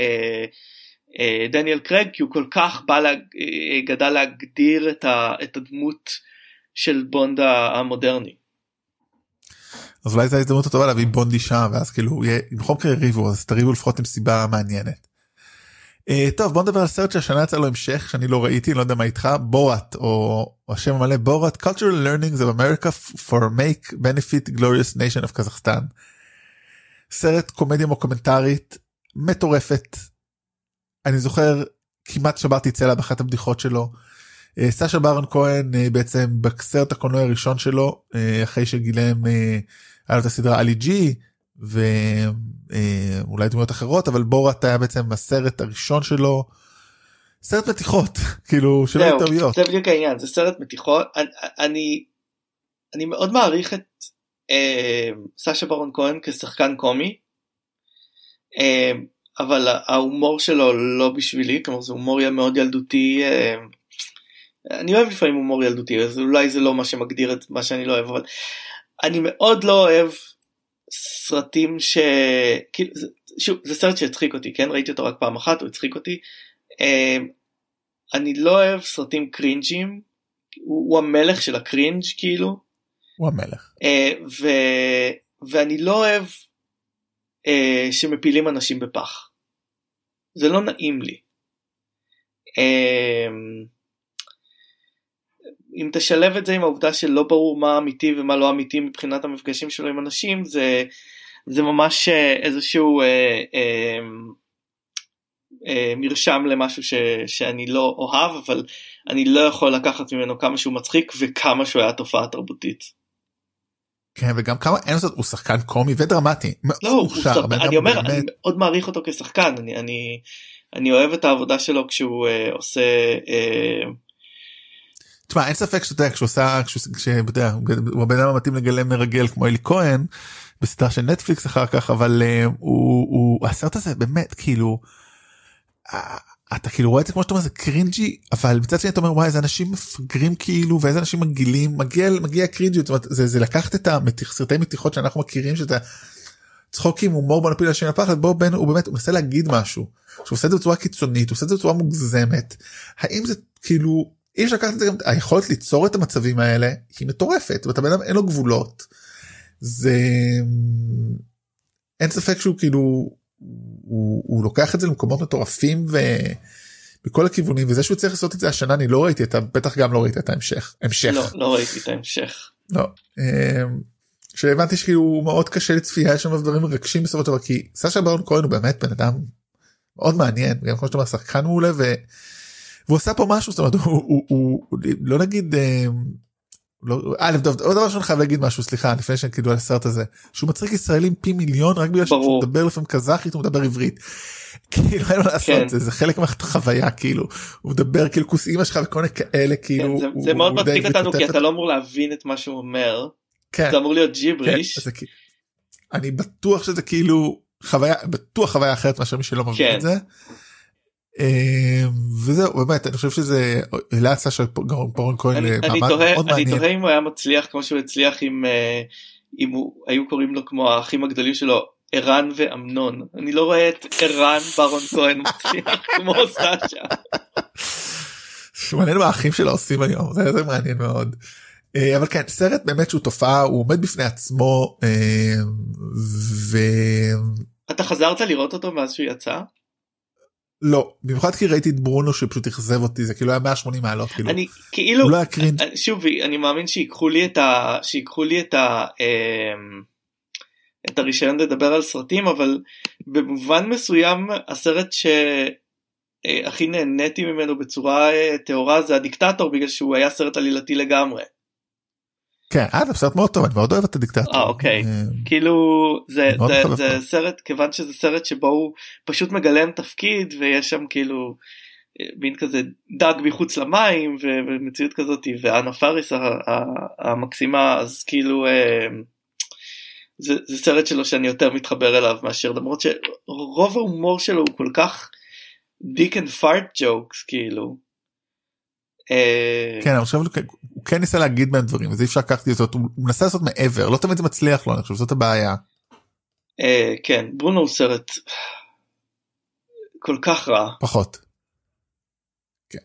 דניאל קרייג, כי הוא כל כך גדל להגדיר את הדמות של בונד המודרני. אז אולי זו ההזדמנות הטובה להביא בונד אישה, ואז כאילו, אם חוק ריבו, אז תריבו לפחות עם סיבה מעניינת. טוב, בוא נדבר על סרט שהשנה יצא לו המשך, שאני לא ראיתי, לא יודע מה איתך, בורת, או השם המלא בורת, Cultural Learnings of America for Make Benefit Glorious Nation of Kazakhstan. סרט קומדיה מוקומנטרית, מטורפת, אני זוכר, כמעט שברתי צלע באחת הבדיחות שלו, סשה ברון כהן בעצם בסרט הקולנוע הראשון שלו, אחרי שגילם, היה לו את הסדרה אלי ג'י, ואולי דמויות אחרות, אבל בורת היה בעצם הסרט הראשון שלו, סרט מתיחות, כאילו שלא יהיו טעויות. זה בדיוק העניין, זה סרט מתיחות, אני מאוד מעריך את סשה ברון כהן כשחקן קומי, אבל ההומור שלו לא בשבילי, כלומר זה הומור מאוד ילדותי, אני אוהב לפעמים הומור ילדותי, אז אולי זה לא מה שמגדיר את מה שאני לא אוהב, אבל אני מאוד לא אוהב סרטים כאילו, שוב, זה סרט שהצחיק אותי, כן? ראיתי אותו רק פעם אחת, הוא הצחיק אותי. אני לא אוהב סרטים קרינג'ים, הוא המלך של הקרינג' כאילו. הוא המלך. ואני לא אוהב שמפילים אנשים בפח. זה לא נעים לי. אם תשלב את זה עם העובדה שלא ברור מה אמיתי ומה לא אמיתי מבחינת המפגשים שלו עם אנשים, זה ממש איזשהו מרשם למשהו שאני לא אוהב, אבל אני לא יכול לקחת ממנו כמה שהוא מצחיק וכמה שהוא היה תופעה תרבותית. כן, וגם כמה אין זאת, הוא שחקן קומי ודרמטי. לא, אני אומר, אני מאוד מעריך אותו כשחקן, אני אוהב את העבודה שלו כשהוא עושה... תשמע, אין ספק שאתה, כשהוא הבן אדם המתאים לגלם מרגל כמו אלי כהן, בסדרה של נטפליקס אחר כך, אבל הסרט הזה באמת, כאילו, אתה כאילו רואה את זה כמו שאתה אומר, זה קרינג'י, אבל מצד שני אתה אומר, וואי, איזה אנשים מפגרים כאילו, ואיזה אנשים מגעילים, מגיע קרינג'י, זאת אומרת, זה לקחת את סרטי מתיחות שאנחנו מכירים, שאתה צחוקים, הומור בוא נפיל לשם הפחד, בוא בן, הוא באמת, הוא מנסה להגיד משהו, שהוא עושה את זה בצורה קיצונית, הוא עושה את זה בצורה מוגזמת, האם זה כאילו, אי אפשר לקחת את זה גם, היכולת ליצור את המצבים האלה, היא מטורפת, ואתה בן אדם אין לו גבולות, זה, אין ספק שהוא כאילו, הוא לוקח את זה למקומות מטורפים ובכל הכיוונים, וזה שהוא צריך לעשות את זה השנה, אני לא ראיתי, אתה בטח גם לא ראית את ההמשך. לא ראיתי את ההמשך. לא. שהבנתי שכאילו מאוד קשה לצפייה, יש שם דברים מרגשים בסופו של דבר, כי סשה ברון כהן הוא באמת בן אדם מאוד מעניין, גם כמו שאתה אומר, שחקן מעולה, והוא עושה פה משהו, זאת אומרת, הוא לא נגיד, עוד דבר שאני חייב להגיד משהו, סליחה, לפני שכאילו על הסרט הזה, שהוא מצחיק ישראלים פי מיליון, רק בגלל שהוא מדבר לפעמים קזחית, הוא מדבר עברית. כאילו אין מה לעשות, זה חלק מהחוויה, כאילו, הוא מדבר כאילו כוס אמא שלך וכל מיני כאלה, כאילו. זה מאוד מצחיק אותנו, כי אתה לא אמור להבין את מה שהוא אומר, זה אמור להיות ג'יבריש. אני בטוח שזה כאילו חוויה, בטוח חוויה אחרת מאשר מי שלא מבין את זה. וזהו, באמת, אני חושב שזה להצעה של ברון כהן למעמד מאוד מעניין. אני תוהה אם הוא היה מצליח כמו שהוא הצליח אם היו קוראים לו כמו האחים הגדולים שלו, ערן ואמנון. אני לא רואה את ערן ברון כהן מצליח כמו סשה. מעניין מה האחים שלו עושים היום, זה מעניין מאוד. אבל כן, סרט באמת שהוא תופעה, הוא עומד בפני עצמו, אתה חזרת לראות אותו מאז שהוא יצא? לא, במיוחד כי ראיתי את ברונו שפשוט הכזב אותי, זה כאילו היה 180 מעלות, כאילו, הוא לא היה קרינג'. שוב, אני מאמין שיקחו לי את הרישיון לדבר על סרטים, אבל במובן מסוים הסרט שהכי נהניתי ממנו בצורה תאורה זה הדיקטטור, בגלל שהוא היה סרט עלילתי לגמרי. כן, סרט מאוד טוב, אני מאוד אוהב את הדיקטטור. אוקיי, כאילו זה סרט, כיוון שזה סרט שבו הוא פשוט מגלם תפקיד, ויש שם כאילו מין כזה דג מחוץ למים, ומציאות כזאת, ואנה פאריס המקסימה, אז כאילו זה סרט שלו שאני יותר מתחבר אליו מאשר, למרות שרוב ההומור שלו הוא כל כך דיק אנד פארט ג'וקס, כאילו. כן, אני חושב הוא כן ניסה להגיד בהם דברים, אז אי אפשר לקחת זאת, הוא מנסה לעשות מעבר, לא תמיד זה מצליח לו, אני חושב זאת הבעיה. כן, ברונו הוא סרט כל כך רע. פחות. כן.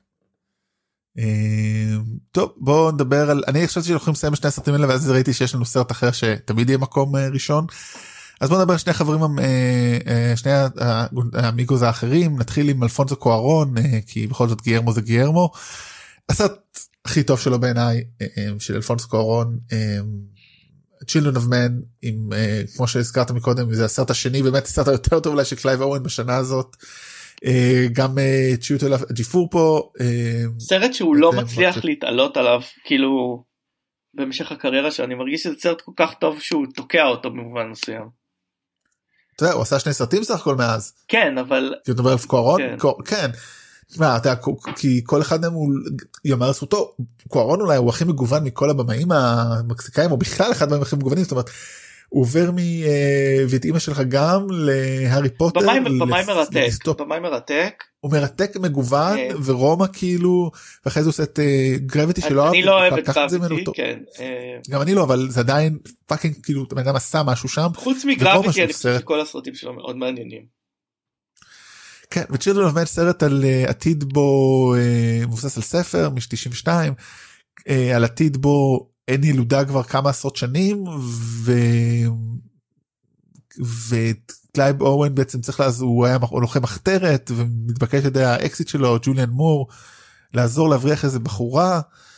טוב, בואו נדבר על, אני חושבת שאנחנו יכולים לסיים בשני הסרטים האלה, ואז ראיתי שיש לנו סרט אחר שתמיד יהיה מקום ראשון, אז בואו נדבר על שני חברים, שני האמיגוז האחרים, נתחיל עם אלפונסו קוארון, כי בכל זאת גיירמו זה גיירמו, הסרט הכי טוב שלו בעיניי, של אלפונסו קוארון, Children of Men, כמו שהזכרת מקודם, זה הסרט השני, באמת הסרט היותר טוב אולי של קלייב אוון בשנה הזאת, גם צ'יוטו ג'יפור פה. סרט שהוא לא מצליח להתעלות עליו, כאילו, במשך הקריירה שלו, אני מרגיש שזה סרט כל כך טוב שהוא תוקע אותו במובן מסוים. אתה יודע, הוא עשה שני סרטים סך הכל מאז. כן, אבל... כי הוא מדבר על קוארון? כן. כי כל אחד מהם הוא יאמר זכותו, קוארון אולי הוא הכי מגוון מכל הבמאים המקסיקאים, או בכלל אחד מהם הכי מגוונים, זאת אומרת, הוא עובר ואת אמא שלך גם להארי פוטר, במאי מרתק, הוא מרתק מגוון, ורומא כאילו, ואחרי זה עושה את גרביטי שלא אני לא אוהב את גרביטי, כן. גם אני לא, אבל זה עדיין פאקינג כאילו, אתה אדם עשה משהו שם. חוץ מגרביטי, אני חושב שכל הסרטים שלו מאוד מעניינים. כן, ו-Children of Men סרט על עתיד בו, מבוסס על ספר מ-92, על עתיד בו אין ילודה כבר כמה עשרות שנים, וקלייב אוון בעצם צריך הוא היה לוחם מחתרת, ומתבקש לידי האקסיט שלו, ג'וליאן מור, לעזור להבריח איזה בחורה,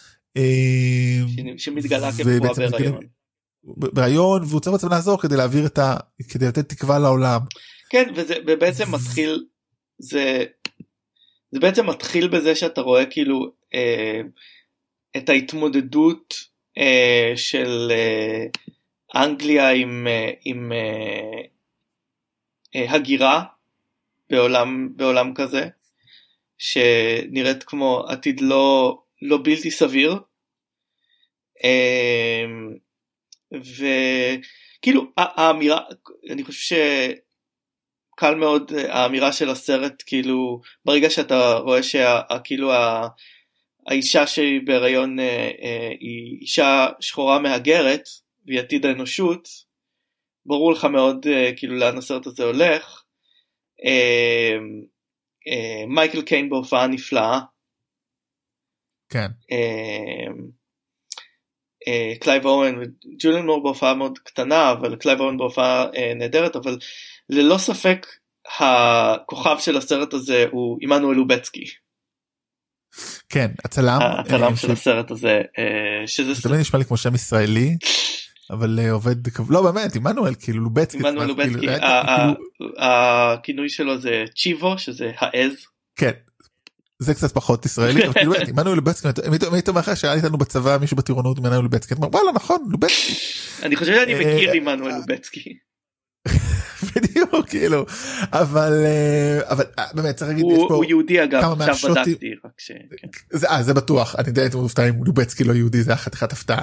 שמתגלה כבחורה בהיריון, והוא צריך בעצם לעזור כדי להעביר כדי לתת תקווה לעולם. כן, ובעצם מתחיל, זה בעצם מתחיל בזה שאתה רואה כאילו את ההתמודדות של אנגליה עם הגירה בעולם כזה, שנראית כמו עתיד לא בלתי סביר, וכאילו האמירה, אני חושב קל מאוד האמירה של הסרט, כאילו ברגע שאתה רואה שכאילו האישה שהיא בהיריון היא אישה שחורה מהגרת והיא עתיד האנושות, ברור לך מאוד כאילו לאן הסרט הזה הולך. מייקל קיין בהופעה נפלאה, כן, קלייב אורן וג'וליאן מור בהופעה מאוד קטנה, אבל קלייב אורן בהופעה נהדרת, אבל ללא ספק הכוכב של הסרט הזה הוא עמנואל לובצקי. כן, הצלם של הסרט הזה, שזה תמיד נשמע לי כמו שם ישראלי, אבל עובד, לא באמת, עמנואל, כאילו לובצקי, עמנואל לובצקי, הכינוי שלו זה צ'יבו, שזה העז. כן, זה קצת פחות ישראלי, אבל כאילו עמנואל לובצקי, אם היית אומר לך שאל איתנו בצבא מישהו בטירונות עמנואל לובצקי, אתה אומר וואלה נכון, לובצקי. אני חושב שאני מכיר עמנואל לובצקי. בדיוק, כאילו, אבל באמת צריך להגיד, הוא יהודי אגב, עכשיו בדקתי רק ש... זה בטוח, אני יודע, אתם מופתעים, לובצקי לא יהודי, זה אחת הפתעה.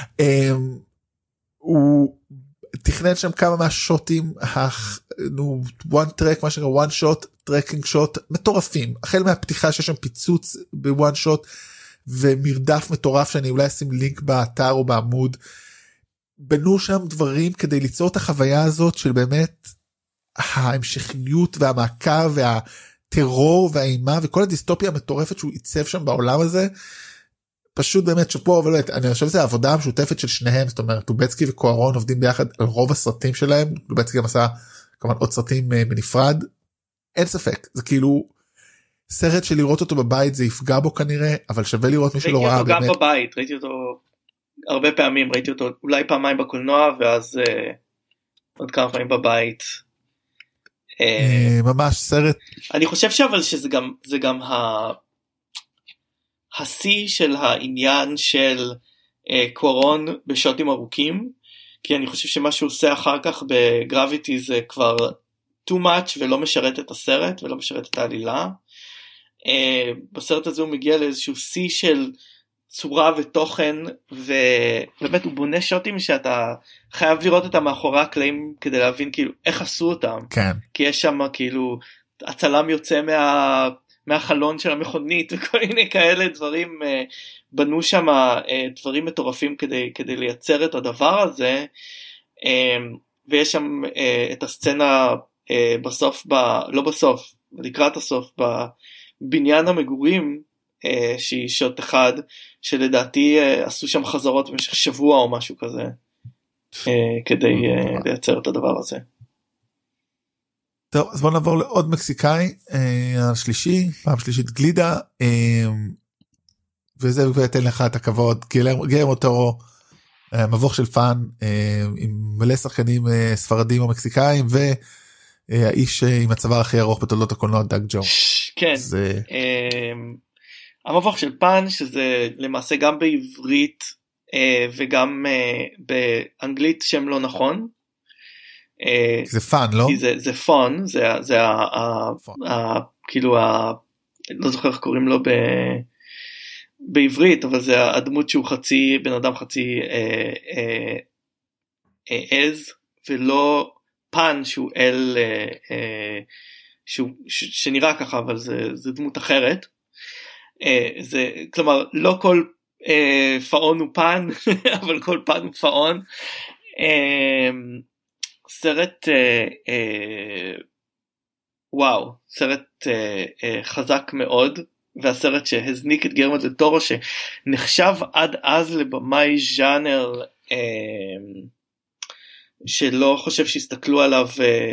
הוא תכנן שם כמה מהשוטים, one track, מה שנקרא one shot, tracking shot, מטורפים, החל מהפתיחה שיש שם פיצוץ ב-one shot, ומרדף מטורף שאני אולי אשים לינק באתר או בעמוד, בנו שם דברים כדי ליצור את החוויה הזאת של באמת ההמשכיות והמעקב והטרור והאימה וכל הדיסטופיה המטורפת שהוא ייצב שם בעולם הזה, פשוט באמת שפה, אבל אני חושב שזה העבודה המשותפת של שניהם, זאת אומרת לובצקי וקוארון עובדים ביחד על רוב הסרטים שלהם, לובצקי גם עשה כמובן עוד סרטים בנפרד, אין ספק, זה כאילו סרט שלראות אותו בבית זה יפגע בו כנראה, אבל שווה לראות מי שלא ראה באמת. ראיתי אותו גם בבית, ראיתי אותו הרבה פעמים, ראיתי אותו אולי פעמיים בקולנוע, ואז עוד כמה פעמים בבית. ממש סרט. אני חושב אבל שזה גם השיא של העניין של קוארון בשוטים ארוכים, כי אני חושב שמה שהוא עושה אחר כך בגרביטי זה כבר too much ולא משרת את הסרט ולא משרת את העלילה. בסרט הזה הוא מגיע לאיזשהו שיא של צורה ותוכן, ובאמת הוא בונה שוטים שאתה חייב לראות אותם מאחורי הקלעים כדי להבין כאילו איך עשו אותם. כן. כי יש שם כאילו הצלם יוצא מהחלון של המכונית וכל מיני כאלה דברים, בנו שם דברים מטורפים כדי לייצר את הדבר הזה, ויש שם את הסצנה בסוף, לא בסוף, לקראת הסוף, בבניין המגורים, שהיא שוט אחד, שלדעתי עשו שם חזרות במשך שבוע או משהו כזה, כדי לייצר את הדבר הזה. טוב, אז בוא נעבור לעוד מקסיקאי, השלישי, פעם שלישית גלידה, וזה יתן לך את הכבוד, גילרמו טורו, מבוך של פאן, עם מלא שחקנים ספרדים או מקסיקאים, והאיש עם הצוואר הכי ארוך בתולדות הקולנוע, דאג ג'ונס. כן, המבוך של פאן, שזה למעשה גם בעברית, וגם באנגלית שם לא נכון, זה פאן, לא? זה פאן, זה כאילו, לא זוכר איך קוראים לו בעברית, אבל זה הדמות שהוא חצי בן אדם חצי עז, ולא פאן שהוא אל, שנראה ככה, אבל זה דמות אחרת. כלומר, לא כל פאון הוא פאן, אבל כל פאן הוא פאון. סרט וואו, סרט חזק מאוד, והסרט שהזניק את גילרמו דל טורו, שנחשב עד אז לבמאי ז'אנר שלא חושב שהסתכלו עליו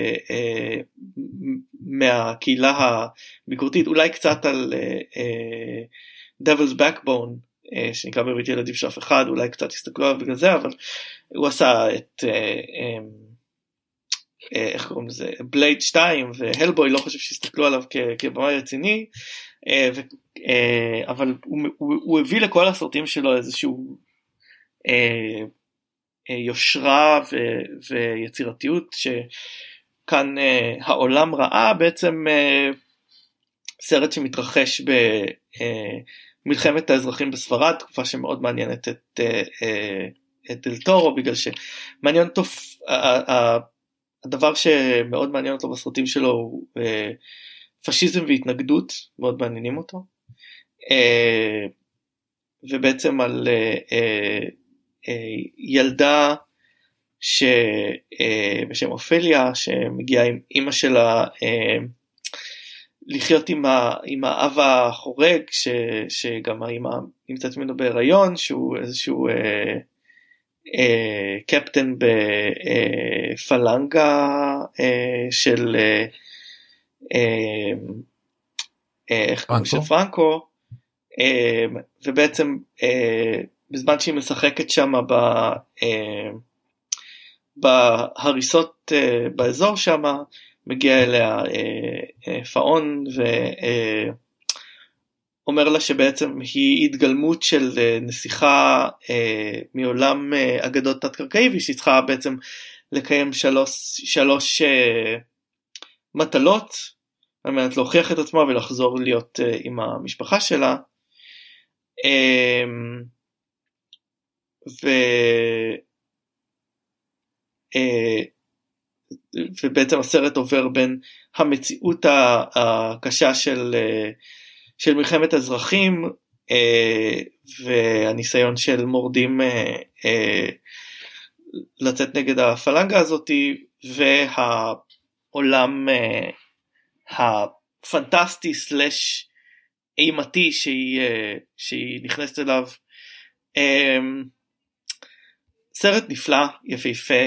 מהקהילה הביקורתית, אולי קצת על Devil's Backbone, שנקרא בבית ילדים של אף אחד, אולי קצת הסתכלו עליו בגלל זה, אבל הוא עשה את איך קוראים לזה, בלייד 2 והלבוי, לא חושב שהסתכלו עליו כבמאי רציני, אבל הוא הביא לכל הסרטים שלו איזשהו יושרה ויצירתיות, שכאן העולם ראה בעצם סרט שמתרחש במלחמת האזרחים בספרד, תקופה שמאוד מעניינת את דל טורו, בגלל שמעניין אותו הדבר שמאוד מעניין אותו בסרטים שלו הוא פשיזם והתנגדות, מאוד מעניינים אותו, ובעצם על ילדה בשם אופליה, שמגיעה עם אמא שלה לחיות עם האב החורג, שגם האמא נמצאת ממנו בהיריון, שהוא איזשהו קפטן בפלנגה של איך קוראים של פרנקו, ובעצם בזמן שהיא משחקת שם בהריסות באזור שם, מגיע אליה פאון ואומר לה שבעצם היא התגלמות של נסיכה מעולם אגדות תת-קרקעי, והיא צריכה בעצם לקיים שלוש מטלות על מנת להוכיח את עצמה ולחזור להיות עם המשפחה שלה. ובעצם הסרט עובר בין המציאות הקשה של מלחמת אזרחים והניסיון של מורדים לצאת נגד הפלנגה הזאת, והעולם הפנטסטי סלש אימתי שהיא נכנסת אליו. סרט נפלא, יפהפה,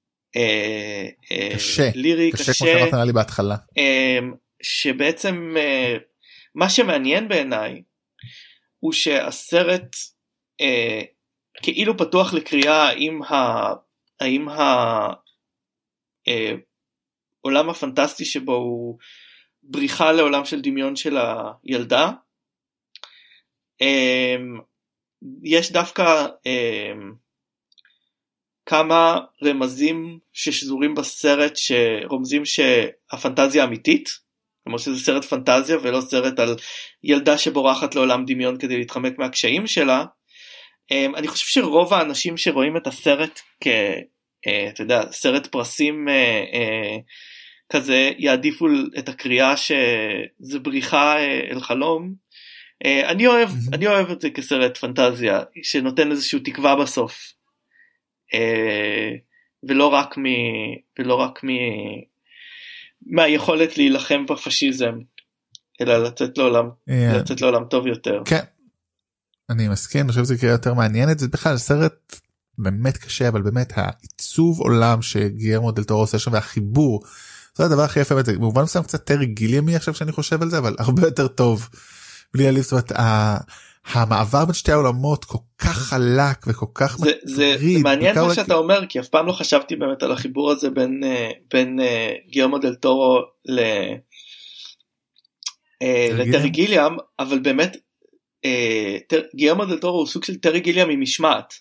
לירי, קשה כמו שאמרת לי בהתחלה, שבעצם מה שמעניין בעיניי הוא שהסרט כאילו פתוח לקריאה האם העולם הפנטסטי שבו הוא בריחה לעולם של דמיון של הילדה. יש דווקא כמה רמזים ששזורים בסרט שרומזים שהפנטזיה אמיתית, כמו שזה סרט פנטזיה ולא סרט על ילדה שבורחת לעולם דמיון כדי להתחמק מהקשיים שלה. אני חושב שרוב האנשים שרואים את הסרט אתה יודע, סרט פרסים כזה, יעדיפו את הקריאה שזה בריחה אל חלום. אני אוהב את זה כסרט פנטזיה שנותן איזשהו תקווה בסוף, ולא רק מהיכולת להילחם בפשיזם, אלא לצאת לעולם טוב יותר. כן, אני מסכים, אני חושב שזה קריאה יותר מעניינת. זה בכלל סרט באמת קשה, אבל באמת העיצוב עולם שגיירמו דל טורו עושה שם, והחיבור, זה הדבר הכי יפה. במובן מסוים קצת טרי גיליאמי עכשיו שאני חושב על זה, אבל הרבה יותר טוב. בלי עליב, זאת אומרת, המעבר בין שתי העולמות כל כך חלק וכל כך מטריד. זה מעניין מה שאתה אומר, כי אף פעם לא חשבתי באמת על החיבור הזה בין גיירמו דל טורו לטרי גיליאם, אבל באמת גיירמו דל טורו הוא סוג של טרי גיליאם עם משמעת.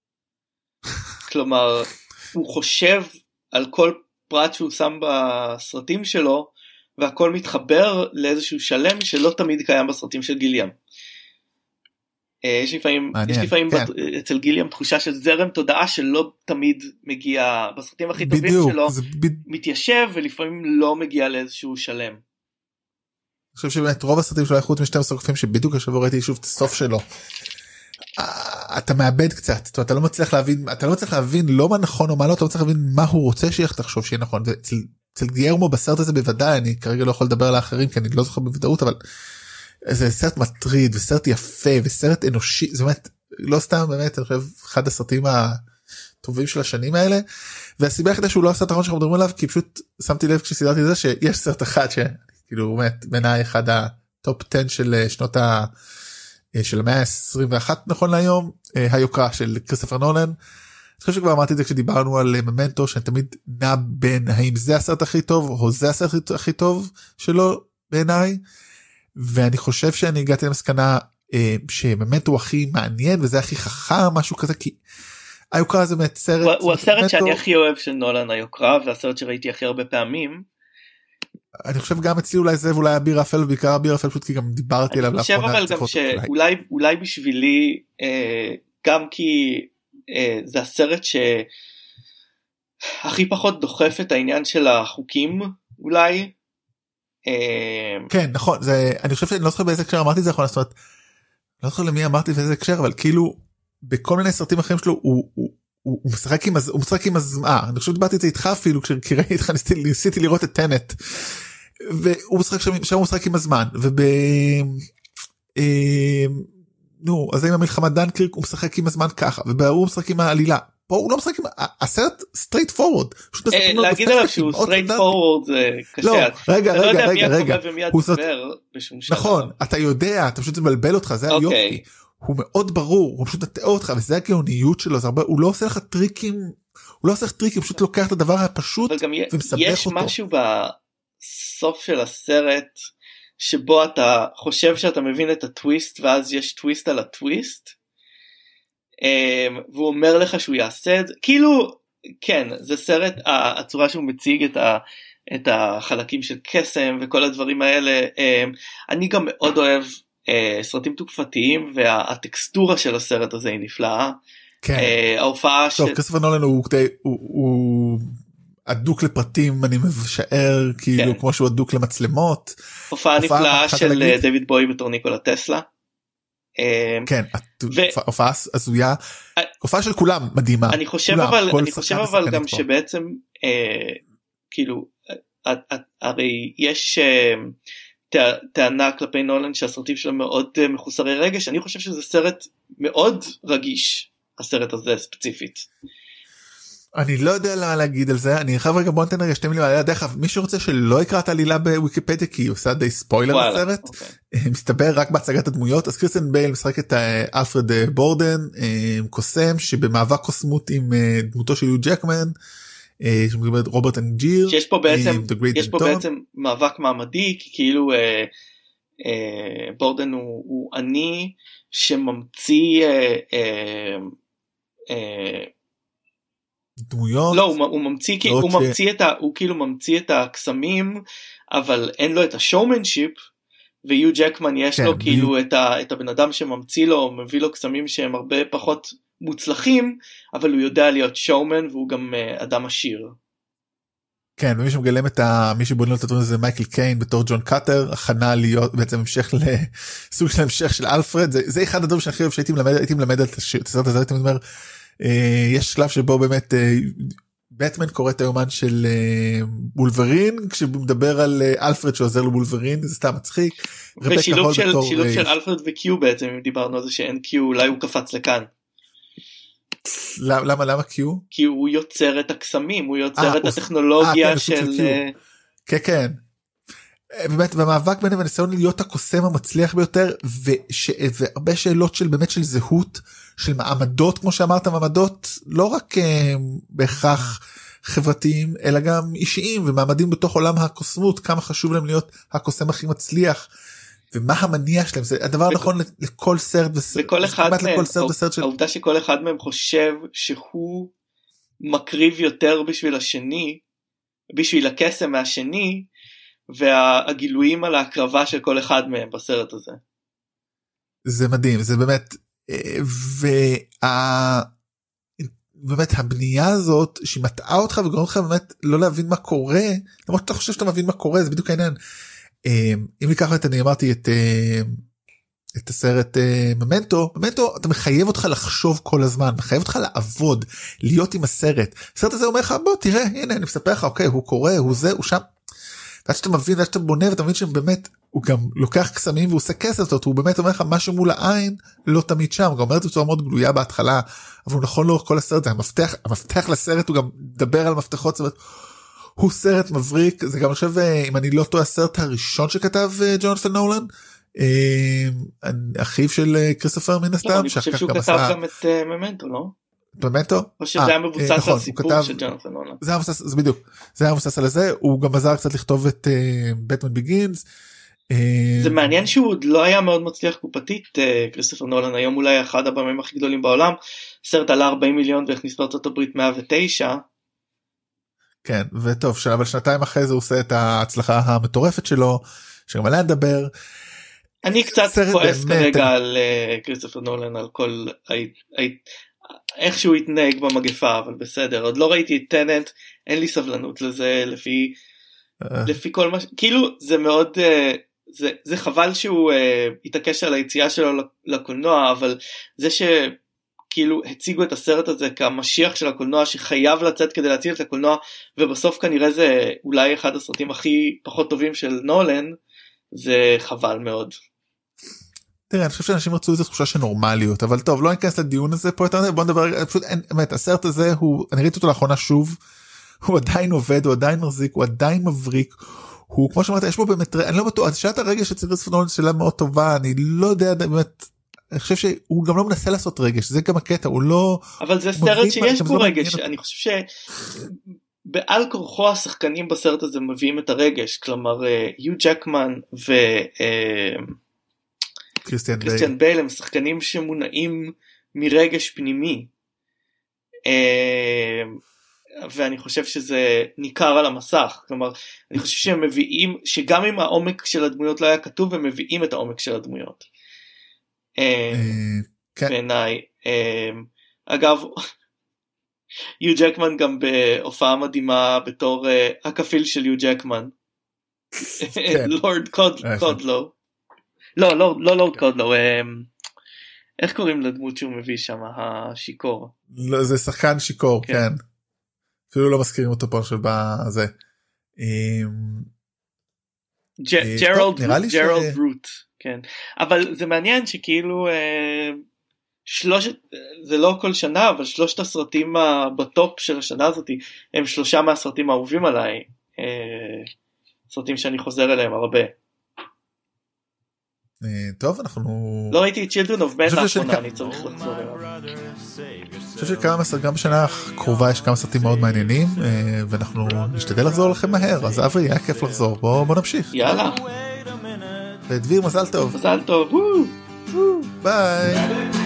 כלומר, הוא חושב על כל פרט שהוא שם בסרטים שלו, והכל מתחבר לאיזשהו שלם שלא תמיד קיים בסרטים של גיליאם. יש לפעמים אצל גיליאם תחושה של זרם תודעה שלא תמיד מגיע בסרטים הכי טובים שלו, מתיישב ולפעמים לא מגיע לאיזשהו שלם. אני חושב שבאמת רוב הסרטים שלו חוץ משתי מסרקופים שבדיוק השבוע ראיתי שוב את הסוף שלו, אתה מאבד קצת, אתה לא מצליח להבין לא מה נכון או מה לא, אתה לא מצליח להבין מה הוא רוצה שאיך תחשוב שיהיה נכון. אצל גיירמו בסרט הזה בוודאי, אני כרגע לא יכול לדבר על האחרים כי אני לא זוכר בוודאות, אבל זה סרט מטריד וסרט יפה וסרט אנושי, זאת אומרת לא סתם, באמת אני חושב אחד הסרטים הטובים של השנים האלה. והסיבה היחידה שהוא לא הסרט האחרון שאנחנו מדברים עליו, כי פשוט שמתי לב כשסידרתי את זה שיש סרט אחד שכאילו באמת בעיניי אחד הטופ 10 של שנות של המאה ה-21 נכון להיום, היוקרה של כריסטופר נולן. אני חושב שכבר אמרתי את זה כשדיברנו על ממנטו, שאני תמיד נע בין האם זה הסרט הכי טוב או זה הסרט הכי טוב שלו בעיניי, ואני חושב שאני הגעתי למסקנה שממנטו הוא הכי מעניין וזה הכי חכם, משהו כזה, כי היוקרה זה באמת סרט, הוא הסרט שאני הכי אוהב של נולן, היוקרה, והסרט שראיתי הכי הרבה פעמים. אני חושב גם אצלי אולי זה ואולי אביר אפל, ובעיקר אביר אפל פשוט כי גם דיברתי עליו לאחרונה. אני חושב אבל גם שאולי בשבילי, גם כי זה הסרט הכי פחות דוחף את העניין של החוקים אולי. כן, נכון, אני חושב שאני לא זוכר באיזה הקשר אמרתי את זה, זאת אומרת, לא זוכר למי אמרתי באיזה הקשר, אבל כאילו בכל מיני סרטים אחרים שלו הוא משחק עם הזמן, אני חושב שדיברתי את זה איתך אפילו, כשראיתי איתך ניסיתי לראות את טנט, והוא משחק שם הוא משחק עם הזמן, נו, אז עם המלחמה דנקריק הוא משחק עם הזמן ככה, ובהוא משחק עם העלילה, פה הוא לא משחק עם הסרט סטרייט פורוורד. להגיד עליו שהוא סטרייט פורוורד זה קשה. לא, רגע, אתה לא יודע מי הקובע ומי הדובר בשום שלב. נכון, אתה יודע, אתה פשוט מבלבל אותך, זה היופי. הוא מאוד ברור, הוא פשוט מטעה אותך, וזה הגאוניות שלו, הוא לא עושה לך טריקים, הוא לא עושה לך טריקים, פשוט לוקח את הדבר הפשוט ומסבך אותו. יש משהו בסוף של הסרט, שבו אתה חושב שאתה מבין את הטוויסט, ואז יש טוויסט על הטוויסט, והוא אומר לך שהוא יעשה את זה, כאילו, כן, זה סרט, הצורה שהוא מציג את החלקים של קסם וכל הדברים האלה, אני גם מאוד אוהב סרטים תוקפתיים, והטקסטורה של הסרט הזה היא נפלאה. כן. ההופעה טוב, כריסטופר נולן הוא אדוק לפרטים, אני משער, כאילו, כמו שהוא אדוק למצלמות. הופעה נפלאה של דיוויד בוי בתור ניקולה טסלה. כן, הופעה הזויה, הופעה של כולם מדהימה. אני חושב אבל גם שבעצם, כאילו, הרי יש טענה כלפי נולן שהסרטים שלו מאוד מחוסרי רגש, אני חושב שזה סרט מאוד רגיש, הסרט הזה ספציפית. אני לא יודע מה להגיד על זה, אני חייב רגע בוא נתן רגע שתי מילים, דרך אגב, מי שרוצה שלא יקרא את העלילה בוויקיפדיה, כי היא עושה די ספוילר לסרט, מסתבר רק בהצגת הדמויות, אז קריסטן בייל משחק את אלפרד בורדן, קוסם שבמאבק קוסמות עם דמותו של יו ג'קמן, שמדברת רוברט אנג'יר, שיש פה בעצם מאבק מעמדי, כי כאילו בורדן הוא עני שממציא דמויות. לא, הוא כאילו ממציא את הקסמים, אבל אין לו את השואומנשיפ, ויו ג'קמן יש לו כאילו את הבן אדם שממציא לו, מביא לו קסמים שהם הרבה פחות מוצלחים, אבל הוא יודע להיות שואומן, והוא גם אדם עשיר. כן, ומי שמגלם מי שבונה את הדברים הזה מייקל קיין בתור ג'ון קאטר, הכנה להיות בעצם המשך לסוג של המשך של אלפרד, זה אחד הדברים שאני חושב שהייתי מלמד על הסרט הזה, הייתי אומר, יש שלב שבו באמת בטמן קורא את היומן של בולברין, כשהוא מדבר על אלפרד שעוזר לו בולברין, זה סתם מצחיק. ושילוב של אלפרד וקיו בעצם, אם דיברנו על זה שאין קיו, אולי הוא קפץ לכאן. למה קיו? כי הוא יוצר את הקסמים, הוא יוצר את הטכנולוגיה של... כן, כן. באמת במאבק ביניהם הניסיון להיות הקוסם המצליח ביותר, והרבה שאלות של באמת של זהות, של מעמדות, כמו שאמרת, מעמדות לא רק בהכרח חברתיים, אלא גם אישיים, ומעמדים בתוך עולם הקוסמות, כמה חשוב להם להיות הקוסם הכי מצליח, ומה המניע שלהם, זה הדבר הנכון לכל סרט וסרט. וכל אחד מהם, העובדה שכל אחד מהם חושב שהוא מקריב יותר בשביל השני, בשביל הקסם מהשני, והגילויים על ההקרבה של כל אחד מהם בסרט הזה. זה מדהים, זה באמת, באמת הבנייה הזאת שהיא מטעה אותך וגורמת אותך באמת לא להבין מה קורה, למרות שאתה חושב שאתה מבין מה קורה, זה בדיוק העניין. אם ניקח את, אני אמרתי את הסרט ממנטו, אתה מחייב אותך לחשוב כל הזמן, מחייב אותך לעבוד, להיות עם הסרט. הסרט הזה אומר לך, בוא תראה, הנה אני מספר לך, אוקיי, הוא קורא, הוא זה, הוא שם. ועד שאתה מבין, ועד שאתה בונה, ואתה מבין שבאמת הוא גם לוקח קסמים והוא עושה כסף, הוא באמת אומר לך משהו מול העין, לא תמיד שם, הוא גם אומר את זה בצורה מאוד גלויה בהתחלה, אבל הוא נכון לאורך כל הסרט, המפתח לסרט הוא גם מדבר על מפתחות, זאת אומרת, הוא סרט מבריק, זה גם חושב, אם אני לא טועה, הסרט הראשון שכתב ג'ונתן נולן, אחיו של כריסטופר מן הסתם, אני חושב שהוא כתב גם את ממנטו, לא? ממנטו? או שזה היה מבוסס על סיפור של ג'ונתן נולן. זה בדיוק, זה היה מבוסס על זה, הוא גם עזר קצת לכתוב את בטמן ביגינס. זה מעניין שהוא עוד לא היה מאוד מצליח קופתית, כריסטופר נולן, היום אולי אחד הבמים הכי גדולים בעולם, סרט עלה 40 מיליון והכניס בארצות הברית 109. כן, וטוב, אבל שנתיים אחרי זה הוא עושה את ההצלחה המטורפת שלו, שגם עליה נדבר. אני קצת כועס כרגע על כריסטופר נולן, על כל, איך שהוא התנהג במגפה, אבל בסדר, עוד לא ראיתי את טננט, אין לי סבלנות לזה, לפי כל מה, כאילו זה מאוד, זה חבל שהוא התעקש על היציאה שלו לקולנוע, אבל זה שכאילו הציגו את הסרט הזה כמשיח של הקולנוע, שחייב לצאת כדי להציל את הקולנוע, ובסוף כנראה זה אולי אחד הסרטים הכי פחות טובים של נולן, זה חבל מאוד. תראה, אני חושב שאנשים רצו איזו תחושה של נורמליות, אבל טוב, לא ניכנס לדיון הזה פה יותר, בוא נדבר, פשוט, באמת, הסרט הזה, אני ראיתי אותו לאחרונה שוב, הוא עדיין עובד, הוא עדיין מחזיק, הוא עדיין מבריק, הוא, כמו שאמרת, יש בו באמת, אני לא בטוח, שאלת הרגש אצל כריסטופר נולן שאלה מאוד טובה, אני לא יודע, באמת, אני חושב שהוא גם לא מנסה לעשות רגש, זה גם הקטע, הוא לא... אבל זה סרט שיש בו רגש, אני חושב בעל כורחו השחקנים בסרט הזה מביאים את הרגש, כלומר, יו ג'קמן קריסטיאן בייל הם שחקנים שמונעים מרגש פנימי, ואני חושב שזה ניכר על המסך, כלומר, אני חושב שהם מביאים, שגם אם העומק של הדמויות לא היה כתוב, הם מביאים את העומק של הדמויות. בעיניי. אגב, יו ג'קמן גם בהופעה מדהימה בתור הכפיל של יו ג'קמן. לורד קודלו. לא לורד קודלו. איך קוראים לדמות שהוא מביא שם, השיקור? זה שחקן שיקור, כן. אפילו לא מזכירים אותו פה שבזה. ג'רלד רוט. כן. אבל זה מעניין שכאילו זה לא כל שנה, אבל 3 הסרטים בטופ של השנה הזאת הם 3 מהסרטים האהובים עליי, סרטים שאני חוזר אליהם הרבה. טוב, אנחנו לא ראיתי את Children of Men לאחרונה, אני צריך לחזור אליו. אני חושב שגם בשנה הקרובה יש כמה סרטים מאוד מעניינים, ואנחנו נשתדל לחזור לכם מהר, אז אברי, היה כיף לחזור, בוא נמשיך. יאללה. ודביר, מזל טוב. מזל טוב. ביי.